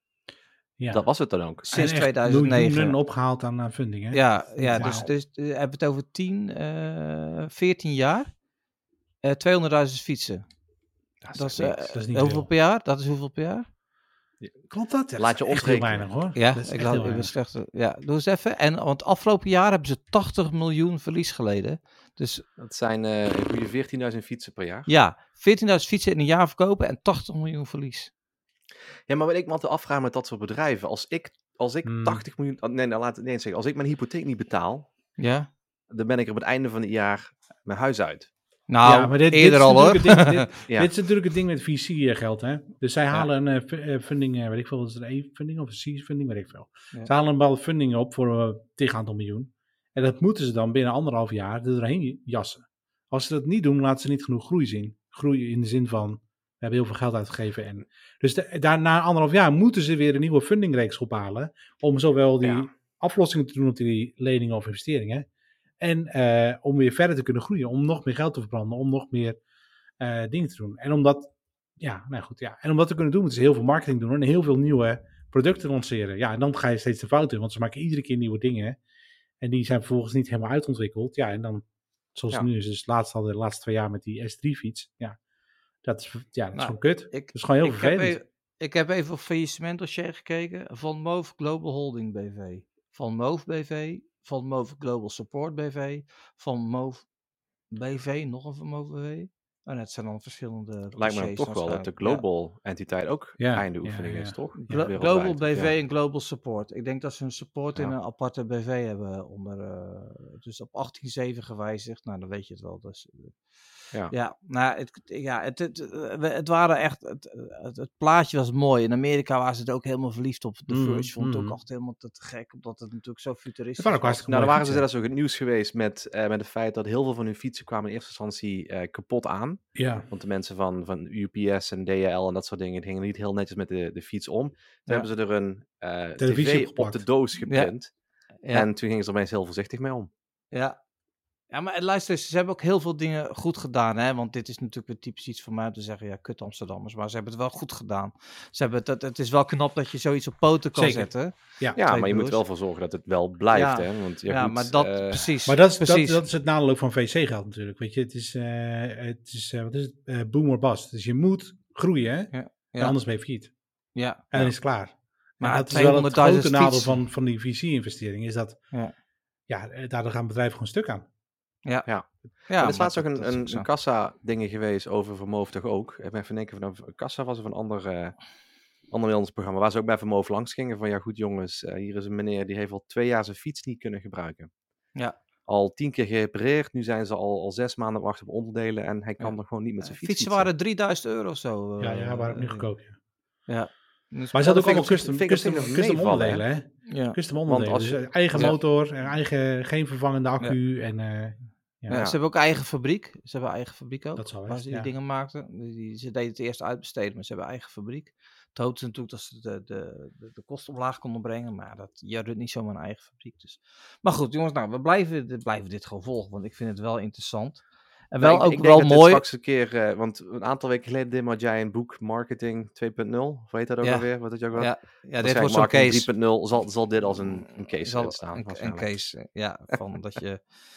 S3: Ja. Dat was het dan ook.
S1: Sinds tweeduizend negen.
S2: Miljoenen opgehaald aan uh, funding, hè?
S1: Ja, ja wow. dus, dus uh, hebben we het over tien, uh, veertien jaar. Uh, tweehonderdduizend fietsen.
S2: Dat is,
S1: dat is,
S2: uh,
S1: dat
S2: is niet
S1: hoeveel
S2: veel.
S1: per jaar? Dat is hoeveel per jaar?
S2: Klopt dat? Ja,
S3: laat je omrekenen.
S2: weinig, hoor.
S1: Ja, ik laat ik ben slecht. Ja, doe eens even. En want afgelopen jaar hebben ze tachtig miljoen verlies geleden. Dus
S3: dat zijn uh, een goede veertienduizend fietsen per jaar.
S1: Ja, veertienduizend fietsen in een jaar verkopen en tachtig miljoen verlies.
S3: Ja, maar wat ik me altijd afvraag met dat soort bedrijven, als ik, als ik hmm. tachtig miljoen, nee, nou, laat het niet eens zeggen, als ik mijn hypotheek niet betaal,
S1: ja.
S3: dan ben ik er op het einde van het jaar mijn huis uit.
S1: Nou, ja, maar dit, eerder dit al hoor.
S2: Ding, dit, ja. dit is natuurlijk het ding met V C-geld, hè. Dus zij halen ja. een uh, funding, uh, weet ik veel, is het een E-funding of een C-funding, weet ik veel. Ja. Ze halen een bepaalde funding op voor een uh, tig aantal miljoen. En dat moeten ze dan binnen anderhalf jaar er doorheen jassen. Als ze dat niet doen, laten ze niet genoeg groei zien. Groei in de zin van, we hebben heel veel geld uitgegeven. En dus de, daar, na anderhalf jaar moeten ze weer een nieuwe fundingreeks ophalen. Om zowel die ja. aflossingen te doen op die leningen of investeringen. En uh, om weer verder te kunnen groeien. Om nog meer geld te verbranden. Om nog meer uh, dingen te doen. En om dat, ja, nou goed, ja. En om dat te kunnen doen, moeten ze heel veel marketing doen. En heel veel nieuwe producten lanceren. Ja, en dan ga je steeds de fout in. Want ze maken iedere keer nieuwe dingen. En die zijn vervolgens niet helemaal uitontwikkeld. Ja, en dan, zoals ja. nu is, dus laatst hadden de laatste twee jaar met die S drie fiets. Ja, dat is, ja, dat is nou, gewoon kut. Ik, dat is gewoon heel
S1: ik
S2: vervelend.
S1: Heb even, ik heb even op faillissement dossier gekeken. Van Moof Global Holding B V. Van Moof B V. Van Moof Global Support B V. Van Moof B V. Nog een van Moof B V. En het zijn dan verschillende.
S3: Lijkt me dan toch wel dat de global ja. entiteit ook ja. einde oefening ja, ja. is, toch?
S1: Glo- global B V ja. en Global Support. Ik denk dat ze een support ja. in een aparte B V hebben onder. Uh, dus op achttien zeven gewijzigd. Nou, dan weet je het wel. Dus, uh, ja. ja, nou, het, ja, het, het, het, het waren echt. Het, het, het plaatje was mooi. In Amerika waren ze het ook helemaal verliefd op. De Verge mm, vond het mm. ook altijd helemaal te gek, omdat het natuurlijk zo futuristisch was.
S3: was. Nou, dan waren ze zelfs ook het nieuws geweest met, uh, met het feit dat heel veel van hun fietsen kwamen in eerste instantie uh, kapot aan.
S2: Ja.
S3: Want de mensen van, van U P S en D H L en dat soort dingen die gingen niet heel netjes met de, de fiets om. Toen ja. hebben ze er een uh, tv op de doos geprint. Ja. Ja. En toen gingen ze er opeens heel voorzichtig mee om.
S1: Ja. Ja, maar luister, ze hebben ook heel veel dingen goed gedaan, hè? Want dit is natuurlijk weer typisch iets voor mij om te zeggen, ja, kut Amsterdammers, maar ze hebben het wel goed gedaan. Ze hebben het, het, het is wel knap dat je zoiets op poten kan Zeker. zetten.
S3: Ja, ja maar broers. Je moet wel voor zorgen dat het wel blijft, ja. hè? Want, ja,
S1: ja
S3: goed,
S1: maar dat,
S3: uh...
S1: precies.
S2: Maar dat is,
S1: precies.
S2: Dat, dat is het nadeel ook van V C-geld natuurlijk, weet je. Het is, uh, het is uh, wat is het? Uh, boom or bust. Dus je moet groeien, hè? Ja. Ja. Anders ben je failliet.
S1: Ja.
S2: En dan
S1: ja.
S2: is het klaar.
S1: Maar
S2: en dat is wel het grote nadeel van, van die V C-investering, is dat, ja, ja daardoor gaan bedrijven gewoon stuk aan.
S1: Ja,
S3: ja. ja er is laatst ook een, een, een kassa-dingen geweest over Vermoof toch ook. Ik ben even denken van een kassa was of een ander, uh, ander Nederlands programma waar ze ook bij Vermoof langs gingen van ja goed jongens, uh, hier is een meneer die heeft al twee jaar zijn fiets niet kunnen gebruiken.
S1: Ja.
S3: Al tien keer gerepareerd, nu zijn ze al, al zes maanden wachten op onderdelen en hij kan ja. er gewoon niet met zijn
S1: fiets
S3: fietsen.
S1: Fietsen waren drieduizend euro of zo.
S2: Uh, ja, ja, waren nu goedkoop. Ja.
S1: ja.
S2: Dus maar ze hadden ook allemaal custom, custom, custom, custom onderdelen, hè? Ja. Custom onderdelen, als, dus eigen ja. motor, eigen, geen vervangende accu ja. en... Uh,
S1: Ja. Ja, ze hebben ook eigen fabriek. Ze hebben eigen fabriek ook.
S2: Dat zou
S1: waar ze die
S2: ja.
S1: dingen maakten. Die, ze deden het eerst uitbesteden, maar ze hebben eigen fabriek. Het hoopte ze natuurlijk dat ze de, de, de, de kosten omlaag konden brengen. Maar dat, je doet niet zomaar een eigen fabriek. Dus. Maar goed, jongens, nou, we blijven, we blijven dit gewoon volgen. Want ik vind het wel interessant. En wel
S3: nee,
S1: ook
S3: ik, ik
S1: wel
S3: denk dat
S1: mooi.
S3: Straks een keer, uh, want een aantal weken geleden had jij een boek Marketing twee punt nul. Of weet dat ook
S1: ja.
S3: alweer? Wat dat je ook wel?
S1: Ja, ja dit wordt zo'n case.
S3: drie punt nul zal, zal dit als een, een case
S1: zal,
S3: staan.
S1: Een, een case, ja. Van dat je...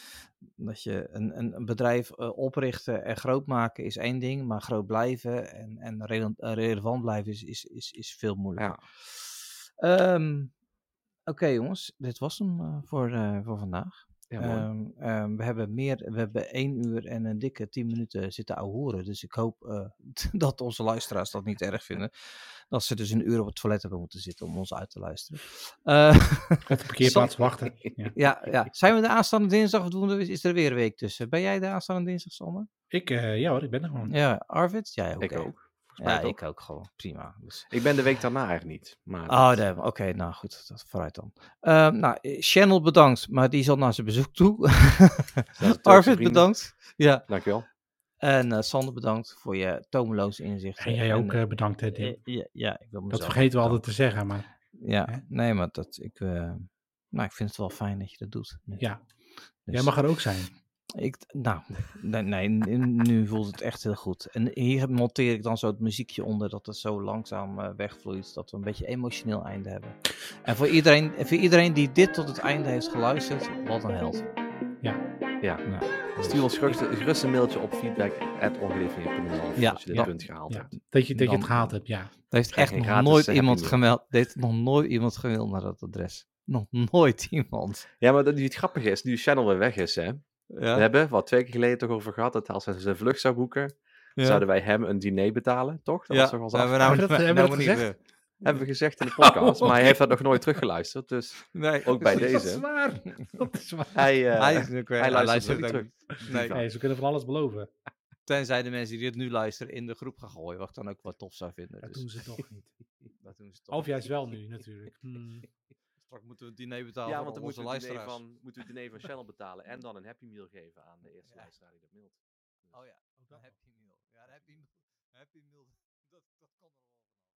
S1: Dat je een, een, een bedrijf uh, oprichten en groot maken is één ding, maar groot blijven en, en rele- relevant blijven is, is, is, is veel moeilijker.
S3: Ja.
S1: Um, Oké jongens, dit was hem uh, voor, uh, voor vandaag.
S3: Ja, mooi.
S1: Um, um, we hebben meer, we hebben één uur en een dikke tien minuten zitten ouwehoeren. Dus ik hoop uh, dat onze luisteraars dat niet erg vinden. Dat ze dus een uur op het toilet hebben moeten zitten om ons uit te luisteren. Uh,
S2: Op de parkeerplaats wachten. Ja.
S1: ja, ja, zijn we de aanstaande dinsdag of doen we, is er weer een week tussen? Ben jij de aanstaande dinsdag, Sander?
S2: Ik, uh, ja hoor, ik ben er gewoon.
S1: Ja, Arvid? Jij ook.
S3: Ik
S1: hè?
S3: ook.
S1: Ja, ik ook gewoon. Prima. Dus...
S3: Ik ben de week daarna er niet. Maar
S1: oh, nee. Oké, okay, nou goed. Dat vooruit dan. Uh, nou, Channel bedankt, maar die zal naar zijn bezoek toe. Arvid bedankt. Ja.
S3: Dankjewel.
S1: En uh, Sander bedankt voor je tomeloze inzichten.
S2: En jij ook
S1: en,
S2: uh, bedankt, hè, Tim.
S1: Uh, ja, ja, ik wil
S2: dat vergeten we altijd te zeggen, maar...
S1: Ja, hè? Nee, maar dat, ik, uh, nou, ik vind het wel fijn dat je dat doet. Nu.
S2: Ja,
S1: dus,
S2: jij mag er ook zijn.
S1: Ik, nou, nee, nee, nu voelt het echt heel goed. En hier monteer ik dan zo het muziekje onder, dat het zo langzaam uh, wegvloeit, dat we een beetje emotioneel einde hebben. En voor iedereen, voor iedereen die dit tot het einde heeft geluisterd, wat een held.
S2: Ja.
S3: Ja. ja. Stuur ons gerust, gerust een mailtje op feedback at ongedefinieerd punt n l
S1: ja.
S3: als je dit
S1: ja.
S3: punt gehaald
S2: ja.
S3: hebt.
S2: Dat je, dat
S1: dan,
S2: je het gehaald hebt, ja.
S1: Er heeft echt nog nooit iemand gemeld. Er heeft nog nooit iemand gemeld naar dat adres. Nog nooit iemand.
S3: Ja, maar dat, het grappige is, nu Channel weer weg is, hè.
S1: Ja.
S3: We hebben, wat twee keer geleden toch over gehad, dat als hij zijn vlucht zou boeken, ja. zouden wij hem een diner betalen, toch? Dat
S1: ja,
S3: was toch wel
S1: hebben we nou,
S2: dat,
S1: we,
S2: hebben
S1: nou
S2: we dat
S1: niet
S2: gezegd?
S3: Hebben we gezegd in de podcast, oh, maar hij heeft dat nog nooit teruggeluisterd, dus
S1: nee,
S3: ook bij
S2: dat
S3: deze.
S2: Is waar. Dat is waar.
S3: Hij, uh,
S1: hij, is ook,
S3: hij,
S1: hij
S3: luistert
S1: luistert
S3: niet terug.
S1: Nee.
S2: nee, ze kunnen van alles beloven.
S1: Tenzij de mensen die dit nu luisteren in de groep gaan gooien, wat ik dan ook wat tof zou vinden.
S2: Dat
S1: dus.
S2: doen ze toch niet.
S1: dat doen ze toch
S2: of juist wel nu, natuurlijk. Hmm.
S1: Straks moeten we het diner betalen
S3: ja,
S1: voor
S3: want dan
S1: onze
S3: moeten we,
S1: luisteraars.
S3: van, moeten we het diner van Channel betalen en dan een Happy Meal geven aan de eerste ja. luisteraar die dat mailt.
S1: Oh ja, een Happy Meal. Ja, een Happy Meal. Happy Meal. Dat, dat kan er wel.